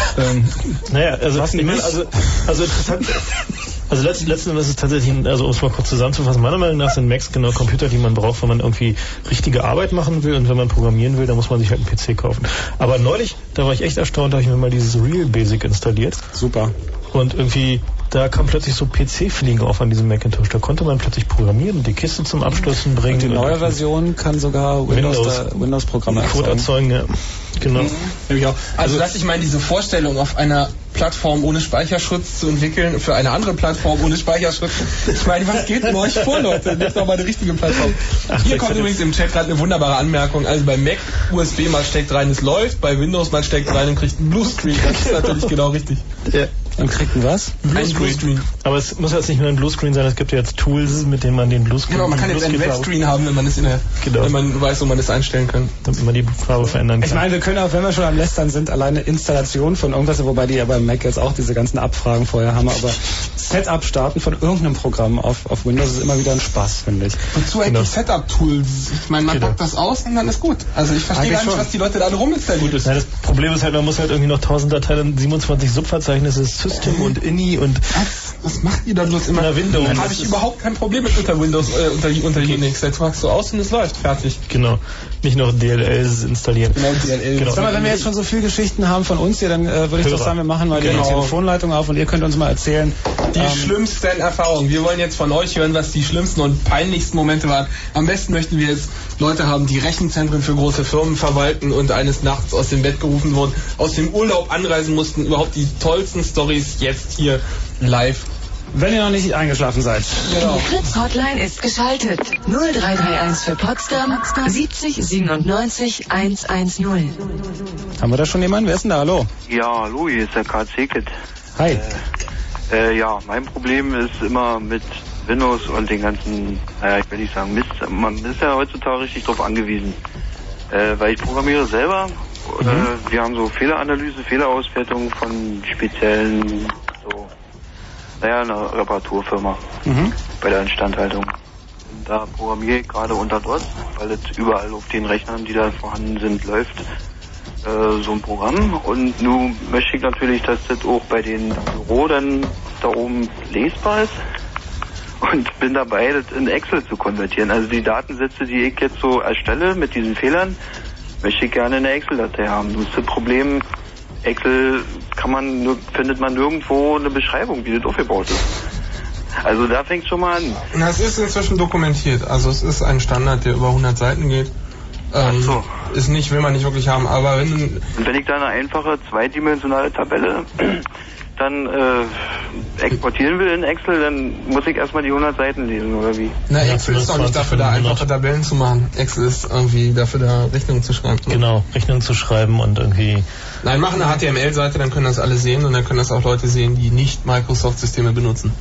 Naja, also interessant. Also letzten Endes ist es tatsächlich, also um es mal kurz zusammenzufassen, meiner Meinung nach sind Macs genau Computer, die man braucht, wenn man irgendwie richtige Arbeit machen will und wenn man programmieren will, dann muss man sich halt einen PC kaufen. Aber neulich, da war ich echt erstaunt, da habe ich mir mal dieses Real Basic installiert. Super. Und irgendwie, da kam plötzlich so PC-Feeling auf an diesem Macintosh. Da konnte man plötzlich programmieren und die Kiste zum Abstürzen bringen. Und die neue Version kann sogar Windows-Programme erzeugen. Ja. Genau. Ja. Also dass ich meine, diese Vorstellung, auf einer Plattform ohne Speicherschutz zu entwickeln, für eine andere Plattform ohne Speicherschutz. Ich meine, was geht denn euch vor, Leute? Nehmt doch mal eine richtige Plattform. Hier kommt übrigens im Chat gerade eine wunderbare Anmerkung. Also bei Mac USB mal steckt rein, es läuft. Bei Windows mal steckt rein und kriegt einen Bluescreen. Das ist natürlich genau richtig. Ja. Und kriegt ein was? Ein Bluescreen. Aber es muss jetzt nicht nur ein Bluescreen sein, es gibt ja jetzt Tools, mit denen man den Bluescreen... Genau, man kann jetzt einen Webscreen haben, wenn man das wenn man weiß, wo man das einstellen kann. Damit man die Farbe verändern kann. Ich meine, wir können auch, wenn wir schon am Lästern sind, alleine Installation von irgendwas, wobei die ja beim Mac jetzt auch diese ganzen Abfragen vorher haben, aber Setup starten von irgendeinem Programm auf Windows ist immer wieder ein Spaß, finde ich. Wozu eigentlich Setup-Tools? Ich meine, man packt das aus und dann ist gut. Also ich verstehe gar nicht, was die Leute da ruminstallieren. Ja, das Problem ist halt, man muss halt irgendwie noch 1000 Dateien, 27 Subverzeichnisse, System und INI und... Was macht ihr da bloß immer? Unter Windows. Da habe ich überhaupt kein Problem mit unter Windows, unter Unix. Jetzt machst du aus und es läuft. Fertig. Genau. Nicht noch DLLs installieren. Genau, DLL. Genau. Sag mal, wenn wir jetzt schon so viele Geschichten haben von uns hier, dann würde ich doch sagen, wir machen mal die Telefonleitung auf und ihr könnt uns mal erzählen. Die schlimmsten Erfahrungen. Wir wollen jetzt von euch hören, was die schlimmsten und peinlichsten Momente waren. Am besten möchten wir jetzt Leute haben, die Rechenzentren für große Firmen verwalten und eines Nachts aus dem Bett gerufen wurden, aus dem Urlaub anreisen mussten. Überhaupt die tollsten Storys jetzt hier live. Wenn ihr noch nicht eingeschlafen seid. Genau. Die Fritz-Hotline ist geschaltet. 0331 für Potsdam 70 97 110. Haben wir da schon jemanden? Wer ist denn da? Hallo? Ja, hallo, hier ist der KC-Kit. Hi. Ja, mein Problem ist immer mit Windows und den ganzen, ich will nicht sagen Mist, man ist ja heutzutage richtig drauf angewiesen. Weil ich programmiere selber, wir haben so Fehleranalyse, Fehlerauswertung von speziellen, einer Reparaturfirma bei der Instandhaltung. Und da programmiere ich gerade unter DOS, weil es überall auf den Rechnern, die da vorhanden sind, läuft so ein Programm. Und nun möchte ich natürlich, dass das auch bei den Büro dann da oben lesbar ist. Und bin dabei, das in Excel zu konvertieren. Also die Datensätze, die ich jetzt so erstelle mit diesen Fehlern, möchte ich gerne in eine Excel-Datei haben. Das ist das Problem, Excel findet man nirgendwo eine Beschreibung, wie das aufgebaut ist. Also da fängt es schon mal an. Na, es ist inzwischen dokumentiert. Also es ist ein Standard, der über 100 Seiten geht. Ach so. Will man nicht wirklich haben. Aber und wenn ich da eine einfache zweidimensionale Tabelle dann exportieren will in Excel, dann muss ich erstmal die 100 Seiten lesen, oder wie? Na, Excel ist doch nicht dafür da, einfache Tabellen zu machen. Excel ist irgendwie dafür da, Rechnungen zu schreiben. Genau, Rechnungen zu schreiben und irgendwie... Nein, mach eine HTML-Seite, dann können das alle sehen und dann können das auch Leute sehen, die nicht Microsoft-Systeme benutzen.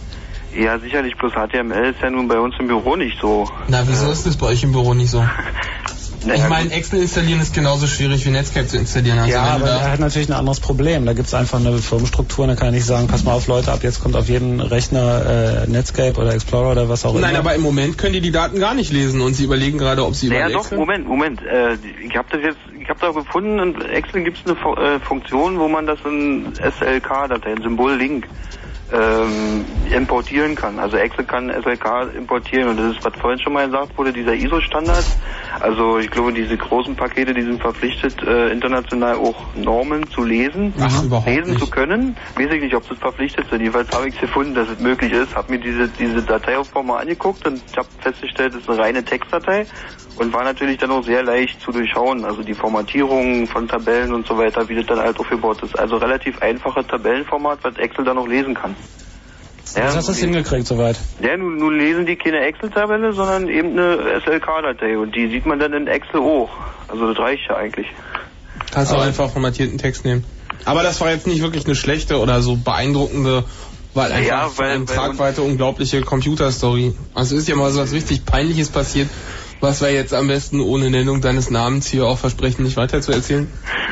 Ja, sicherlich, bloß HTML ist ja nun bei uns im Büro nicht so. Na, wieso ist das bei euch im Büro nicht so? Naja, ich meine, Excel installieren ist genauso schwierig wie Netscape zu installieren. Also ja, aber er hat natürlich ein anderes Problem. Da gibt es einfach eine Firmenstruktur, da kann er nicht sagen, pass mal auf Leute, ab jetzt kommt auf jeden Rechner Netscape oder Explorer oder was auch immer. Nein, aber im Moment können die Daten gar nicht lesen und sie überlegen gerade, ob sie über Excel... Excel... Moment. Ich habe da gefunden, in Excel gibt es eine Funktion, wo man das in SLK-Datei, ein Symbol-Link, importieren kann. Also Excel kann SLK importieren und das ist, was vorhin schon mal gesagt wurde, dieser ISO-Standard. Also ich glaube, diese großen Pakete, die sind verpflichtet, international auch Normen zu lesen, lesen zu können. Weiß ich nicht, ob das verpflichtet sind. Jedenfalls habe ich es gefunden, dass es möglich ist. Habe mir diese Dateiaufbau mal angeguckt und ich habe festgestellt, es ist eine reine Textdatei und war natürlich dann auch sehr leicht zu durchschauen. Also die Formatierung von Tabellen und so weiter, wie das dann halt aufgebaut ist. Also relativ einfache Tabellenformat, was Excel dann auch lesen kann. Ja, was hast du das hingekriegt soweit? Ja, nun lesen die keine Excel-Tabelle, sondern eben eine SLK-Datei und die sieht man dann in Excel auch. Also das reicht ja eigentlich. Kannst du auch einfach formatierten Text nehmen. Aber das war jetzt nicht wirklich eine schlechte oder so beeindruckende, weil einfach eine Tragweite unglaubliche Computerstory. Also ist ja mal so was richtig Peinliches passiert, was wir jetzt am besten ohne Nennung deines Namens hier auch versprechen, nicht weiter zu erzählen.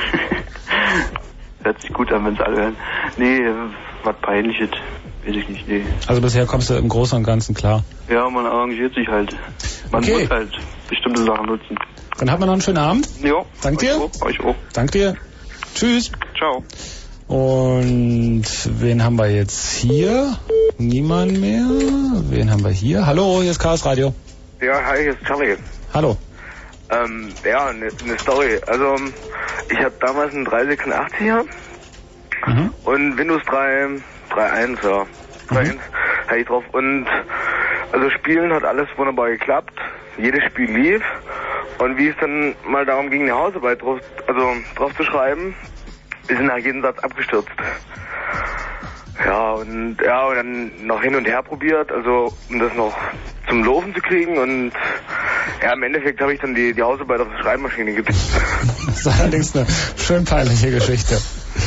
Hört sich gut an, wenn es alle hören. Nee, was Peinliches. Weiß ich nicht, nee. Also bisher kommst du im Großen und Ganzen klar. Ja, man arrangiert sich halt. Man muss halt bestimmte Sachen nutzen. Dann hat man noch einen schönen Abend. Jo. Dank dir. Euch auch. Dank dir. Tschüss. Ciao. Und wen haben wir jetzt hier? Niemand mehr. Wen haben wir hier? Hallo, hier ist Chaos Radio. Ja, hi, hier ist Charlie. Hallo. Ja, eine Story. Also, ich habe damals einen 386er und Windows 3.1, ja. 3.1 hatte ich drauf. Und also Spielen hat alles wunderbar geklappt. Jedes Spiel lief. Und wie es dann mal darum ging, eine Hausarbeit drauf zu schreiben, ist nach jedem Satz abgestürzt. Ja, und dann noch hin und her probiert, also um das noch zum Laufen zu kriegen und ja, im Endeffekt habe ich dann die Hausarbeit auf die Schreibmaschine getippt. Das ist allerdings eine schön peinliche Geschichte.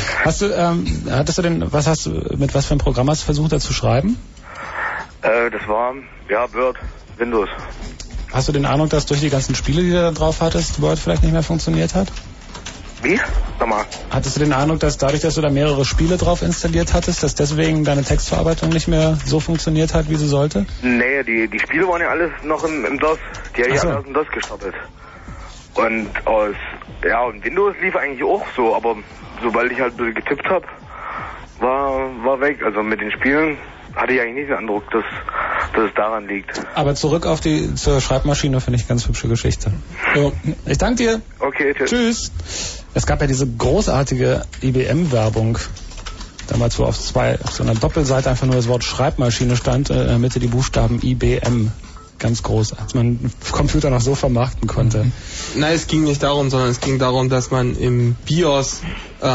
Mit was für ein Programm hast du versucht, da zu schreiben? Das war, Word, Windows. Hast du den Eindruck, dass durch die ganzen Spiele, die du da drauf hattest, Word vielleicht nicht mehr funktioniert hat? Wie? Nochmal. Hattest du den Eindruck, dass dadurch, dass du da mehrere Spiele drauf installiert hattest, dass deswegen deine Textverarbeitung nicht mehr so funktioniert hat, wie sie sollte? Nee, die Spiele waren ja alles noch im DOS. Die habe ich alle aus dem DOS gestartet. Und und Windows lief eigentlich auch so, aber sobald ich halt ein bisschen getippt habe, war weg. Also mit den Spielen hatte ich eigentlich nicht den Eindruck, dass es daran liegt. Aber zurück zur Schreibmaschine, finde ich eine ganz hübsche Geschichte. So, ich danke dir. Okay, tschüss. Es gab ja diese großartige IBM-Werbung, damals wo auf so einer Doppelseite einfach nur das Wort Schreibmaschine stand, in der Mitte die Buchstaben IBM. Ganz groß, als man Computer noch so vermarkten konnte. Nein, es ging nicht darum, sondern es ging darum, dass man im BIOS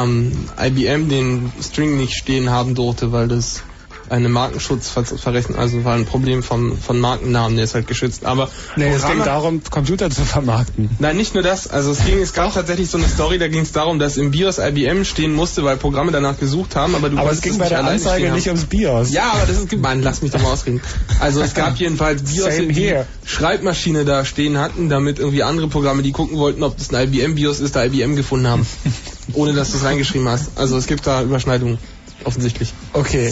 IBM den String nicht stehen haben durfte, weil das eine Markenschutzverrechnung, also war ein Problem von Markennamen, der ist halt geschützt. Aber es ging darum, Computer zu vermarkten. Nein, nicht nur das. Also es gab tatsächlich so eine Story, da ging es darum, dass im BIOS IBM stehen musste, weil Programme danach gesucht haben. Aber es ging bei der Anzeige nicht ums BIOS. Ja, aber das ist gemein. Lass mich doch mal ausreden. Also es gab jedenfalls BIOS, die Schreibmaschine da stehen hatten, damit irgendwie andere Programme, die gucken wollten, ob das ein IBM BIOS ist, da IBM gefunden haben. Ohne dass du es reingeschrieben hast. Also es gibt da Überschneidungen. Offensichtlich. Okay.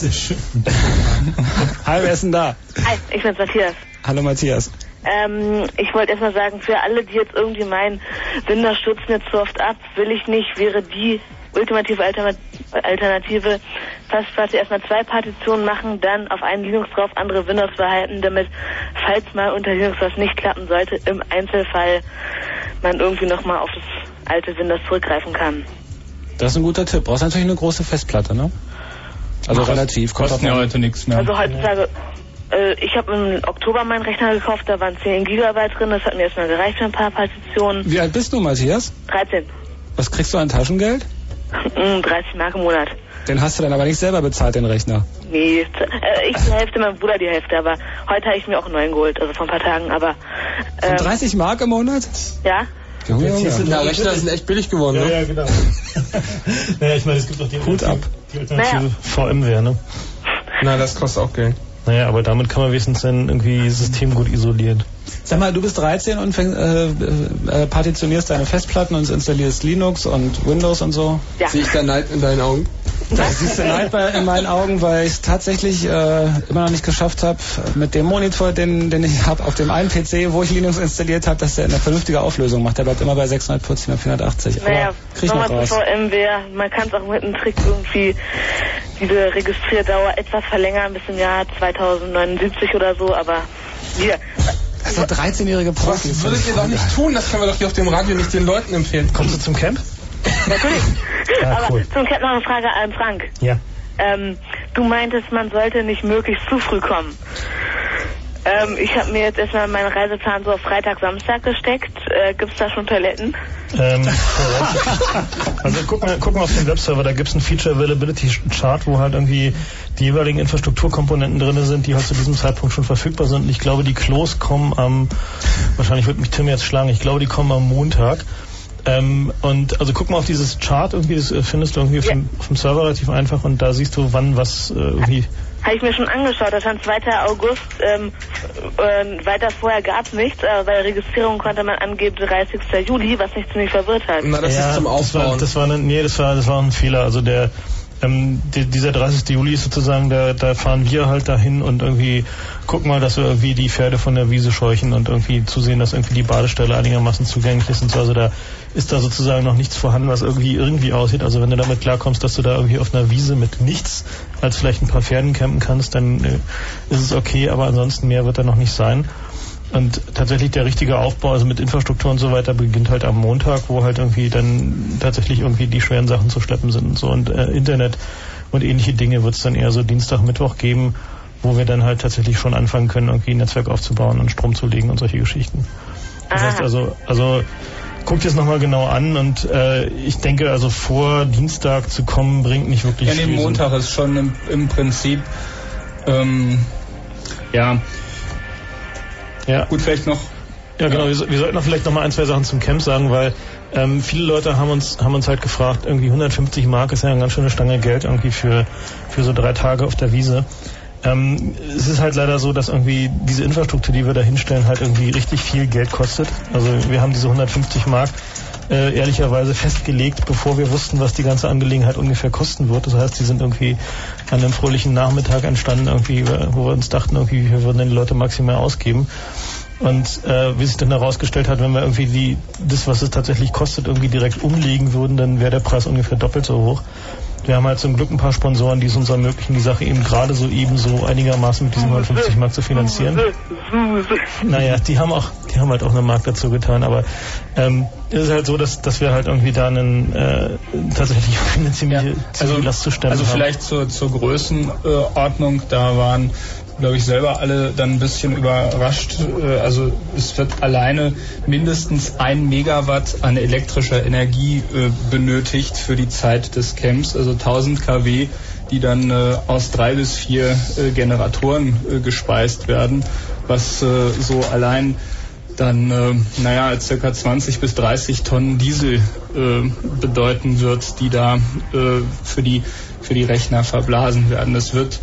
Hi, wer ist denn da? Hi, ich bin's Matthias. Hallo Matthias. Ich wollte erstmal sagen, für alle, die jetzt irgendwie meinen, Windows stürzt jetzt so oft ab, will ich nicht, wäre die ultimative Alternative Festplatte erstmal 2 Partitionen machen, dann auf einen Linux drauf, andere Windows behalten, damit, falls mal unter Linux was nicht klappen sollte, im Einzelfall man irgendwie nochmal auf das alte Windows zurückgreifen kann. Das ist ein guter Tipp. Brauchst natürlich eine große Festplatte, ne? Also relativ. Kostet ja heute nichts mehr. Also heutzutage, ich habe im Oktober meinen Rechner gekauft, da waren 10 Gigabyte drin, das hat mir erstmal gereicht für ein paar Partitionen. Wie alt bist du, Matthias? 13. Was kriegst du an Taschengeld? 30 Mark im Monat. Den hast du dann aber nicht selber bezahlt, den Rechner? Nee, ich die Hälfte, mein Bruder die Hälfte, aber heute habe ich mir auch einen neuen geholt, also vor ein paar Tagen, aber... Von 30 Mark im Monat? Ja. Rechner sind echt billig geworden, ne? Ja, genau. Naja, ich meine, es gibt doch die Hut ab. Alternative VMware, ne? Na, das kostet auch Geld. Naja, aber damit kann man wenigstens dann irgendwie System gut isolieren. Sag mal, du bist 13 und partitionierst deine Festplatten und installierst Linux und Windows und so. Ja. Sehe ich da Neid in deinen Augen? Da siehst du Neid in meinen Augen, weil ich es tatsächlich immer noch nicht geschafft habe, mit dem Monitor, den ich habe, auf dem einen PC, wo ich Linux installiert habe, dass der eine vernünftige Auflösung macht. Der bleibt immer bei 640 und 480. Naja, krieg ich noch raus. VMware, man kann es auch mit einem Trick irgendwie diese Registrierdauer etwas verlängern bis im Jahr 2079 oder so, aber hier... Das ist der 13-jährige Profi. Das würdet ihr doch nicht tun, das können wir doch hier auf dem Radio nicht den Leuten empfehlen. Kommst du zum Camp? Natürlich. Ja, aber cool. zum Camp noch eine Frage an Frank. Ja. Du meintest, man sollte nicht möglichst zu früh kommen. Ich habe mir jetzt erstmal meinen Reiseplan so auf Freitag, Samstag gesteckt. Gibt's da schon Toiletten? Also guck mal auf den Webserver, da gibt's einen Feature Availability Chart, wo halt irgendwie die jeweiligen Infrastrukturkomponenten drin sind, die halt zu diesem Zeitpunkt schon verfügbar sind. Und ich glaube, die Klos kommen wahrscheinlich wird mich Tim jetzt schlagen, ich glaube, die kommen am Montag. Und also guck mal auf dieses Chart, irgendwie, das findest du irgendwie auf dem Server relativ einfach und da siehst du, wann was irgendwie... Habe ich mir schon angeschaut, da stand 2. August, weiter vorher gab es nichts, aber bei der Registrierung konnte man angeben 30. Juli, was mich ziemlich verwirrt hat. Na, das ist zum Aufbauen. Das war ein Fehler, also dieser 30. Juli ist sozusagen, da fahren wir halt dahin und irgendwie gucken mal, dass wir irgendwie die Pferde von der Wiese scheuchen und irgendwie zusehen, dass irgendwie die Badestelle einigermaßen zugänglich ist und so. Also da ist da sozusagen noch nichts vorhanden, was irgendwie aussieht. Also wenn du damit klarkommst, dass du da irgendwie auf einer Wiese mit nichts als vielleicht ein paar Pferden campen kannst, dann ist es okay, aber ansonsten mehr wird da noch nicht sein. Und tatsächlich der richtige Aufbau, also mit Infrastruktur und so weiter, beginnt halt am Montag, wo halt irgendwie dann tatsächlich irgendwie die schweren Sachen zu schleppen sind und so. Und Internet und ähnliche Dinge wird es dann eher so Dienstag, Mittwoch geben, wo wir dann halt tatsächlich schon anfangen können, irgendwie ein Netzwerk aufzubauen und Strom zu legen und solche Geschichten. Das heißt also guck dir es nochmal genau an und ich denke, also vor Dienstag zu kommen, bringt nicht wirklich viel. Ja, nee, Montag ist schon im Prinzip, ja. Gut, vielleicht noch. Ja, genau. Wir sollten noch vielleicht noch mal ein, zwei Sachen zum Camp sagen, weil viele Leute haben uns halt gefragt, irgendwie 150 Mark ist ja eine ganz schöne Stange Geld irgendwie für so 3 Tage auf der Wiese. Es ist halt leider so, dass irgendwie diese Infrastruktur, die wir da hinstellen, halt irgendwie richtig viel Geld kostet. Also wir haben diese 150 Mark ehrlicherweise festgelegt, bevor wir wussten, was die ganze Angelegenheit ungefähr kosten wird. Das heißt, die sind irgendwie an einem fröhlichen Nachmittag entstanden, irgendwie, wo wir uns dachten, irgendwie, wie viel würden denn die Leute maximal ausgeben. Und wie sich dann herausgestellt hat, wenn wir irgendwie das, was es tatsächlich kostet, irgendwie direkt umlegen würden, dann wäre der Preis ungefähr doppelt so hoch. Wir haben halt zum Glück ein paar Sponsoren, die es uns ermöglichen, die Sache eben gerade so ebenso einigermaßen mit diesen 150 Mark zu finanzieren. Naja, die haben halt auch eine Mark dazu getan, aber es ist halt so, dass wir halt irgendwie da tatsächlich eine ziemliche Last zu stemmen haben. Also vielleicht zur Größenordnung, da waren, glaube ich, selber alle dann ein bisschen überrascht. Also es wird alleine mindestens 1 Megawatt an elektrischer Energie benötigt für die Zeit des Camps, also 1000 kW, die dann aus 3 bis 4 Generatoren gespeist werden, was so allein dann circa 20 bis 30 Tonnen Diesel bedeuten wird, die da für die Rechner verblasen werden. Das wird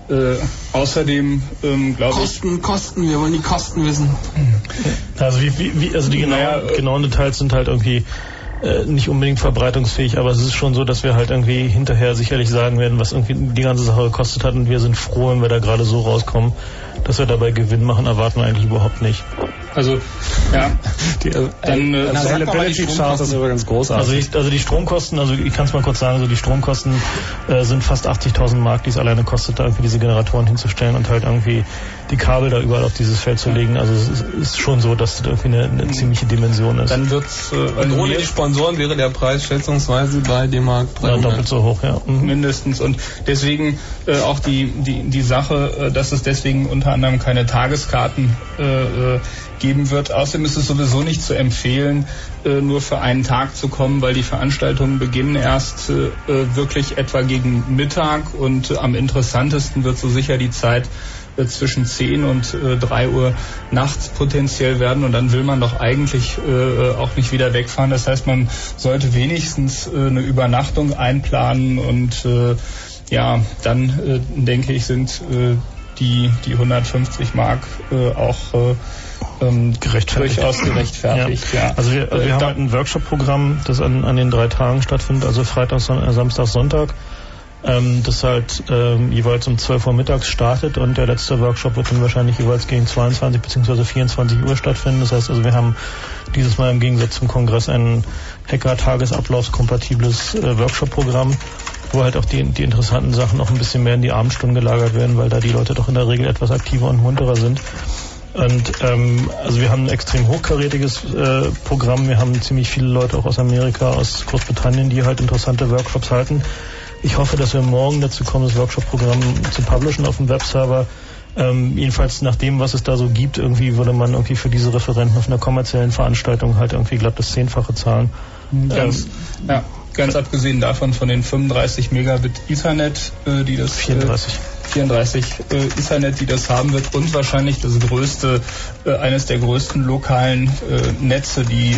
außerdem, glaube ich... Kosten, wir wollen die Kosten wissen. Also also die genauen Details sind halt irgendwie nicht unbedingt verbreitungsfähig, aber es ist schon so, dass wir halt irgendwie hinterher sicherlich sagen werden, was irgendwie die ganze Sache gekostet hat und wir sind froh, wenn wir da gerade so rauskommen, dass wir dabei Gewinn machen, erwarten wir eigentlich überhaupt nicht. Also, ja. Dann Availability Chart ist übrigens großartig. Also die Stromkosten, also ich kann es mal kurz sagen, so die Stromkosten sind fast 80.000 Mark, die es alleine kostet, da irgendwie diese Generatoren hinzustellen und halt irgendwie die Kabel da überall auf dieses Feld zu legen. Also es ist schon so, dass das irgendwie eine ziemliche Dimension ist. Dann wird's und ohne die Sponsoren wäre der Preis schätzungsweise bei D-Mark 300. Ja, doppelt so hoch, ja. Mindestens. Und deswegen auch die Sache, dass es deswegen unter anderem keine Tageskarten geben wird. Außerdem ist es sowieso nicht zu empfehlen, nur für einen Tag zu kommen, weil die Veranstaltungen beginnen erst wirklich etwa gegen Mittag und am interessantesten wird so sicher die Zeit zwischen 10 und 3 Uhr nachts potenziell werden und dann will man doch eigentlich auch nicht wieder wegfahren. Das heißt, man sollte wenigstens eine Übernachtung einplanen und dann denke ich, sind die 150 Mark auch durchaus gerechtfertigt. Ja. Also wir haben halt ein Workshop-Programm, das an den 3 Tagen stattfindet, also Freitag, Samstag, Sonntag. Das halt jeweils um 12 Uhr mittags startet und der letzte Workshop wird dann wahrscheinlich jeweils gegen 22 bzw. 24 Uhr stattfinden. Das heißt also, wir haben dieses Mal im Gegensatz zum Kongress ein Hacker-Tagesablaufskompatibles Workshop-Programm, wo halt auch die interessanten Sachen noch ein bisschen mehr in die Abendstunden gelagert werden, weil da die Leute doch in der Regel etwas aktiver und munterer sind. Und also wir haben ein extrem hochkarätiges Programm. Wir haben ziemlich viele Leute auch aus Amerika, aus Großbritannien, die halt interessante Workshops halten. Ich hoffe, dass wir morgen dazu kommen, das Workshop-Programm zu publishen auf dem Webserver. Jedenfalls nach dem, was es da so gibt, irgendwie würde man irgendwie für diese Referenten auf einer kommerziellen Veranstaltung halt irgendwie glatt das 10-fache zahlen. Ganz abgesehen davon von den 35 Megabit Ethernet, die das 34 Ethernet, die das haben wird, und wahrscheinlich das größte, eines der größten lokalen Netze, die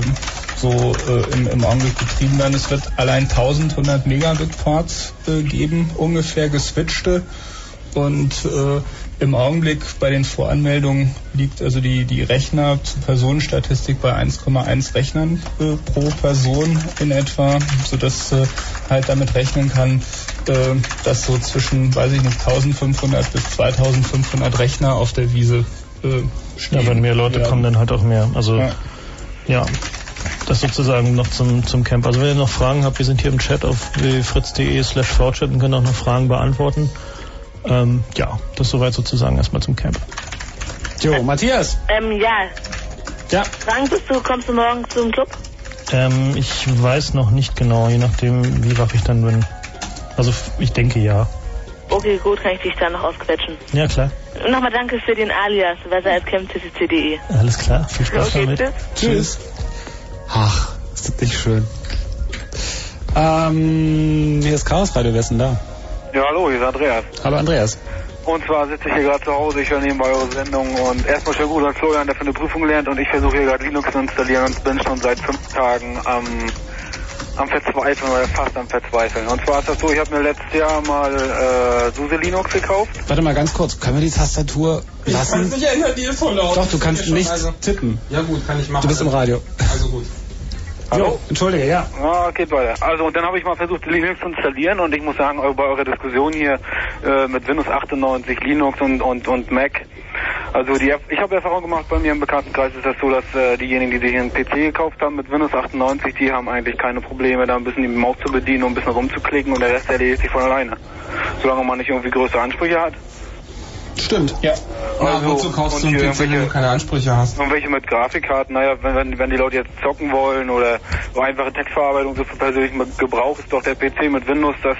im Augenblick betrieben werden. Es wird allein 1100 Megabit Ports geben, ungefähr geswitchte, und im Augenblick bei den Voranmeldungen liegt also die Rechner zur Personenstatistik bei 1,1 Rechnern pro Person in etwa, sodass halt damit rechnen kann, dass so zwischen, 1500 bis 2500 Rechner auf der Wiese stehen. Ja, wenn mehr Leute kommen, dann halt auch mehr. Also ja. Das sozusagen noch zum Camp. Also wenn ihr noch Fragen habt, wir sind hier im Chat auf fritz.de/vchat und können auch noch Fragen beantworten. Das soweit sozusagen erstmal zum Camp. Jo, Matthias. Ja. Frank, kommst du morgen zum Club? Ich weiß noch nicht genau, je nachdem, wie wach ich dann bin. Also ich denke ja. Okay, gut, kann ich dich dann noch ausquetschen. Ja, klar. Und nochmal danke für den Alias, weser@campcc.de. Alles klar, viel Spaß damit. Tschüss. Ach, ist das nicht schön. Hier ist Chaos Radio, wer ist denn da? Ja, hallo, hier ist Andreas. Hallo Andreas. Und zwar sitze ich hier gerade zu Hause, ich höre nebenbei eure Sendung und erstmal schön gut an Florian, der für eine Prüfung lernt, und ich versuche hier gerade Linux zu installieren und bin schon seit 5 Tagen am Verzweifeln oder fast am Verzweifeln. Und zwar ist das so, ich habe mir letztes Jahr mal SUSE Linux gekauft. Warte mal ganz kurz, können wir die Tastatur lassen? Ich kann es nicht ändern, die ist voll laut. Doch, du kannst nicht tippen. Ja gut, kann ich machen. Du bist im Radio. Also gut. Hallo? Jo, entschuldige, ja. Geht weiter. Also, und dann habe ich mal versucht, Linux zu installieren, und ich muss sagen, bei eurer Diskussion hier mit Windows 98, Linux und Mac, also ich habe Erfahrung gemacht, bei mir im Bekanntenkreis ist das so, dass diejenigen, die sich einen PC gekauft haben mit Windows 98, die haben eigentlich keine Probleme, da ein bisschen die Maus zu bedienen und ein bisschen rumzuklicken, und der Rest erledigt sich von alleine. Solange man nicht irgendwie größere Ansprüche hat. Stimmt. Ja. Also, wozu kaufst du einen PC, wenn du keine Ansprüche hast? Und welche mit Grafikkarten, wenn die Leute jetzt zocken wollen oder so einfache Textverarbeitung, so für persönlichen Gebrauch, ist doch der PC mit Windows das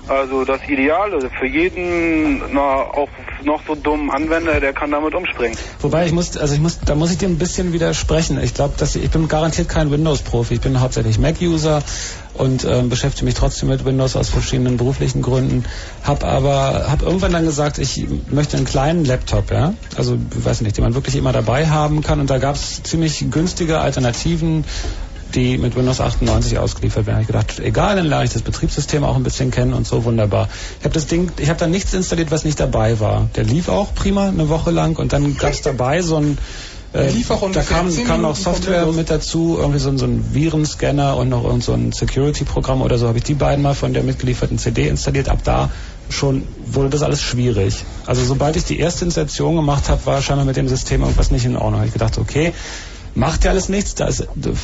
Ideale für jeden, auch noch so dummen Anwender, der kann damit umspringen. Wobei da muss ich dir ein bisschen widersprechen. Ich glaube, ich bin garantiert kein Windows-Profi. Ich bin hauptsächlich Mac-User und beschäftige mich trotzdem mit Windows aus verschiedenen beruflichen Gründen. Hab irgendwann dann gesagt, ich möchte einen kleinen Laptop, ja, also weiß nicht, den man wirklich immer dabei haben kann, und da gab es ziemlich günstige Alternativen, die mit Windows 98 ausgeliefert werden. Ich gedacht, egal, dann lerne ich das Betriebssystem auch ein bisschen kennen und so, wunderbar. Ich habe dann nichts installiert, was nicht dabei war. Der lief auch prima eine Woche lang, und dann gab es dabei so ein da kam noch Software mit dazu, irgendwie so ein Virenscanner und noch irgend so ein Security-Programm oder so, habe ich die beiden mal von der mitgelieferten CD installiert. Ab da schon wurde das alles schwierig. Also sobald ich die erste Installation gemacht habe, war scheinbar mit dem System irgendwas nicht in Ordnung. Ich gedacht, okay, macht ja alles nichts. Da ist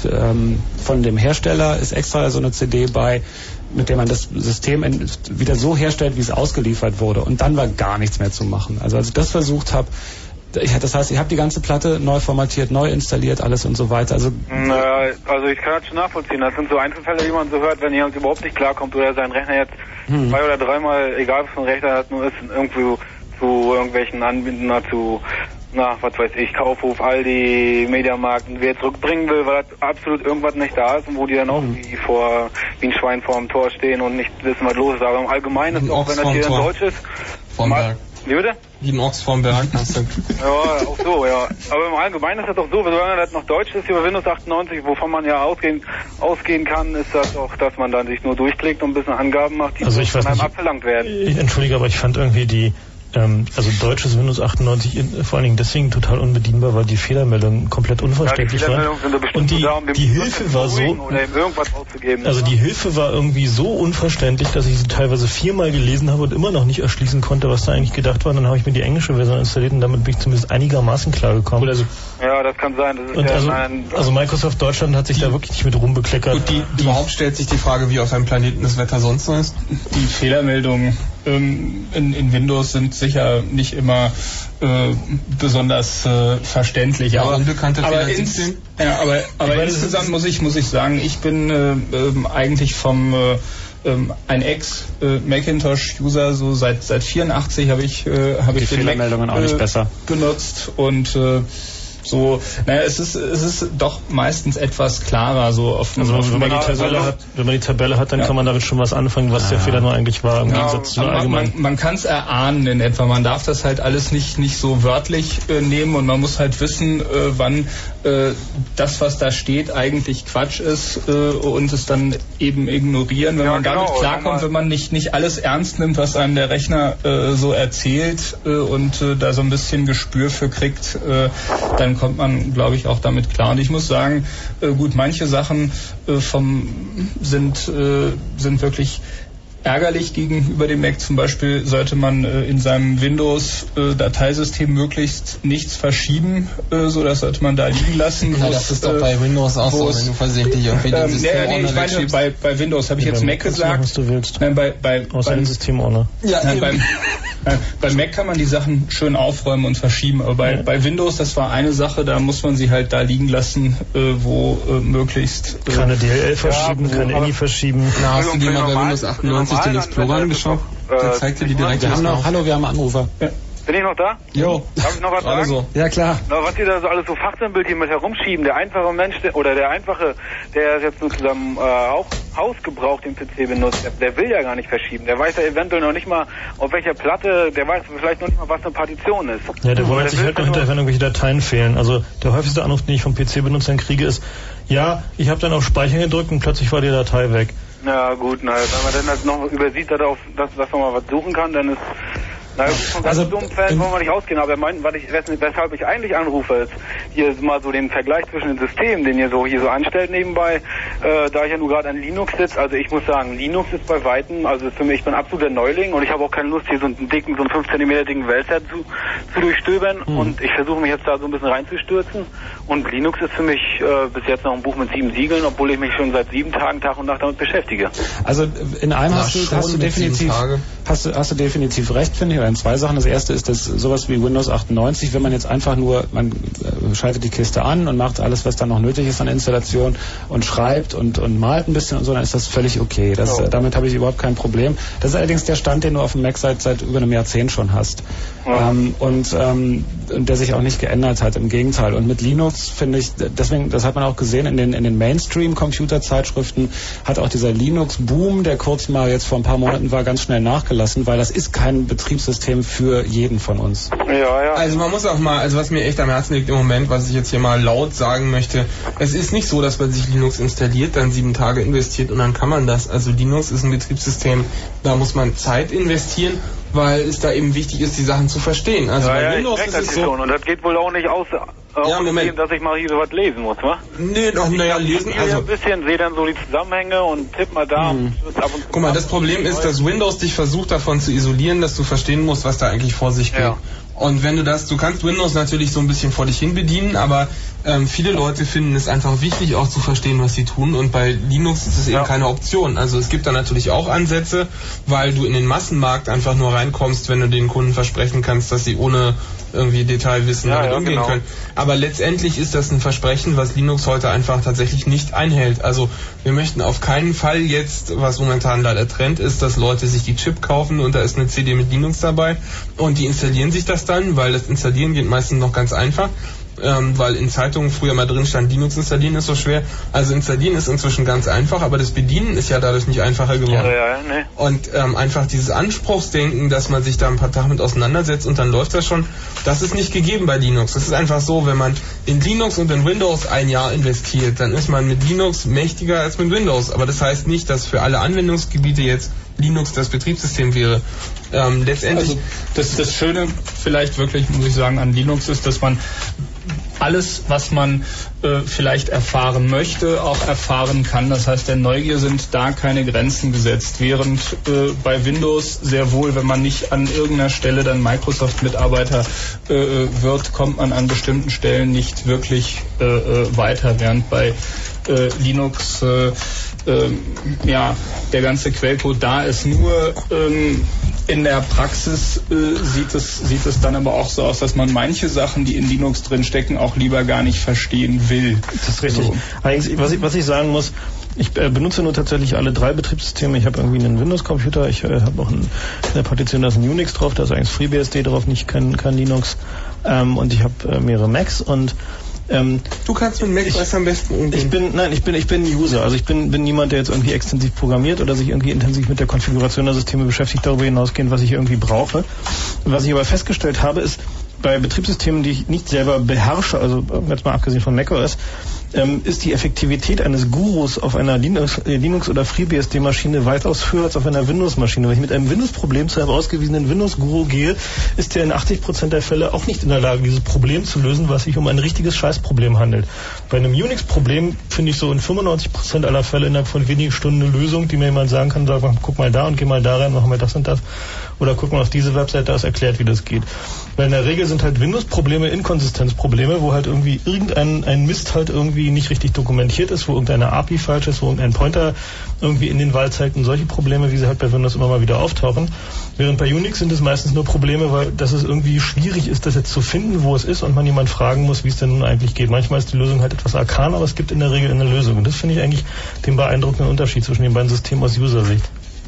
von dem Hersteller ist extra so eine CD bei, mit der man das System wieder so herstellt, wie es ausgeliefert wurde. Und dann war gar nichts mehr zu machen. Also als ich das versucht habe, das heißt, ich habe die ganze Platte neu formatiert, neu installiert, alles und so weiter. Also ich kann das schon nachvollziehen. Das sind so Einzelfälle, die man so hört, wenn jemand überhaupt nicht klarkommt oder sein Rechner jetzt 2 oder 3 Mal, egal was für ein Rechner hat, nur ist, irgendwo zu irgendwelchen Anbietern, was weiß ich, Kaufhof, Aldi, Mediamarkt, und wer zurückbringen will, weil absolut irgendwas nicht da ist, und wo die dann auch wie ein Schwein vor dem Tor stehen und nicht wissen, was los ist. Aber im Allgemeinen ist auch, wenn das hier in Deutsch ist, wie bitte? Wie ein Ochs vorm Berg, hast du. Ja, auch so, ja. Aber im Allgemeinen ist das doch so, solange das noch Deutsch ist über Windows 98, wovon man ja ausgehen kann, ist das auch, dass man dann sich nur durchklickt und ein bisschen Angaben macht, die von einem abverlangt werden. Entschuldige, aber ich fand irgendwie also deutsches Windows 98 vor allen Dingen deswegen total unbedienbar, weil die Fehlermeldungen komplett unverständlich waren. Und die Hilfe war so, also die Hilfe war irgendwie so unverständlich, dass ich sie teilweise 4-mal gelesen habe und immer noch nicht erschließen konnte, was da eigentlich gedacht war. Dann habe ich mir die englische Version installiert und damit bin ich zumindest einigermaßen klar gekommen. Ja, das kann sein. Das ist also Microsoft Deutschland hat sich da wirklich nicht mit rumbekleckert. Und überhaupt stellt sich die Frage, wie auf einem Planeten das Wetter sonst so ist. Die Fehlermeldungen in Windows sind sicher nicht immer besonders verständlich. Aber insgesamt muss ich sagen, ich bin eigentlich vom ein Ex-Macintosh-User, so seit 84 habe ich die Fehlermeldungen auch nicht besser benutzt und so, es ist doch meistens etwas klarer, so wenn man die Tabelle hat, dann kann man damit schon was anfangen, was der Fehler nur eigentlich war, im Gegensatz zu allgemein. Man kann es erahnen in etwa, man darf das halt alles nicht so wörtlich nehmen und man muss halt wissen, wann das, was da steht, eigentlich Quatsch ist und es dann eben ignorieren, wenn man damit klarkommt, wenn man nicht alles ernst nimmt, was einem der Rechner so erzählt und da so ein bisschen Gespür für kriegt, dann kommt man, glaube ich, auch damit klar. Und ich muss sagen, gut, manche Sachen sind wirklich ärgerlich gegenüber dem Mac. Zum Beispiel sollte man in seinem Windows-Dateisystem möglichst nichts verschieben, so das sollte man da liegen lassen. Ja, das ist doch bei Windows auch so, wenn du versehentlich irgendwie den Systemordner ich meine, bei Windows habe ich jetzt Mac gesagt. Was du willst. Nein, außer den Systemordner. Ja, beim Mac kann man die Sachen schön aufräumen und verschieben, aber bei Windows, das war eine Sache, da muss man sie halt da liegen lassen, wo möglichst... Keine DLL verschieben, keine ANI verschieben. Na, hast du dir mal bei Windows 98 den Explorer angeschaut? Der zeigt dir die direkt. Hallo, wir haben einen Anrufer. Ja. Bin ich noch da? Jo. Darf ich noch was sagen? So. Ja, klar. Na, was ihr da so alles so Fachsimpelt hier mit herumschieben, der einfache Mensch, der jetzt nur zusammen Hausgebrauch den PC benutzt, der will ja gar nicht verschieben. Der weiß ja eventuell noch nicht mal, auf welcher Platte, der weiß vielleicht noch nicht mal, was eine Partition ist. Ja, der wundert sich halt noch hinterher, wenn irgendwelche Dateien fehlen. Also der häufigste Anruf, den ich vom PC-Benutzern kriege, ist, ja, ich habe dann auf Speichern gedrückt und plötzlich war die Datei weg. Ja gut, wenn man dann das noch übersieht, dass man mal was suchen kann, dann ist... Na gut, von ganz dummen Fällen wollen wir nicht ausgehen, aber weshalb ich eigentlich anrufe, ist hier mal so den Vergleich zwischen den Systemen, den ihr so hier so anstellt nebenbei, da ich ja nur gerade an Linux sitze. Also ich muss sagen, Linux ist bei Weitem, also für mich, ich bin absoluter Neuling und ich habe auch keine Lust, hier so einen 5 cm dicken Wälzer zu durchstöbern und ich versuche mich jetzt da so ein bisschen reinzustürzen und Linux ist für mich bis jetzt noch ein Buch mit 7 Siegeln, obwohl ich mich schon seit 7 Tagen Tag und Nacht damit beschäftige. Also in einem hast du definitiv recht, finde ich. In 2 Sachen. Das erste ist, dass sowas wie Windows 98, wenn man jetzt einfach nur, man schaltet die Kiste an und macht alles, was dann noch nötig ist an Installation und schreibt und malt ein bisschen und so, dann ist das völlig okay. Damit habe ich überhaupt kein Problem. Das ist allerdings der Stand, den du auf dem Mac seit über einem Jahrzehnt schon hast. Und der sich auch nicht geändert hat, im Gegenteil. Und mit Linux finde ich, deswegen, das hat man auch gesehen in den Mainstream-Computerzeitschriften, hat auch dieser Linux-Boom, der kurz mal jetzt vor ein paar Monaten war, ganz schnell nachgelassen, weil das ist kein Betriebssystem für jeden von uns. Ja. Also man muss auch mal, also was mir echt am Herzen liegt im Moment, was ich jetzt hier mal laut sagen möchte, es ist nicht so, dass man sich Linux installiert, dann 7 Tage investiert und dann kann man das. Also Linux ist ein Betriebssystem, da muss man Zeit investieren, weil es da eben wichtig ist, die Sachen zu verstehen. Also bei Windows ist es so. Und das geht wohl auch nicht aus, dass ich mal hier so was lesen muss, wa? Nee, lesen. Also ein bisschen, sehe dann so die Zusammenhänge und tipp mal da. Ab und zu. Guck mal, das Problem ist, dass Windows dich versucht davon zu isolieren, dass du verstehen musst, was da eigentlich vor sich geht. Ja. Und wenn du kannst Windows natürlich so ein bisschen vor dich hin bedienen, aber viele Leute finden es einfach wichtig, auch zu verstehen, was sie tun. Und bei Linux ist es eben keine Option. Also es gibt da natürlich auch Ansätze, weil du in den Massenmarkt einfach nur reinkommst, wenn du den Kunden versprechen kannst, dass sie ohne irgendwie Detailwissen damit umgehen können. Aber letztendlich ist das ein Versprechen, was Linux heute einfach tatsächlich nicht einhält. Also wir möchten auf keinen Fall jetzt, was momentan leider Trend ist, dass Leute sich die Chip kaufen und da ist eine CD mit Linux dabei und die installieren sich das dann, weil das Installieren geht meistens noch ganz einfach. Weil in Zeitungen früher mal drin stand, Linux installieren ist so schwer. Also installieren ist inzwischen ganz einfach, aber das Bedienen ist ja dadurch nicht einfacher geworden. Und einfach dieses Anspruchsdenken, dass man sich da ein paar Tage mit auseinandersetzt und dann läuft das schon, das ist nicht gegeben bei Linux. Das ist einfach so, wenn man in Linux und in Windows ein Jahr investiert, dann ist man mit Linux mächtiger als mit Windows. Aber das heißt nicht, dass für alle Anwendungsgebiete jetzt Linux das Betriebssystem wäre. Letztendlich... Also das Schöne vielleicht wirklich, muss ich sagen, an Linux ist, dass man alles, was man vielleicht erfahren möchte, auch erfahren kann. Das heißt, der Neugier sind da keine Grenzen gesetzt. Während bei Windows sehr wohl, wenn man nicht an irgendeiner Stelle dann Microsoft-Mitarbeiter wird, kommt man an bestimmten Stellen nicht wirklich weiter. Während bei Linux der ganze Quellcode da ist. Nur in der Praxis sieht es dann aber auch so aus, dass man manche Sachen, die in Linux drin stecken, auch lieber gar nicht verstehen will. Das ist richtig. So. Eigentlich, was ich sagen muss, ich benutze nur tatsächlich alle 3 Betriebssysteme. Ich habe irgendwie einen Windows-Computer, ich habe auch in der Partition, da ist ein Unix drauf, da ist eigentlich FreeBSD drauf, nicht kein Linux. Und ich habe mehrere Macs und du kannst mit Mac was am besten umgehen. Ich bin User. Also ich bin niemand, der jetzt irgendwie extensiv programmiert oder sich irgendwie intensiv mit der Konfiguration der Systeme beschäftigt, darüber hinausgehend, was ich irgendwie brauche. Was ich aber festgestellt habe, ist, bei Betriebssystemen, die ich nicht selber beherrsche, also jetzt mal abgesehen von macOS, ist die Effektivität eines Gurus auf einer Linux- oder FreeBSD-Maschine weitaus höher als auf einer Windows-Maschine. Wenn ich mit einem Windows-Problem zu einem ausgewiesenen Windows-Guru gehe, ist der in 80% der Fälle auch nicht in der Lage, dieses Problem zu lösen, was sich um ein richtiges Scheißproblem handelt. Bei einem Unix-Problem finde ich so in 95% aller Fälle innerhalb von wenigen Stunden eine Lösung, die mir jemand sagen kann, sag mal, guck mal da und geh mal da rein, mach mal das und das. Oder guck mal auf diese Webseite, da ist erklärt, wie das geht. Weil in der Regel sind halt Windows-Probleme Inkonsistenzprobleme, wo halt irgendwie irgendein Mist halt irgendwie nicht richtig dokumentiert ist, wo irgendeine API falsch ist, wo irgendein Pointer irgendwie in den Wald zeigt und solche Probleme, wie sie halt bei Windows immer mal wieder auftauchen. Während bei Unix sind es meistens nur Probleme, weil dass es irgendwie schwierig ist, das jetzt zu finden, wo es ist und man jemand fragen muss, wie es denn nun eigentlich geht. Manchmal ist die Lösung halt etwas arkan, aber es gibt in der Regel eine Lösung. Und das finde ich eigentlich den beeindruckenden Unterschied zwischen den beiden Systemen aus User-Sicht.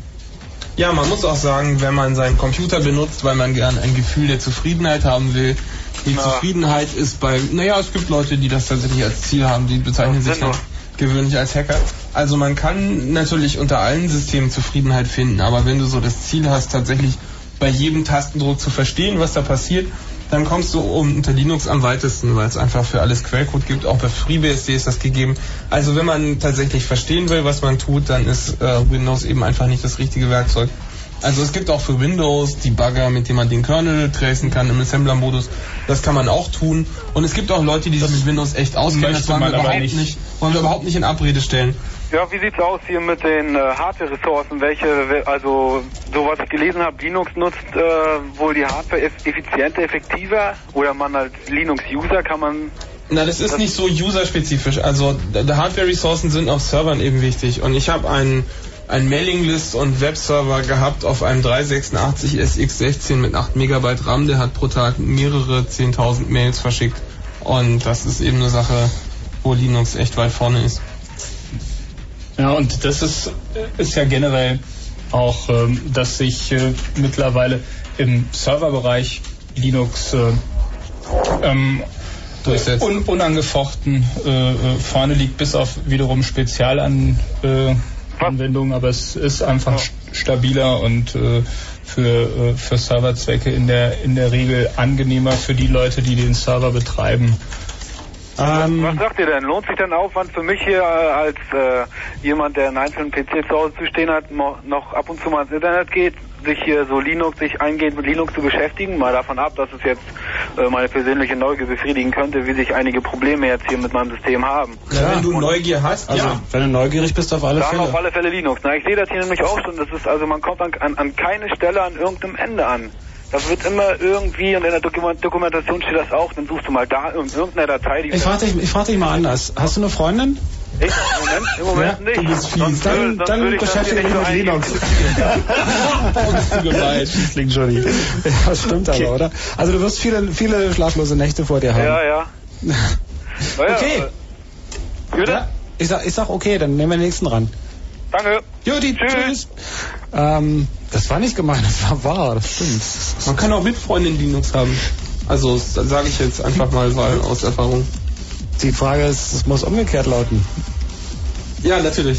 Ja, man muss auch sagen, wenn man seinen Computer benutzt, weil man gern ein Gefühl der Zufriedenheit haben will, die Zufriedenheit ist es gibt Leute, die das tatsächlich als Ziel haben, die bezeichnen sich dann gewöhnlich als Hacker. Also man kann natürlich unter allen Systemen Zufriedenheit finden, aber wenn du so das Ziel hast, tatsächlich bei jedem Tastendruck zu verstehen, was da passiert, dann kommst du unter Linux am weitesten, weil es einfach für alles Quellcode gibt. Auch bei FreeBSD ist das gegeben. Also wenn man tatsächlich verstehen will, was man tut, dann ist Windows eben einfach nicht das richtige Werkzeug. Also es gibt auch für Windows Debugger, mit dem man den Kernel tracen kann im Assembler-Modus. Das kann man auch tun. Und es gibt auch Leute, die sich mit Windows echt auskennen. Das wollen wir überhaupt nicht in Abrede stellen. Ja, wie sieht's aus hier mit den Hardware-Ressourcen? Also so was ich gelesen habe, Linux nutzt wohl die Hardware effizienter, effektiver, oder man als Linux-User kann man... Na, das ist nicht so userspezifisch. Also die Hardware-Ressourcen sind auf Servern eben wichtig. Und ich habe einen Mailinglist- und Webserver gehabt auf einem 386 SX16 mit 8 MB RAM. Der hat pro Tag mehrere 10.000 Mails verschickt. Und das ist eben eine Sache, wo Linux echt weit vorne ist. Ja, und das ist ja generell auch, dass sich mittlerweile im Serverbereich Linux unangefochten vorne liegt, bis auf wiederum Spezialanwendungen, aber es ist einfach stabiler und für Serverzwecke in der Regel angenehmer für die Leute, die den Server betreiben. Was sagt ihr denn? Lohnt sich denn Aufwand für mich hier als jemand, der einen einzelnen PC zu Hause zu stehen hat, noch ab und zu mal ins Internet geht, sich hier so sich eingehend mit Linux zu beschäftigen? Mal davon ab, dass es jetzt meine persönliche Neugier befriedigen könnte, wie sich einige Probleme jetzt hier mit meinem System haben. Ja, wenn du Neugier hast, wenn du neugierig bist, auf alle Fälle. Dann auf alle Fälle Linux. Na, ich sehe das hier nämlich auch schon. Das ist man kommt an keine Stelle an irgendeinem Ende an. Das wird immer irgendwie, und in der Dokumentation steht das auch, dann suchst du mal da in irgendeiner Datei. Ich frag dich mal anders. Hast du eine Freundin? Ich? Im Moment nicht. Du bist fies. Dann beschäftige dich mit Linux. Fiesling, Johnny. Das stimmt aber, oder? Also du wirst viele schlaflose Nächte vor dir haben. Ja. Okay. Ja, ich sag okay, dann nehmen wir den nächsten ran. Danke. Juti, tschüss. Das war nicht gemeint, das war wahr, das stimmt. Man kann auch Mitfreunde in Linux haben. Also, das sage ich jetzt einfach mal aus Erfahrung. Die Frage ist, es muss umgekehrt lauten. Ja, natürlich.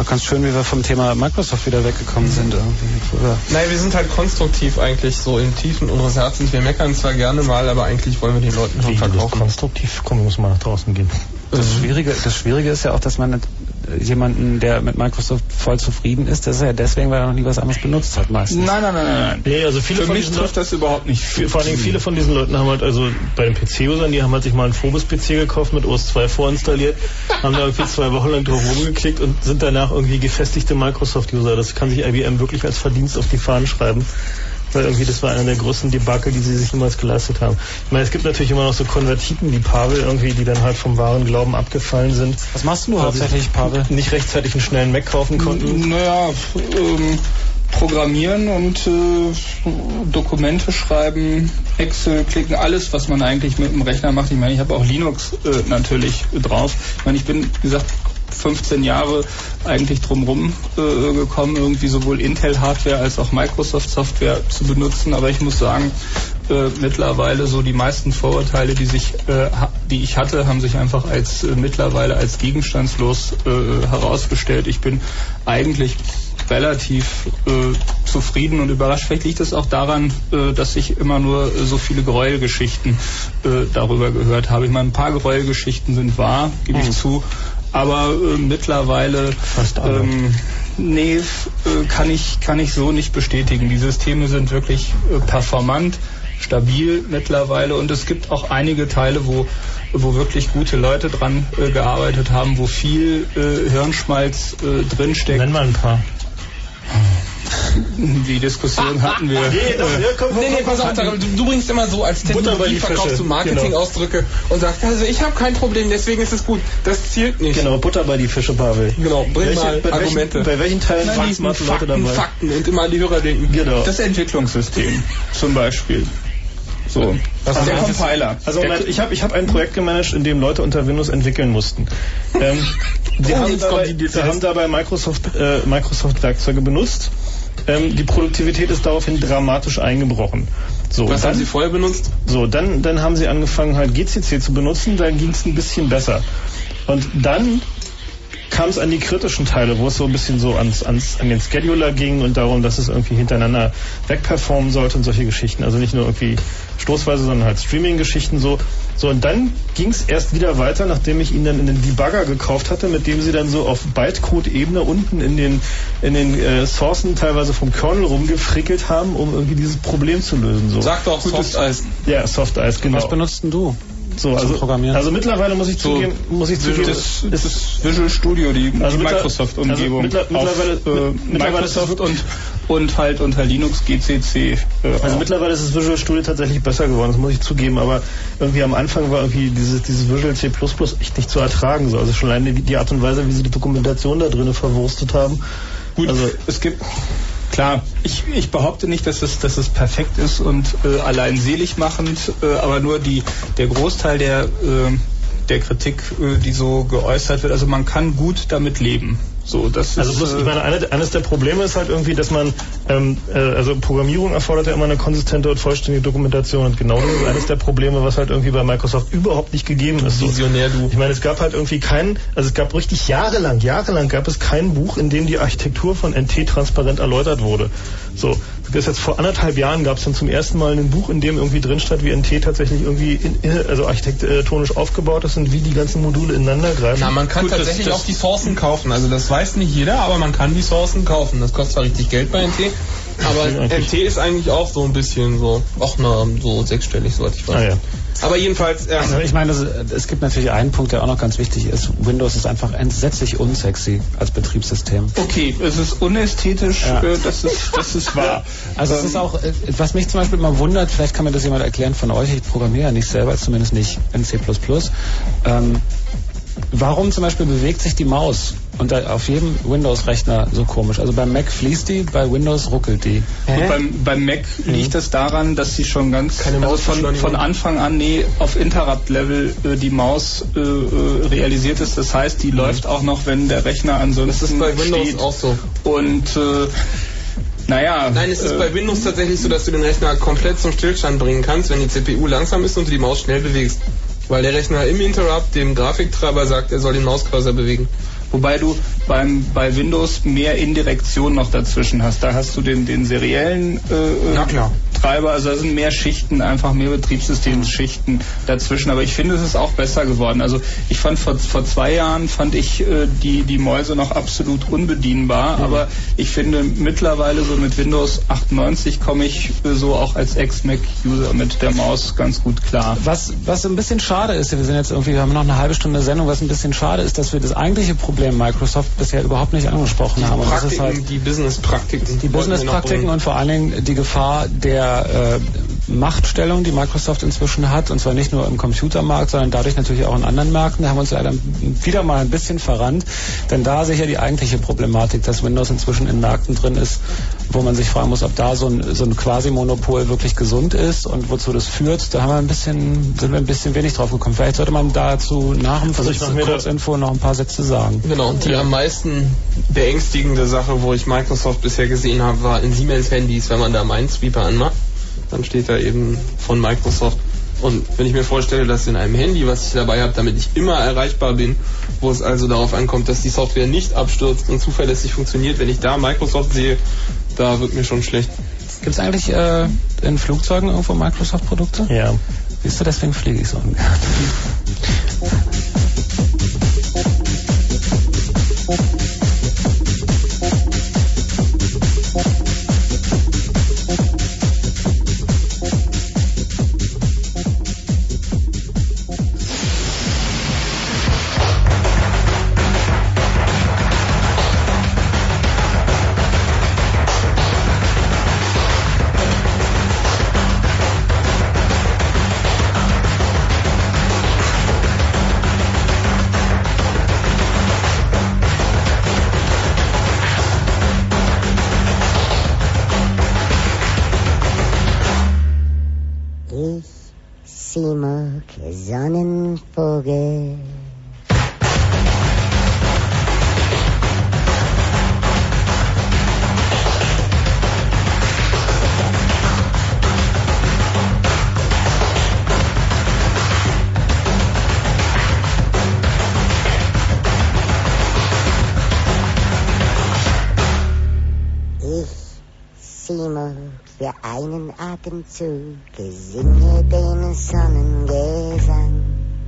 ganz schön, wie wir vom Thema Microsoft wieder weggekommen sind. Nein, wir sind halt konstruktiv eigentlich so in Tiefen unseres Herzens. Wir meckern zwar gerne mal, aber eigentlich wollen wir den Leuten schon verkaufen. Konstruktiv? Komm, muss mal nach draußen gehen. Das Schwierige ist ja auch, dass man jemanden, der mit Microsoft voll zufrieden ist, das ist ja deswegen, weil er noch nie was anderes benutzt hat meistens. Nein. Nee, also viele Für von mich diesen trifft das überhaupt nicht. Vor allem viele von diesen Leuten haben halt, also bei den PC-Usern, die haben halt sich mal einen Phobos-PC gekauft, mit OS 2 vorinstalliert, haben da irgendwie 2 Wochen lang drauf rumgeklickt und sind danach irgendwie gefestigte Microsoft-User. Das kann sich IBM wirklich als Verdienst auf die Fahnen schreiben. Weil irgendwie das war einer der größten Debakel, die sie sich jemals geleistet haben. Ich meine, es gibt natürlich immer noch so Konvertiten wie Pavel irgendwie, die dann halt vom wahren Glauben abgefallen sind. Was machst du hauptsächlich, Pavel? Nicht rechtzeitig einen schnellen Mac kaufen konnten. Naja, Programmieren und Dokumente schreiben, Excel klicken, alles, was man eigentlich mit dem Rechner macht. Ich meine, ich habe auch Linux natürlich drauf. Ich meine, ich bin, wie gesagt, 15 Jahre eigentlich drumherum gekommen, irgendwie sowohl Intel-Hardware als auch Microsoft-Software zu benutzen. Aber ich muss sagen, mittlerweile so die meisten Vorurteile, die ich hatte, haben sich einfach mittlerweile als gegenstandslos herausgestellt. Ich bin eigentlich relativ zufrieden und überrascht. Vielleicht liegt es auch daran, dass ich immer nur so viele Gräuelgeschichten darüber gehört habe. Ich meine, ein paar Gräuelgeschichten sind wahr, gebe ich zu. Aber mittlerweile kann ich so nicht bestätigen. Die Systeme sind wirklich performant, stabil mittlerweile und es gibt auch einige Teile, wo wirklich gute Leute dran gearbeitet haben, wo viel Hirnschmalz drinsteckt. Nenn mal ein paar. Die Diskussion hatten wir. Nee, pass auf, du bringst immer so als Technologie verkaufst du Marketingausdrücke und sagst, also ich habe kein Problem, deswegen ist es gut. Das zielt nicht. Genau, Butter bei die Fische, Pavel. Genau, bring mal Argumente. Bei welchen Teilen waren smarte Leute dabei? Fakten und immer an die Hörer denken. Genau. Das Entwicklungssystem zum Beispiel. So, das ist der Compiler. Also ich hab ein Projekt gemanagt, in dem Leute unter Windows entwickeln mussten. Sie haben dabei Microsoft Werkzeuge benutzt. Die Produktivität ist daraufhin dramatisch eingebrochen. So, was haben Sie vorher benutzt? So, dann haben Sie angefangen halt GCC zu benutzen, dann ging es ein bisschen besser. Und dann kam es an die kritischen Teile, wo es so ein bisschen so an den Scheduler ging und darum, dass es irgendwie hintereinander wegperformen sollte und solche Geschichten. Also nicht nur irgendwie stoßweise, sondern halt Streaming-Geschichten so. So, und dann ging es erst wieder weiter, nachdem ich ihn dann in den Debugger gekauft hatte, mit dem sie dann so auf Bytecode-Ebene unten in den Sourcen teilweise vom Kernel rumgefrickelt haben, um irgendwie dieses Problem zu lösen. So. Sag doch Softice. Ja, Softice, genau. Was benutzt denn du? So, also mittlerweile muss ich zugeben, das Visual Studio, die Microsoft-Umgebung. Mittlerweile Microsoft und halt unter Linux GCC. Also mittlerweile ist das Visual Studio tatsächlich besser geworden, das muss ich zugeben, aber irgendwie am Anfang war irgendwie dieses Visual C++ echt nicht zu ertragen. So. Also schon allein die Art und Weise, wie sie die Dokumentation da drinnen verwurstet haben. Gut, also es gibt... Klar, ich behaupte nicht, dass es perfekt ist und allein selig machend, aber nur der Großteil der Kritik, die so geäußert wird, also man kann gut damit leben. So, das also ist, ich meine, eines der Probleme ist halt irgendwie, dass man, also Programmierung erfordert ja immer eine konsistente und vollständige Dokumentation und genau das ist eines der Probleme, was halt irgendwie bei Microsoft überhaupt nicht gegeben ist. Visionär, du. Ich meine, es gab halt irgendwie es gab richtig jahrelang gab es kein Buch, in dem die Architektur von NT transparent erläutert wurde. So, das jetzt vor 1,5 Jahren gab es dann zum ersten Mal ein Buch, in dem irgendwie drin stand, wie NT tatsächlich irgendwie also architektonisch aufgebaut ist und wie die ganzen Module ineinander greifen. Na, man kann tatsächlich auch die Sourcen kaufen, also das weiß nicht jeder, aber man kann die Sourcen kaufen. Das kostet zwar richtig Geld bei NT, aber NT ist eigentlich auch so ein bisschen so, so sechsstellig, soweit ich weiß. Ah, ja. Aber jedenfalls... Also ich meine, es gibt natürlich einen Punkt, der auch noch ganz wichtig ist. Windows ist einfach entsetzlich unsexy als Betriebssystem. Okay, es ist unästhetisch, ja. Das ist wahr. Also es ist auch, was mich zum Beispiel mal wundert, vielleicht kann mir das jemand erklären von euch, ich programmiere ja nicht selber, zumindest nicht in C++. Warum zum Beispiel bewegt sich die Maus auf jedem Windows-Rechner so komisch? Also beim Mac fließt die, bei Windows ruckelt die. Beim Mac liegt es daran, dass sie schon von Anfang an auf Interrupt-Level die Maus realisiert ist. Das heißt, die läuft auch noch, wenn der Rechner ansonsten steht. Das ist bei Windows auch so. Und Nein, es ist bei Windows tatsächlich so, dass du den Rechner komplett zum Stillstand bringen kannst, wenn die CPU langsam ist und du die Maus schnell bewegst. Weil der Rechner im Interrupt dem Grafiktreiber sagt, er soll den Mauscursor bewegen. Wobei du bei Windows mehr Indirektion noch dazwischen hast. Da hast du den seriellen Treiber, also da sind mehr Schichten, einfach mehr Betriebssystemschichten dazwischen. Aber ich finde, es ist auch besser geworden. Also ich fand vor 2 Jahren fand ich die Mäuse noch absolut unbedienbar, aber ich finde mittlerweile so mit Windows 98 komme ich so auch als Ex-Mac-User mit der Maus ganz gut klar. Was ein bisschen schade ist, wir haben noch eine halbe Stunde Sendung, was ein bisschen schade ist, dass wir das eigentliche Problem Microsoft bisher überhaupt nicht angesprochen haben. Und das ist halt die Business-Praktiken. Die Business-Praktiken und vor allen Dingen die Gefahr der Machtstellung, die Microsoft inzwischen hat, und zwar nicht nur im Computermarkt, sondern dadurch natürlich auch in anderen Märkten. Da haben wir uns leider wieder mal ein bisschen verrannt, denn da sicher die eigentliche Problematik, dass Windows inzwischen in Märkten drin ist, wo man sich fragen muss, ob da so ein Quasi-Monopol wirklich gesund ist und wozu das führt. Da sind wir ein bisschen wenig drauf gekommen. Vielleicht sollte man dazu nach dem Kurzinfo noch ein paar Sätze sagen. Genau, und die am meisten beängstigende Sache, wo ich Microsoft bisher gesehen habe, war in Siemens-Handys, wenn man da Minesweeper anmacht, dann steht da eben von Microsoft. Und wenn ich mir vorstelle, dass in einem Handy, was ich dabei habe, damit ich immer erreichbar bin, wo es also darauf ankommt, dass die Software nicht abstürzt und zuverlässig funktioniert, wenn ich da Microsoft sehe, da wird mir schon schlecht. Gibt es eigentlich in Flugzeugen irgendwo Microsoft-Produkte? Ja. Siehst du, deswegen fliege ich so ungern. Sonnenvogel. Für einen Atemzug singe den Sonnengesang.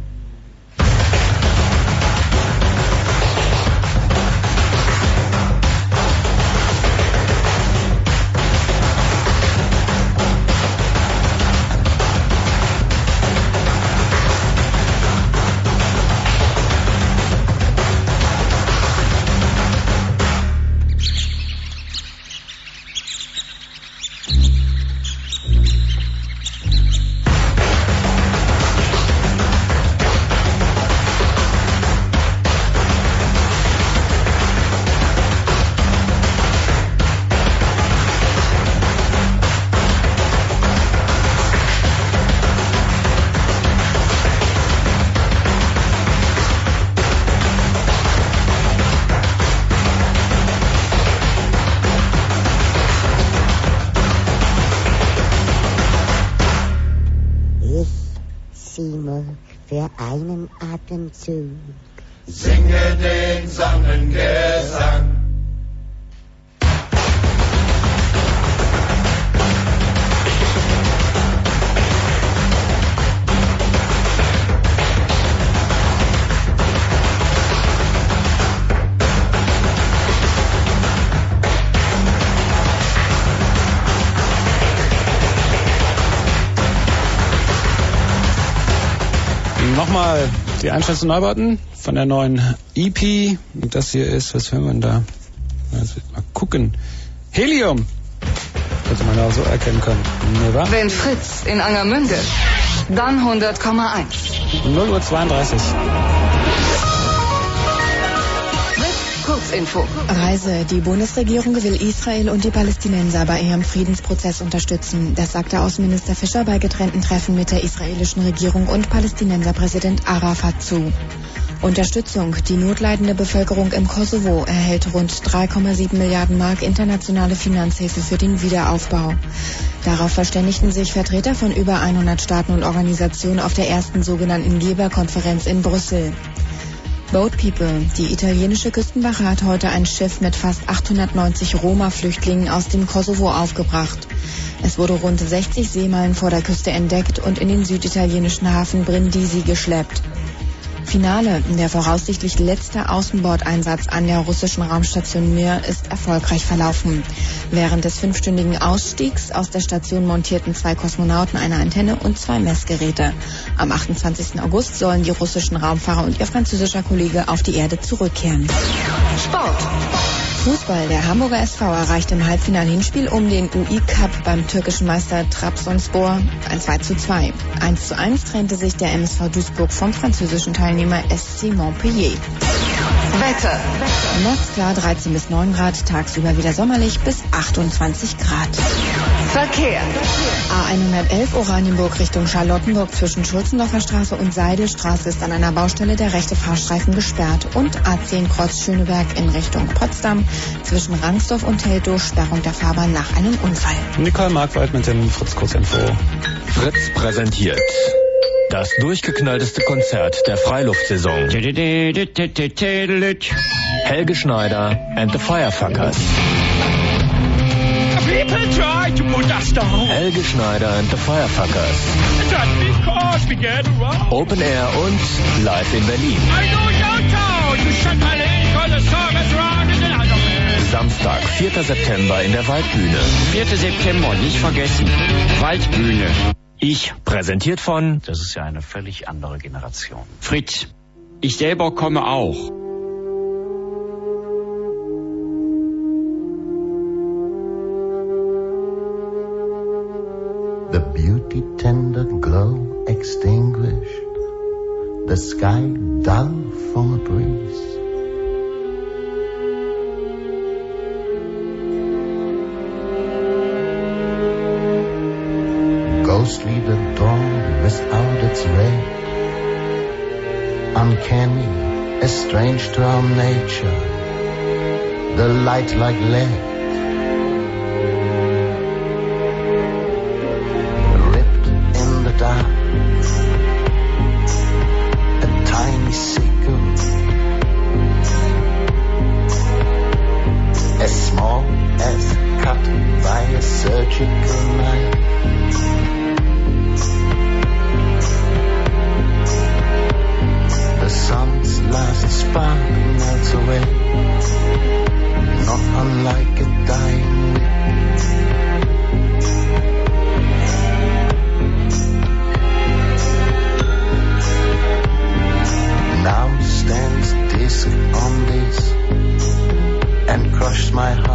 Für einen Atemzug singe den Sonnengesang. Nochmal die Einstellung Neubauten von der neuen EP. Und das hier ist, was hören wir denn da? Mal gucken. Helium. Hätte man auch so erkennen können. Nee, wa? Wenn Fritz in Angermünde, dann 100,1. 0:32 Uhr. Kurzinfo. Reise. Die Bundesregierung will Israel und die Palästinenser bei ihrem Friedensprozess unterstützen. Das sagte Außenminister Fischer bei getrennten Treffen mit der israelischen Regierung und Palästinenserpräsident Arafat zu. Unterstützung. Die notleidende Bevölkerung im Kosovo erhält rund 3,7 Milliarden Mark internationale Finanzhilfe für den Wiederaufbau. Darauf verständigten sich Vertreter von über 100 Staaten und Organisationen auf der ersten sogenannten Geberkonferenz in Brüssel. Boat People. Die italienische Küstenwache hat heute ein Schiff mit fast 890 Roma-Flüchtlingen aus dem Kosovo aufgebracht. Es wurde rund 60 Seemeilen vor der Küste entdeckt und in den süditalienischen Hafen Brindisi geschleppt. Finale. Der voraussichtlich letzte Außenbordeinsatz an der russischen Raumstation Mir ist erfolgreich verlaufen. Während des 5-stündigen Ausstiegs aus der Station montierten 2 Kosmonauten eine Antenne und 2 Messgeräte. Am 28. August sollen die russischen Raumfahrer und ihr französischer Kollege auf die Erde zurückkehren. Sport. Fußball. Der Hamburger SV erreicht im Halbfinal-Hinspiel um den UI-Cup beim türkischen Meister Trabzonspor ein 2:2. 1:1 trennte sich der MSV Duisburg vom französischen Teilnehmer SC Montpellier. Wetter. Nachts klar 13 bis 9 Grad, tagsüber wieder sommerlich bis 28 Grad. Verkehr. A111 Oranienburg Richtung Charlottenburg zwischen Schulzendorfer Straße und Seidelstraße ist an einer Baustelle der rechte Fahrstreifen gesperrt. Und A10 Kreuz Schöneberg in Richtung Potsdam zwischen Rangsdorf und Teltow Sperrung der Fahrbahn nach einem Unfall. Nicole Markwald mit dem Fritz-Kurzinfo. Fritz präsentiert das durchgeknallteste Konzert der Freiluftsaison. Helge Schneider and the Firefuckers. People try to put us down. Helge Schneider and the Firefuckers. Just because we get around. Open Air und live in Berlin. I know your town. You shut my lane for the service round in the other man. Samstag, 4. September in der Waldbühne. 4. September, nicht vergessen. Waldbühne. Ich, präsentiert von... Das ist ja eine völlig andere Generation. Fritz, ich selber komme auch. The beauty tender glow extinguished, the sky dull from a breeze. Ghostly the dawn without its ray, uncanny, estranged to our nature, the light like lead, ripped in the dark, a tiny sickle, as small as cut by a surgical knife. The sun's last spark melts away, not unlike a dying wind. Now stands disc on this and crushes my heart.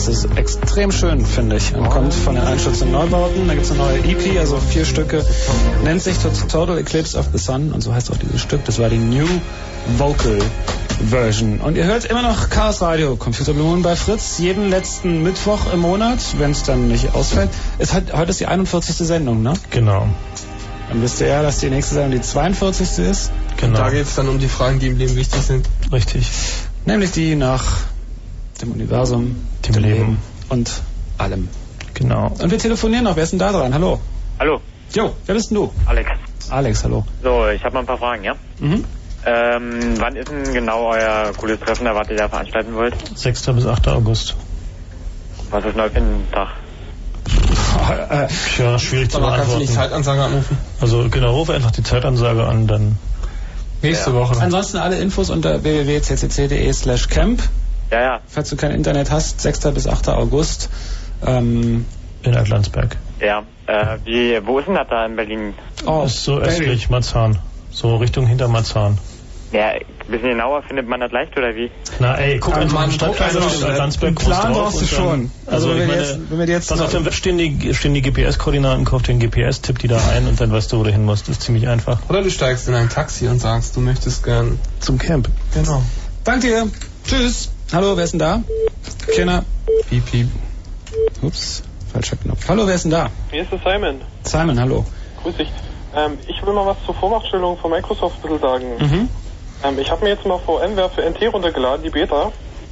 Das ist extrem schön, finde ich. Und kommt von den Einstürzen und Neubauten. Da gibt es eine neue EP, also 4 Stücke. Nennt sich Total Eclipse of the Sun. Und so heißt auch dieses Stück. Das war die New Vocal Version. Und ihr hört immer noch Chaos Radio, Computer Blue Moon bei Fritz. Jeden letzten Mittwoch im Monat, wenn es dann nicht ausfällt. Heute ist die 41. Sendung, ne? Genau. Dann wisst ihr ja, dass die nächste Sendung die 42. ist. Genau. Da geht es dann um die Fragen, die im Leben wichtig sind. Richtig. Nämlich die nach dem Universum, dem Leben und allem. Genau. Und wir telefonieren noch. Wer ist denn da dran? Hallo. Hallo. Jo, wer bist denn du? Alex. Alex, hallo. So, ich habe mal ein paar Fragen, ja? Mhm. Wann ist denn genau euer cooles Treffen, was ihr da veranstalten wollt? 6. bis 8. August. Was ist neu für ein Tag? Ja, schwierig zu beantworten. Kannst du nicht Zeitansage anrufen? Also genau, rufe einfach die Zeitansage an, dann nächste Woche. Ansonsten alle Infos unter www.ccc.de/camp. Ja, ja. Falls du kein Internet hast, 6. bis 8. August. In Atlantsberg. Ja, wo ist denn das da in Berlin? Oh, ist so östlich, Marzahn. So Richtung hinter Marzahn. Ja, ein bisschen genauer findet man das leicht, oder wie? Na ey, guck einfach mal Atlantsberg groß Plan drauf. brauchst du schon. Also wenn wir jetzt pass auf, dann stehen die GPS-Koordinaten, kauf den GPS, tipp die da ein und dann weißt du, wo du hin musst. Das ist ziemlich einfach. Oder du steigst in ein Taxi und sagst, du möchtest gern zum Camp. Genau. Danke dir. Tschüss. Hallo, wer ist denn da? Keiner. Piep, piep. Ups, falscher Knopf. Hallo, wer ist denn da? Hier ist der Simon. Simon, hallo. Grüß dich. Ich will mal was zur Vormachtstellung von Microsoft ein bisschen sagen. Mhm. Ich habe mir jetzt mal VMware für NT runtergeladen, die Beta.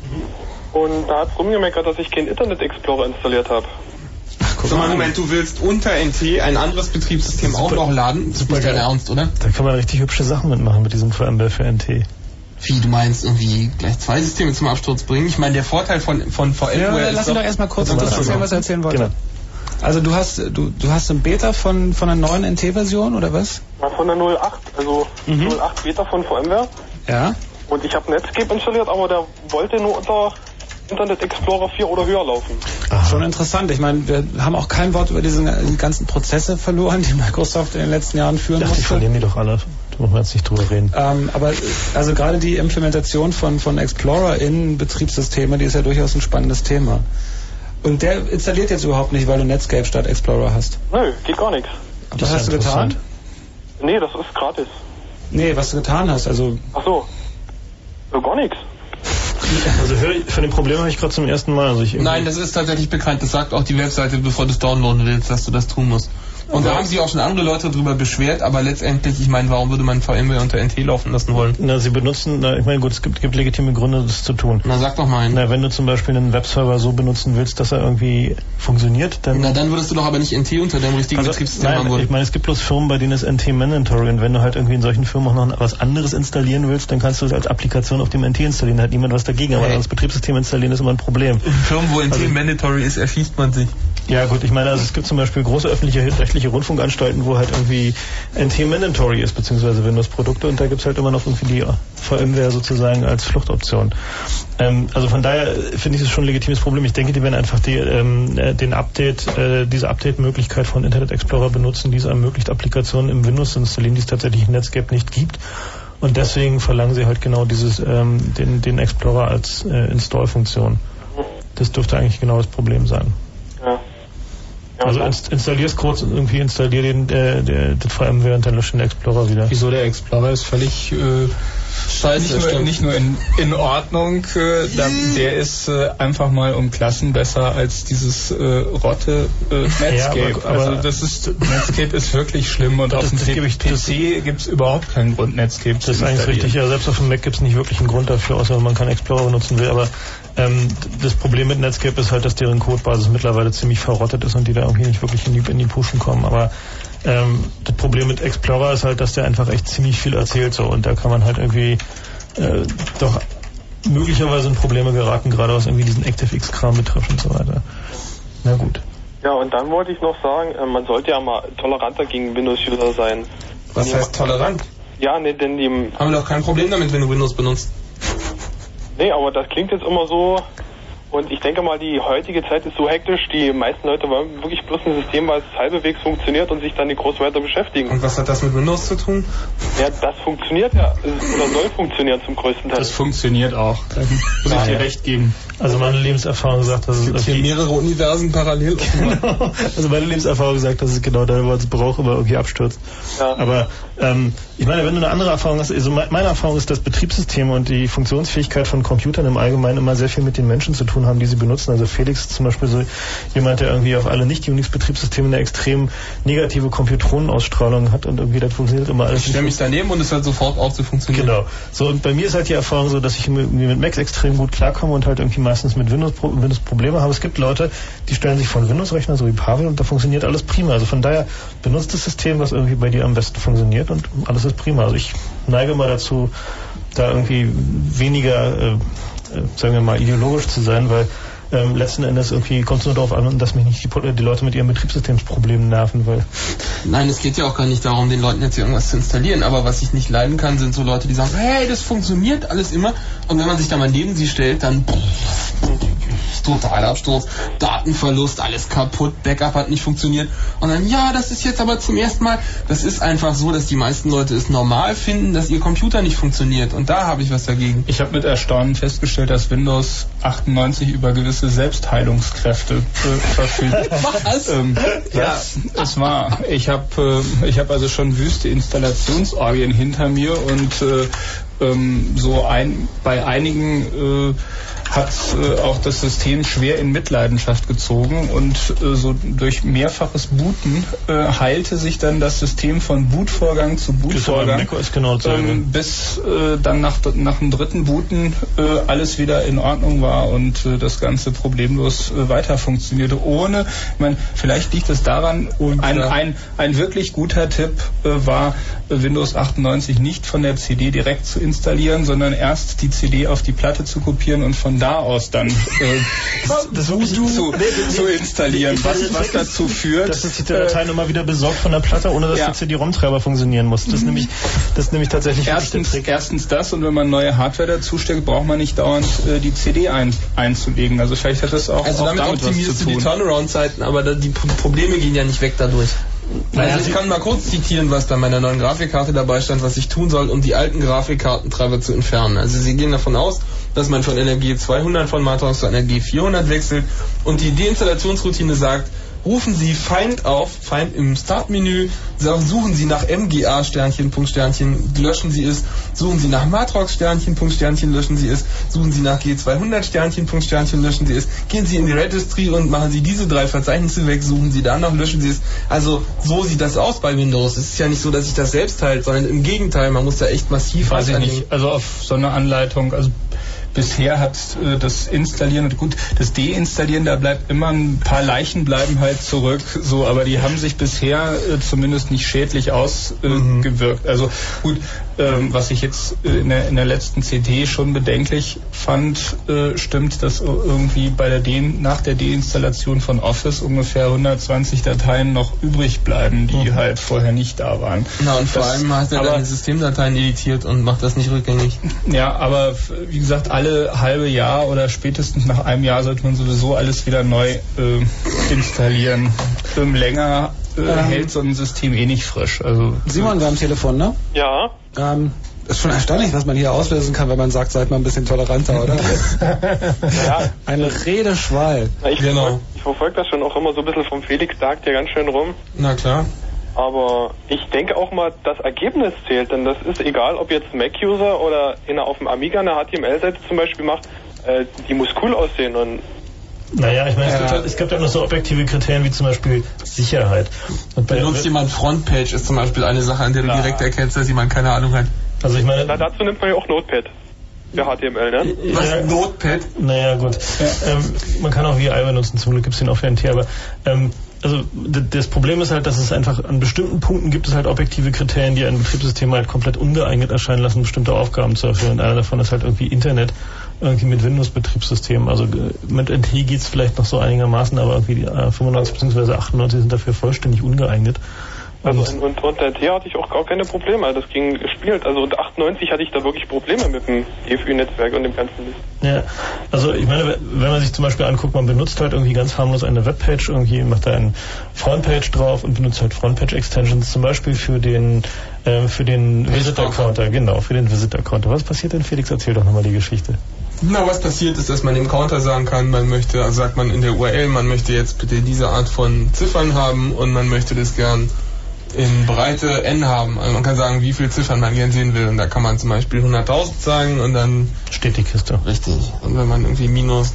Und da hat es rumgemeckert, dass ich keinen Internet Explorer installiert habe. So, Moment, du willst unter NT ein anderes Betriebssystem auch noch laden? Das ist nicht dein Ernst, oder? Da kann man richtig hübsche Sachen mitmachen mit diesem VMware für NT. Wie, du meinst irgendwie gleich 2 Systeme zum Absturz bringen? Ich meine, der Vorteil von VMware ja, lass ihn doch erstmal kurz erzählen, was er erzählen wollte. Genau. Also du hast ein Beta von einer neuen NT-Version, oder was? Ja, von der 08, also 08 Beta von VMware. Ja. Und ich habe Netscape installiert, aber der wollte nur unter Internet Explorer 4 oder höher laufen. Ach, schon interessant. Ich meine, wir haben auch kein Wort über die ganzen Prozesse verloren, die Microsoft in den letzten Jahren führen musste. Die verlieren die doch alle. Da wollen wir jetzt nicht drüber reden. Aber also gerade die Implementation von Explorer in Betriebssysteme, die ist ja durchaus ein spannendes Thema. Und der installiert jetzt überhaupt nicht, weil du Netscape statt Explorer hast? Nö, geht gar nichts. Was hast du getan? Nee, das ist gratis. Nee, was du getan hast, also... Ach so. Gar nichts. Also von dem Problem habe ich gerade zum ersten Mal. Nein, das ist tatsächlich bekannt. Das sagt auch die Webseite, bevor du es downloaden willst, dass du das tun musst. Und da haben sich auch schon andere Leute darüber beschwert, aber letztendlich, ich meine, warum würde man VMware unter NT laufen lassen wollen? Na, sie benutzen, ich meine, gut, es gibt legitime Gründe, das zu tun. Na, sag doch mal einen. Na, wenn du zum Beispiel einen Webserver so benutzen willst, dass er irgendwie funktioniert, dann... Na, dann würdest du doch aber nicht NT unter deinem richtigen Betriebssystem haben wollen. Ich meine, es gibt bloß Firmen, bei denen ist NT mandatory, und wenn du halt irgendwie in solchen Firmen auch noch was anderes installieren willst, dann kannst du es als Applikation auf dem NT installieren, da hat niemand was dagegen, aber das Betriebssystem installieren ist immer ein Problem. In Firmen, wo NT mandatory ist, erschießt man sich. Ja gut, ich meine, also es gibt zum Beispiel große rechtliche Rundfunkanstalten, wo halt irgendwie NT mandatory ist, beziehungsweise Windows-Produkte, und da gibt's halt immer noch irgendwie die VMware sozusagen als Fluchtoption. Also von daher finde ich es schon ein legitimes Problem. Ich denke, die werden einfach diese Update-Möglichkeit von Internet Explorer benutzen, die es ermöglicht, Applikationen im Windows zu installieren, die es tatsächlich in Netscape nicht gibt. Und deswegen verlangen sie halt genau den Explorer als Install-Funktion. Das dürfte eigentlich genau das Problem sein. Ja. Also installier's kurz und irgendwie installier das VMware und dann lösch den Explorer wieder. Wieso? Der Explorer ist völlig scheiße. Nicht nur in Ordnung, der ist einfach mal um Klassen besser als dieses Rotte Netscape. Ja, aber Netscape ist wirklich schlimm, und auf dem PC gibt's überhaupt keinen Grund, Netscape zu installieren. Das ist eigentlich richtig. Ja, selbst auf dem Mac gibt's nicht wirklich einen Grund dafür, außer wenn man keinen Explorer benutzen will. Aber das Problem mit Netscape ist halt, dass deren Codebasis mittlerweile ziemlich verrottet ist und die da irgendwie nicht wirklich in die Pushen kommen. Aber das Problem mit Explorer ist halt, dass der einfach echt ziemlich viel erzählt, so, und da kann man halt irgendwie doch möglicherweise in Probleme geraten, gerade was irgendwie diesen ActiveX-Kram betrifft und so weiter. Na gut. Ja, und dann wollte ich noch sagen, man sollte ja mal toleranter gegen Windows-User sein. Was heißt tolerant? Ja, ne, denn die... Haben wir doch kein Problem damit, wenn du Windows benutzt. Nee, aber das klingt jetzt immer so, und ich denke mal, die heutige Zeit ist so hektisch, die meisten Leute wollen wirklich bloß ein System, was halbwegs funktioniert und sich dann nicht groß weiter beschäftigen. Und was hat das mit Windows zu tun? Ja, das funktioniert ja, oder soll funktionieren zum größten Teil. Das funktioniert auch. Da muss ich dir recht geben. Also meine Lebenserfahrung sagt, dass es gibt hier mehrere Universen parallel. Genau. Also meine Lebenserfahrung sagt, dass es genau da, wo man es braucht, immer irgendwie abstürzt. Ja. Aber ich meine, wenn du eine andere Erfahrung hast, also meine Erfahrung ist, dass Betriebssysteme und die Funktionsfähigkeit von Computern im Allgemeinen immer sehr viel mit den Menschen zu tun haben, die sie benutzen. Also Felix ist zum Beispiel so jemand, der irgendwie auf alle Nicht-Unix-Betriebssysteme eine extrem negative Computronenausstrahlung hat und irgendwie das funktioniert immer alles. Ich stelle mich daneben und es hört sofort auf zu funktionieren. Genau. So, und bei mir ist halt die Erfahrung so, dass ich mit Macs extrem gut klarkomme und halt irgendwie meistens mit Windows Probleme habe. Es gibt Leute, die stellen sich von Windows-Rechner, so wie Pavel, und da funktioniert alles prima. Also von daher benutzt das System, was irgendwie bei dir am besten funktioniert, und alles ist prima. Also ich neige mal dazu, da irgendwie weniger, sagen wir mal, ideologisch zu sein, weil letzten Endes irgendwie kommt es nur darauf an, dass mich nicht die Leute mit ihren Betriebssystemsproblemen nerven, weil... Nein, es geht ja auch gar nicht darum, den Leuten jetzt hier irgendwas zu installieren, aber was ich nicht leiden kann, sind so Leute, die sagen, hey, das funktioniert alles immer, und wenn man sich da mal neben sie stellt, dann totaler Absturz, Datenverlust, alles kaputt, Backup hat nicht funktioniert, und dann, ja, das ist jetzt aber zum ersten Mal, das ist einfach so, dass die meisten Leute es normal finden, dass ihr Computer nicht funktioniert, und da habe ich was dagegen. Ich habe mit Erstaunen festgestellt, dass Windows 98 über gewisse Selbstheilungskräfte verfügt. Was? Ja, es war. Ich habe also schon wüste Installationsorgien hinter mir, und bei einigen hat auch das System schwer in Mitleidenschaft gezogen, und so durch mehrfaches Booten heilte sich dann das System von Bootvorgang zu Bootvorgang, bis dann nach dem dritten Booten alles wieder in Ordnung war und das Ganze problemlos weiter funktionierte. Ich meine, vielleicht liegt es daran, ein wirklich guter Tipp war, Windows 98 nicht von der CD direkt zu installieren, sondern erst die CD auf die Platte zu kopieren und von da aus dann zu installieren, was dazu führt, dass es die Dateien immer wieder besorgt von der Platte, ohne dass der CD-ROM-Treiber funktionieren muss. Das ist nämlich tatsächlich erstens das, und wenn man neue Hardware dazu steckt, braucht man nicht dauernd die CD einzulegen. Also vielleicht hat das auch damit optimierst du die Turnaround-Zeiten, aber die Probleme gehen ja nicht weg dadurch. Also ich kann mal kurz zitieren, was bei meiner neuen Grafikkarte dabei stand, was ich tun soll, um die alten Grafikkartentreiber zu entfernen. Also sie gehen davon aus, dass man von NRG 200 von Matrox zu NRG 400 wechselt, und die Deinstallationsroutine sagt, rufen Sie Find auf, Find im Startmenü, suchen Sie nach MGA Sternchen, Punkt Sternchen, löschen Sie es, suchen Sie nach Matrox Sternchen, Punkt Sternchen, löschen Sie es, suchen Sie nach G200 Sternchen, Punkt Sternchen, löschen Sie es, gehen Sie in die Registry und machen Sie diese 3 Verzeichnisse weg, suchen Sie da noch, löschen Sie es. Also so sieht das aus bei Windows. Es ist ja nicht so, dass sich das selbst heilt, sondern im Gegenteil, man muss da echt massiv Weiß ich nicht. Also auf so eine Anleitung, also bisher hat das Installieren und gut, das Deinstallieren, da bleibt immer ein paar Leichen bleiben halt zurück, so, aber die haben sich bisher zumindest nicht schädlich ausgewirkt. Also gut, was ich jetzt in der letzten CD schon bedenklich fand, stimmt, dass irgendwie nach der Deinstallation von Office ungefähr 120 Dateien noch übrig bleiben, die halt vorher nicht da waren. Na, und vor allem hat er dann Systemdateien editiert und macht das nicht rückgängig. Ja, aber wie gesagt, alle halbe Jahr oder spätestens nach einem Jahr sollte man sowieso alles wieder neu installieren. Länger hält so ein System nicht frisch. Also Simon, wir haben Telefon, ne? Ja. Ist schon erstaunlich, was man hier auslösen kann, wenn man sagt, seid mal ein bisschen toleranter, oder? Ja. Eine Redeschwall. Ich verfolge das schon auch immer so ein bisschen vom Felix, sagt ja ganz schön rum. Na klar. Aber ich denke auch mal, das Ergebnis zählt, denn das ist egal, ob jetzt Mac-User oder auf dem Amiga eine HTML-Seite zum Beispiel macht, die muss cool aussehen. Und naja, ich meine, es gibt ja noch so objektive Kriterien wie zum Beispiel Sicherheit. Und benutzt jemand Frontpage, ist zum Beispiel eine Sache, an der du direkt erkennst, dass jemand keine Ahnung hat. Also ich meine, dazu nimmt man ja auch Notepad. Für HTML, ne? Was? Notepad? Naja, gut. Man kann auch VI benutzen, zum Glück gibt es den auch für NT, aber also das Problem ist halt, dass es einfach an bestimmten Punkten gibt es halt objektive Kriterien, die ein Betriebssystem halt komplett ungeeignet erscheinen lassen, bestimmte Aufgaben zu erfüllen. Und einer davon ist halt irgendwie Internet, irgendwie mit Windows-Betriebssystemen. Also mit NT geht's vielleicht noch so einigermaßen, aber irgendwie die 95 bzw. 98 sind dafür vollständig ungeeignet. Also und unter NT hatte ich auch gar keine Probleme, das ging gespielt. Also unter 98 hatte ich da wirklich Probleme mit dem EFÜ-Netzwerk und dem ganzen Mist. Ja, also ich meine, wenn man sich zum Beispiel anguckt, man benutzt halt irgendwie ganz harmlos eine Webpage, irgendwie macht da einen Frontpage drauf und benutzt halt Frontpage-Extensions, zum Beispiel für den Visitor-Counter, genau, für den Visitor-Counter. Was passiert denn, Felix? Erzähl doch nochmal die Geschichte. Na, was passiert ist, dass man dem Counter sagen kann, man möchte, also sagt man in der URL, man möchte jetzt bitte diese Art von Ziffern haben und man möchte das gern in Breite N haben. Also man kann sagen, wie viele Ziffern man gern sehen will und da kann man zum Beispiel 100.000 sagen und dann steht die Kiste. Richtig. Und wenn man irgendwie minus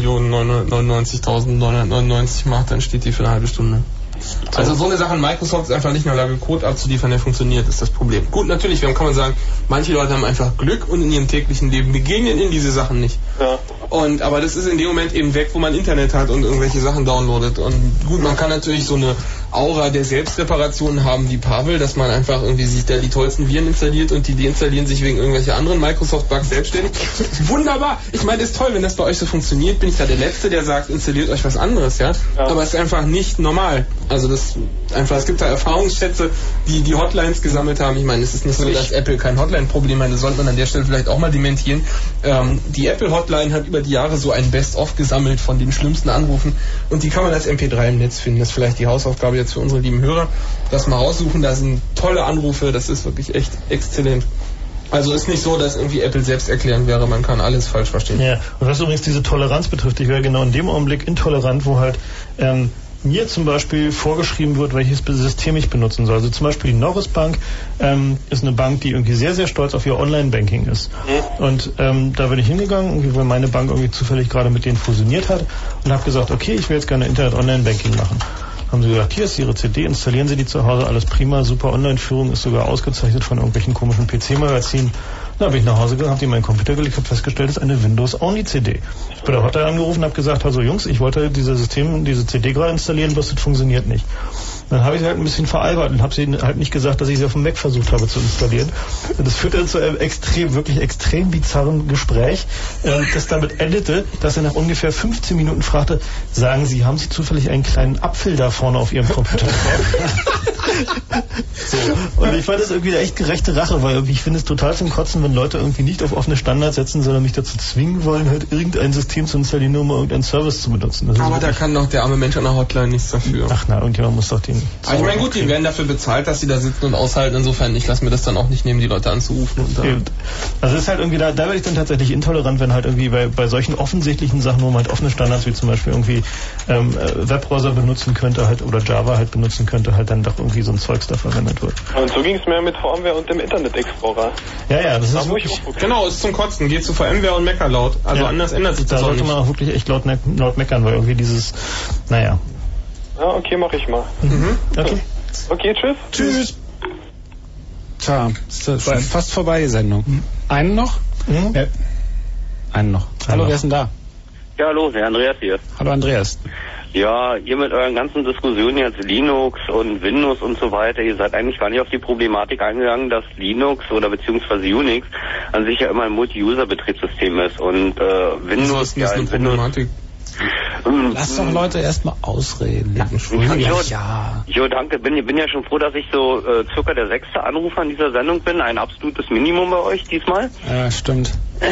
9.999.999 macht, dann steht die für eine halbe Stunde. So. Also so eine Sache, Microsoft ist einfach nicht in der Lage, Code abzuliefern, der funktioniert, ist das Problem. Gut, natürlich, kann man sagen, manche Leute haben einfach Glück und in ihrem täglichen Leben begegnen in diese Sachen nicht. Ja. Aber das ist in dem Moment eben weg, wo man Internet hat und irgendwelche Sachen downloadet. Und gut, man kann natürlich so eine Aura der Selbstreparation haben wie Pavel, dass man einfach irgendwie sich da die tollsten Viren installiert und die deinstallieren sich wegen irgendwelcher anderen Microsoft-Bugs selbstständig. Wunderbar! Ich meine, das ist toll, wenn das bei euch so funktioniert, bin ich da der Letzte, der sagt, installiert euch was anderes, ja? Aber es ist einfach nicht normal. Also es gibt da Erfahrungsschätze, die Hotlines gesammelt haben. Ich meine, es ist nicht so, dass Apple kein Hotline-Problem hat, das sollte man an der Stelle vielleicht auch mal dementieren. Die Apple-Hotline hat über die Jahre so ein Best-of gesammelt von den schlimmsten Anrufen und die kann man als MP3 im Netz finden. Das ist vielleicht die Hausaufgabe jetzt für unsere lieben Hörer. Das mal raussuchen, da sind tolle Anrufe, das ist wirklich echt exzellent. Also ist nicht so, dass irgendwie Apple selbst erklären wäre, man kann alles falsch verstehen. Ja, und was übrigens diese Toleranz betrifft, ich wäre genau in dem Augenblick intolerant, wo halt mir zum Beispiel vorgeschrieben wird, welches System ich benutzen soll. Also zum Beispiel die Norris Bank ist eine Bank, die irgendwie sehr, sehr stolz auf ihr Online-Banking ist. Und da bin ich hingegangen, weil meine Bank irgendwie zufällig gerade mit denen fusioniert hat und habe gesagt, okay, ich will jetzt gerne Internet-Online-Banking machen. Haben sie gesagt, hier ist Ihre CD, installieren Sie die zu Hause, alles prima, super Online-Führung, ist sogar ausgezeichnet von irgendwelchen komischen PC-Magazinen. Da bin ich nach Hause gegangen, habe die in meinen Computer gelegt, habe festgestellt, das ist eine Windows-Only-CD. Ich bin bei der Hotline angerufen und habe gesagt, also Jungs, ich wollte diese CD gerade installieren, bloß das funktioniert nicht. Dann habe ich sie halt ein bisschen veralbert und habe sie halt nicht gesagt, dass ich sie auf dem Mac versucht habe zu installieren. Und das führte zu einem wirklich extrem bizarren Gespräch, das damit endete, dass er nach ungefähr 15 Minuten fragte, sagen Sie, haben Sie zufällig einen kleinen Apfel da vorne auf Ihrem Computer drauf? So. Und ich fand das irgendwie eine echt gerechte Rache, weil irgendwie ich finde es total zum Kotzen, wenn Leute irgendwie nicht auf offene Standards setzen, sondern mich dazu zwingen wollen, halt irgendein System zu installieren, nur um irgendeinen Service zu benutzen. Aber da kann doch der arme Mensch an der Hotline nichts dafür. Ach na, irgendjemand muss doch den... Also ich meine, gut, die werden dafür bezahlt, dass sie da sitzen und aushalten. Insofern, ich lasse mir das dann auch nicht nehmen, die Leute anzurufen. Und also es ist halt irgendwie, da werde ich dann tatsächlich intolerant, wenn halt irgendwie bei solchen offensichtlichen Sachen, wo man halt offene Standards wie zum Beispiel irgendwie Webbrowser benutzen könnte halt oder Java halt benutzen könnte, halt dann doch irgendwie so ein Zeugs da verwendet wird. Und so ging es mir mit VMware und dem Internet Explorer. Ja, das ist wirklich... Genau, ist zum Kotzen. Geht zu VMware und meckern laut. Also anders ändert sich das auch nicht. Da sollte man auch wirklich echt laut meckern, weil irgendwie dieses, naja... Ja, okay, mach ich mal. Okay. Okay, tschüss. Tschüss. Tja, ist fast vorbei, die Sendung. Einen noch? Ja. Einen noch. Hallo, wer ist denn da? Ja, hallo, der Andreas hier. Hallo, Andreas. Ja, ihr mit euren ganzen Diskussionen jetzt Linux und Windows und so weiter, ihr seid eigentlich gar nicht auf die Problematik eingegangen, dass Linux oder beziehungsweise Unix an sich ja immer ein Multi-User-Betriebssystem ist und Windows ja eine Problematik. Lass doch Leute erstmal ausreden. Jo, danke. Bin ja schon froh, dass ich so circa der 6. Anrufer an dieser Sendung bin. Ein absolutes Minimum bei euch diesmal. Ja, stimmt.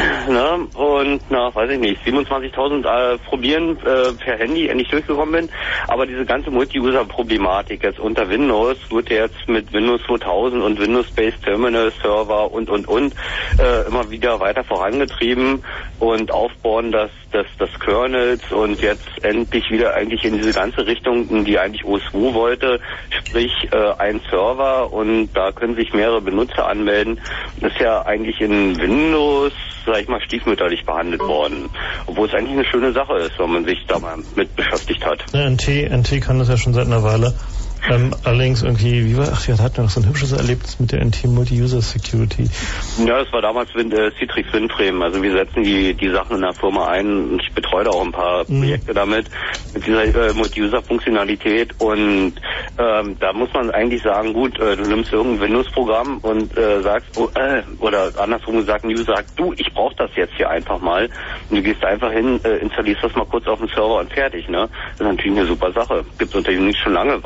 Weiß ich nicht, 27.000 probieren per Handy endlich durchgekommen bin. Aber diese ganze Multi-User-Problematik jetzt unter Windows wird jetzt mit Windows 2000 und Windows-Based Terminal Server und immer wieder weiter vorangetrieben und Aufbauen des Kernels und jetzt endlich wieder eigentlich in diese ganze Richtung, die eigentlich OS2 wollte, sprich ein Server und da können sich mehrere Benutzer anmelden. Das ist ja eigentlich in Windows, sag ich mal, stiefmütterlich behandelt worden. Obwohl es eigentlich eine schöne Sache ist, wenn man sich da mal mit beschäftigt hat. Ja, NT kann das ja schon seit einer Weile. Allerdings irgendwie, wir hatten noch so ein hübsches Erlebnis mit der NT Multi-User Security. Ja, das war damals Citrix WinFrame. Also wir setzen die Sachen in der Firma ein und ich betreue da auch ein paar Projekte damit, mit dieser Multi-User-Funktionalität und da muss man eigentlich sagen, gut, du nimmst irgendein Windows-Programm und sagst, oder andersrum gesagt, ein User sagt, du, ich brauche das jetzt hier einfach mal und du gehst einfach hin, installierst das mal kurz auf den Server und fertig, ne? Das ist natürlich eine super Sache. Gibt es unter Unix schon lange, weiß ich,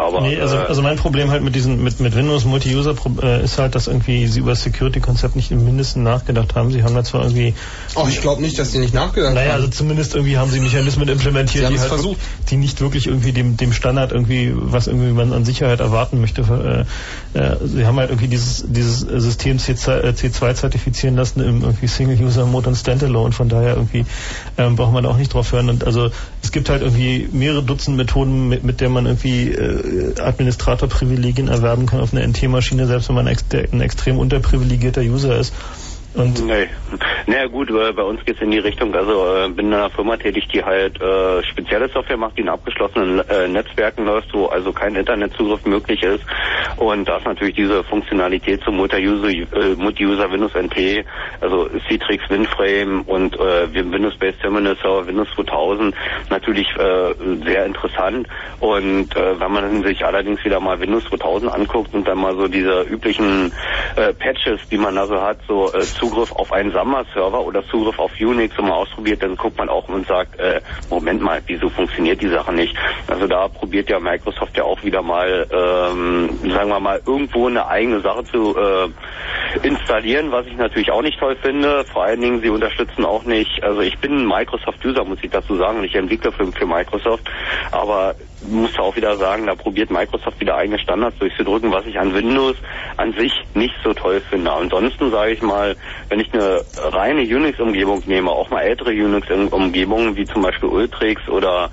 aber... Nee, also mein Problem halt mit Windows Multi-User ist halt, dass irgendwie sie über das Security-Konzept nicht im Mindesten nachgedacht haben. Sie haben da zwar irgendwie... Oh, ich glaube nicht, dass die nicht nachgedacht haben. Naja, also zumindest irgendwie haben sie Mechanismen implementiert, die halt versucht, die nicht wirklich irgendwie dem Standard irgendwie, was irgendwie man an Sicherheit erwarten möchte. Sie haben halt irgendwie dieses System C2 zertifizieren lassen im irgendwie Single-User-Mode und Standalone. Von daher irgendwie braucht man da auch nicht drauf hören. Und also es gibt halt irgendwie mehrere Dutzend Methoden, mit der man irgendwie Administratorprivilegien erwerben kann auf einer NT-Maschine, selbst wenn man ein extrem unterprivilegierter User ist. Und naja gut, bei uns geht's in die Richtung, also bin in einer Firma tätig, die halt spezielle Software macht, die in abgeschlossenen Netzwerken läuft, wo also kein Internetzugriff möglich ist. Und da ist natürlich diese Funktionalität zum Multi-User Windows NT, also Citrix, WinFrame und Windows-Based Terminal Server, Windows 2000 natürlich sehr interessant. Und wenn man sich allerdings wieder mal Windows 2000 anguckt und dann mal so diese üblichen Patches, die man da so hat, so Zugriff auf einen Samba-Server oder Zugriff auf Unix und mal ausprobiert, dann guckt man auch und sagt, Moment mal, wieso funktioniert die Sache nicht? Also da probiert ja Microsoft ja auch wieder mal, sagen wir mal, irgendwo eine eigene Sache zu installieren, was ich natürlich auch nicht toll finde. Vor allen Dingen, sie unterstützen auch nicht, also ich bin Microsoft-User, muss ich dazu sagen, und ich entwickle für Microsoft, aber muss auch wieder sagen, da probiert Microsoft wieder eigene Standards durchzudrücken, was ich an Windows an sich nicht so toll finde. Ansonsten sage ich mal, wenn ich eine reine Unix-Umgebung nehme, auch mal ältere Unix-Umgebungen, wie zum Beispiel Ultrix oder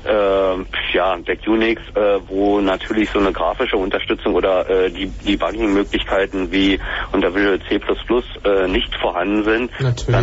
Deck Unix, wo natürlich so eine grafische Unterstützung oder die Debugging-Möglichkeiten wie unter Visual C++ nicht vorhanden sind,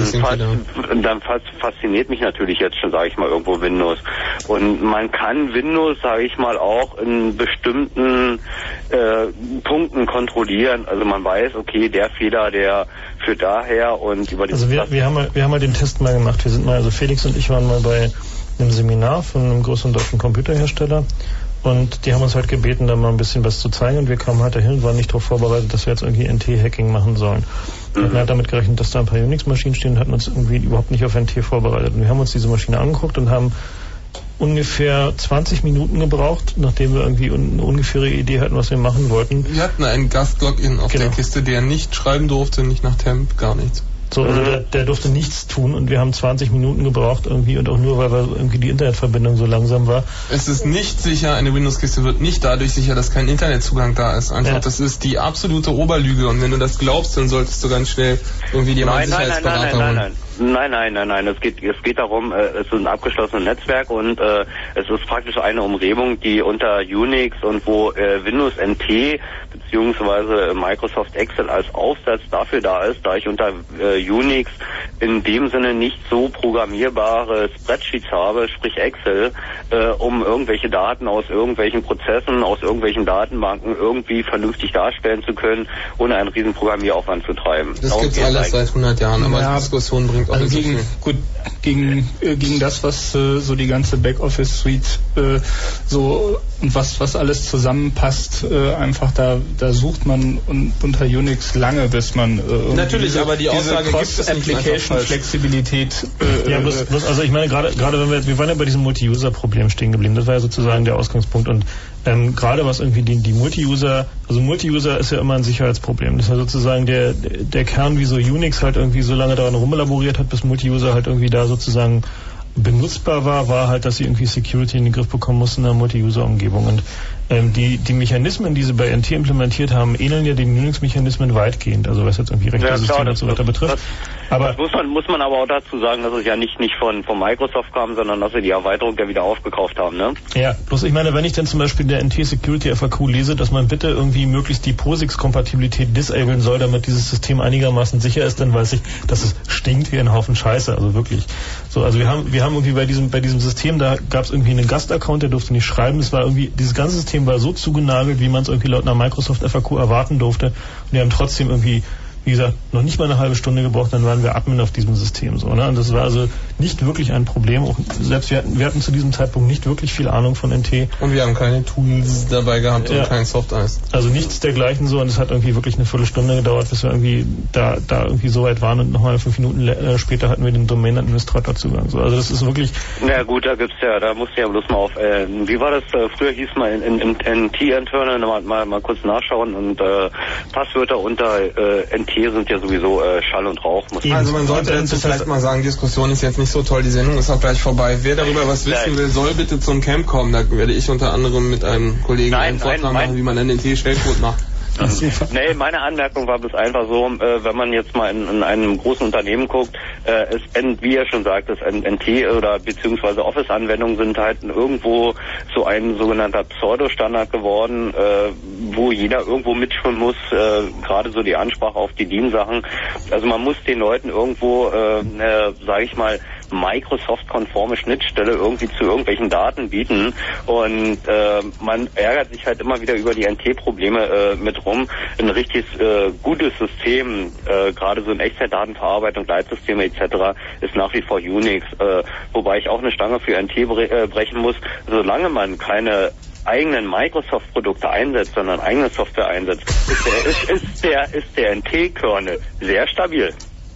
dann fasziniert mich natürlich jetzt schon, sage ich mal, irgendwo Windows. Und man kann Windows, sage ich mal, auch in bestimmten Punkten kontrollieren. Also man weiß, okay, der Fehler, der führt daher und über die... Also wir haben mal den Test mal gemacht. Wir sind mal, also Felix und ich waren mal bei einem Seminar von einem größeren deutschen Computerhersteller und die haben uns halt gebeten, da mal ein bisschen was zu zeigen und wir kamen halt dahin und waren nicht darauf vorbereitet, dass wir jetzt irgendwie NT-Hacking machen sollen. Wir hatten halt damit gerechnet, dass da ein paar Unix-Maschinen stehen und hatten uns irgendwie überhaupt nicht auf NT vorbereitet. Und wir haben uns diese Maschine angeguckt und haben ungefähr 20 Minuten gebraucht, nachdem wir irgendwie eine ungefähre Idee hatten, was wir machen wollten. Wir hatten einen Gast-Login auf der Kiste, der nicht schreiben durfte, nicht nach Temp, gar nichts. So, also der durfte nichts tun und wir haben 20 Minuten gebraucht irgendwie und auch nur, weil irgendwie die Internetverbindung so langsam war. Es ist nicht sicher, eine Windows-Kiste wird nicht dadurch sicher, dass kein Internetzugang da ist. Einfach, das ist die absolute Oberlüge und wenn du das glaubst, dann solltest du ganz schnell irgendwie dir mal einen Sicherheitsberater holen. Nein. Es geht darum, es ist ein abgeschlossenes Netzwerk und es ist praktisch eine Umgebung, die unter Unix und wo Windows NT beziehungsweise Microsoft Excel als Aufsatz dafür da ist, da ich unter Unix in dem Sinne nicht so programmierbare Spreadsheets habe, sprich Excel, um irgendwelche Daten aus irgendwelchen Prozessen, aus irgendwelchen Datenbanken irgendwie vernünftig darstellen zu können, ohne einen riesen Programmieraufwand zu treiben. Das gibt's alles seit 100 Jahren, aber die Diskussion bringt auch also gegen das, was so die ganze Backoffice-Suite so und was alles zusammenpasst, einfach da sucht man unter Unix lange, bis man natürlich, aber die Aussage Cross-Application-Flexibilität also ich meine, gerade wenn wir waren ja bei diesem Multi-User-Problem stehen geblieben, das war ja sozusagen der Ausgangspunkt und gerade was irgendwie die Multi-User, also Multi-User ist ja immer ein Sicherheitsproblem. Das ist ja sozusagen der Kern, wie so Unix halt irgendwie so lange daran rumlaboriert hat, bis Multi-User halt irgendwie da sozusagen benutzbar war halt, dass sie irgendwie Security in den Griff bekommen mussten in einer Multi-User-Umgebung. Und die Mechanismen, die sie bei NT implementiert haben, ähneln ja den Unix-Mechanismen weitgehend, also was jetzt irgendwie Rechtesysteme und so weiter betrifft. Aber das muss man aber auch dazu sagen, dass es ja nicht von Microsoft kam, sondern dass sie die Erweiterung ja wieder aufgekauft haben, ne? Ja, bloß ich meine, wenn ich dann zum Beispiel der NT Security FAQ lese, dass man bitte irgendwie möglichst die POSIX-Kompatibilität disablen soll, damit dieses System einigermaßen sicher ist, dann weiß ich, dass es stinkt wie ein Haufen Scheiße, also wirklich. So, also wir haben irgendwie bei diesem System, da gab es irgendwie einen Gastaccount, der durfte nicht schreiben, es war irgendwie, dieses ganze System war so zugenagelt, wie man es irgendwie laut einer Microsoft FAQ erwarten durfte. Und wir haben trotzdem irgendwie, wie gesagt, noch nicht mal eine halbe Stunde gebraucht, dann waren wir Admin auf diesem System, so, ne? Und das war also, nicht wirklich ein Problem. Auch selbst wir hatten zu diesem Zeitpunkt nicht wirklich viel Ahnung von NT. Und wir haben keine Tools dabei gehabt und kein Softeis. Also nichts dergleichen so, und es hat irgendwie wirklich eine Viertelstunde gedauert, bis wir irgendwie da irgendwie so weit waren, und nochmal 5 Minuten später hatten wir den Domain-Administrator Zugang. So, also das ist wirklich... Na gut, da musst du ja bloß mal auf, wie war das, früher hieß mal in NT-Internal, mal kurz nachschauen, und Passwörter unter NT sind ja sowieso Schall und Rauch. Also man sollte dazu vielleicht mal sagen, die Diskussion ist jetzt nicht so toll, die Sendung ist auch gleich vorbei. Wer darüber was wissen will, soll bitte zum Camp kommen. Da werde ich unter anderem mit einem Kollegen einen Vortrag machen, wie man einen NT-Shellcode macht. Nee, meine Anmerkung war bloß einfach so, wenn man jetzt mal in einem großen Unternehmen guckt, wie er schon sagt, das NT oder beziehungsweise Office-Anwendungen sind halt irgendwo so ein sogenannter Pseudo-Standard geworden, wo jeder irgendwo mitschwimmen muss, gerade so die Ansprache auf die DIN-Sachen. Also man muss den Leuten irgendwo, sage ich mal, Microsoft-konforme Schnittstelle irgendwie zu irgendwelchen Daten bieten, und man ärgert sich halt immer wieder über die NT-Probleme mit rum. Ein richtig gutes System, gerade so in Echtzeitdatenverarbeitung, Leitsysteme etc. ist nach wie vor Unix, wobei ich auch eine Stange für NT brechen muss. Solange man keine eigenen Microsoft-Produkte einsetzt, sondern eigene Software einsetzt, ist der NT-Kernel sehr stabil.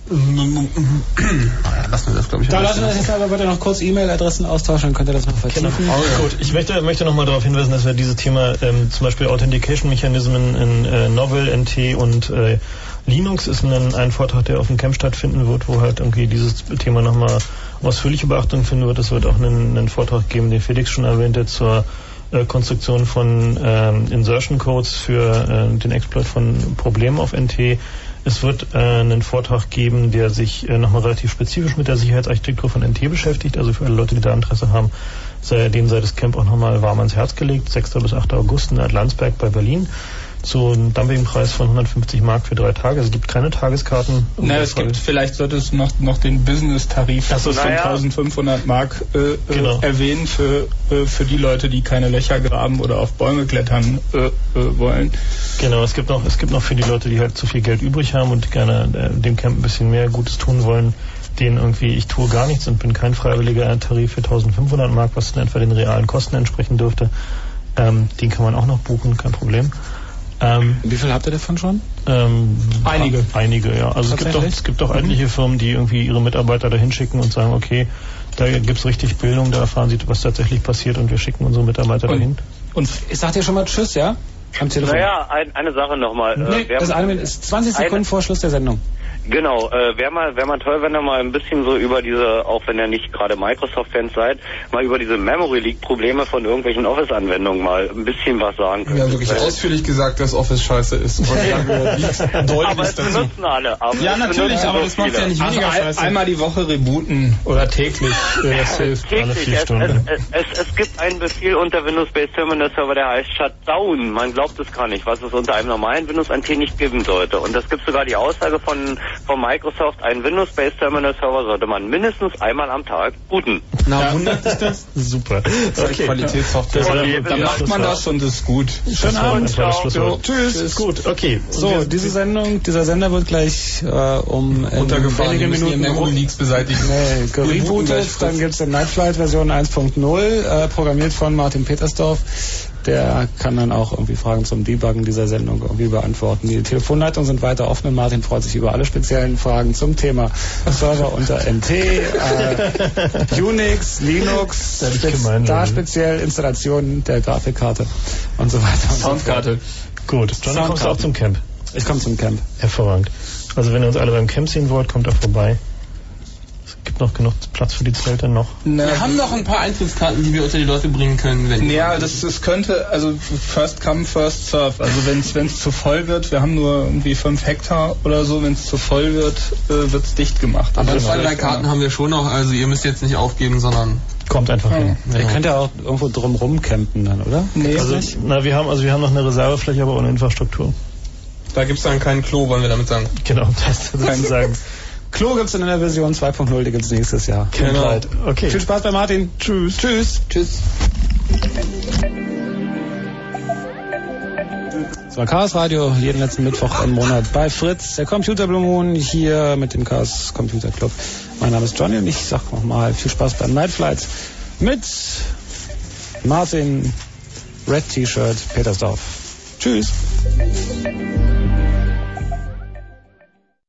Lassen wir das, glaube ich. Da lassen wir das jetzt aber bitte noch kurz E-Mail-Adressen austauschen, dann könnt ihr das noch vertiefen. Genau. Gut, ich möchte noch mal darauf hinweisen, dass wir dieses Thema zum Beispiel Authentication-Mechanismen in Novel, NT und Linux ist ein Vortrag, der auf dem Camp stattfinden wird, wo halt irgendwie dieses Thema nochmal ausführliche Beachtung finden wird. Es wird auch einen Vortrag geben, den Felix schon erwähnte, zur Konstruktion von Insertion Codes für den Exploit von Problemen auf NT. Es wird einen Vortrag geben, der sich nochmal relativ spezifisch mit der Sicherheitsarchitektur von NT beschäftigt. Also für alle Leute, die da Interesse haben, denen sei das Camp auch nochmal warm ans Herz gelegt. 6. bis 8. August in Landsberg bei Berlin. Zu einem Dumpingpreis von 150 Mark für 3 Tage. Es gibt keine Tageskarten. Vielleicht solltest du noch den Business-Tarif von 1500 Mark erwähnen für die Leute, die keine Löcher graben oder auf Bäume klettern wollen. Genau, es gibt noch für die Leute, die halt zu viel Geld übrig haben und gerne dem Camp ein bisschen mehr Gutes tun wollen, denen irgendwie, ich tue gar nichts und bin kein freiwilliger Tarif für 1500 Mark, was dann etwa den realen Kosten entsprechen dürfte. Den kann man auch noch buchen, kein Problem. Wie viel habt ihr davon schon? Einige, ja. Also es gibt auch etliche Firmen, die irgendwie ihre Mitarbeiter dahin schicken und sagen, okay, da gibt's richtig Bildung, da erfahren sie, was tatsächlich passiert, und wir schicken unsere Mitarbeiter dahin. Und ich sag dir schon mal Tschüss, ja? Am Telefon. Naja, eine Sache nochmal. Das ist 20 Sekunden vor Schluss der Sendung. Genau, wäre mal toll, wenn ihr mal ein bisschen so über diese, auch wenn ihr nicht gerade Microsoft-Fans seid, mal über diese Memory-Leak-Probleme von irgendwelchen Office-Anwendungen mal ein bisschen was sagen könnt. Wir haben wirklich ausführlich gesagt, dass Office scheiße ist. Und aber es benutzen alle. Ja, natürlich, aber das macht ja nicht weniger scheiße. Einmal die Woche rebooten oder täglich, das hilft. Alle 4 Stunden. Es gibt einen Befehl unter Windows-Based Terminal Server, der heißt Shutdown. Man glaubt es gar nicht, was es unter einem normalen Windows-NT nicht geben sollte. Und es gibt sogar die Aussage von Microsoft, einen Windows-Based Terminal Server sollte man mindestens einmal am Tag booten. Na, wundert dich das? Super. Okay. Qualitätssoftware. Dann macht man das und ist gut. Schönen Abend. Ciao. Tschüss. Ist gut. Okay. So, dieser Sender wird gleich um wenige Minuten Memory-Leaks beseitigen. Gerebootet. Dann gibt es die Night Flight Version 1.0, programmiert von Martin Petersdorf. Der kann dann auch irgendwie Fragen zum Debuggen dieser Sendung irgendwie beantworten. Die Telefonleitungen sind weiter offen und Martin freut sich über alle speziellen Fragen zum Thema Server unter NT, Unix, Linux, da speziell Installation der Grafikkarte und so weiter. Soundkarte. Gut, John, kommst du auch zum Camp? Ich komme zum Camp. Hervorragend. Also wenn ihr uns alle beim Camp sehen wollt, kommt da vorbei. Es gibt noch genug Platz für die Zelte noch. Wir haben noch ein paar Eintrittskarten, die wir unter die Leute bringen können. Das könnte, also first come, first serve. Also wenn es zu voll wird, wir haben nur irgendwie 5 Hektar oder so, wenn es zu voll wird, wird es dicht gemacht. Aber 2-3 Karten haben wir schon noch, also ihr müsst jetzt nicht aufgeben, sondern... Kommt einfach hin. Ihr könnt ja auch irgendwo drumrum campen dann, oder? Nee, wir haben noch eine Reservefläche, aber ohne Infrastruktur. Da gibt's dann kein Klo, wollen wir damit sagen. Genau, das kann ich sagen. Klo gibt's in der Version 2.0, die gibt's nächstes Jahr. Genau. Okay. Viel Spaß bei Martin. Tschüss. Tschüss. Tschüss. Das war Chaos Radio, jeden letzten Mittwoch im Monat bei Fritz. Der Computer Blue Moon hier mit dem Chaos Computer Club. Mein Name ist Johnny und ich sag nochmal viel Spaß beim Night Flights mit Martin, Red T-Shirt, Petersdorf. Tschüss.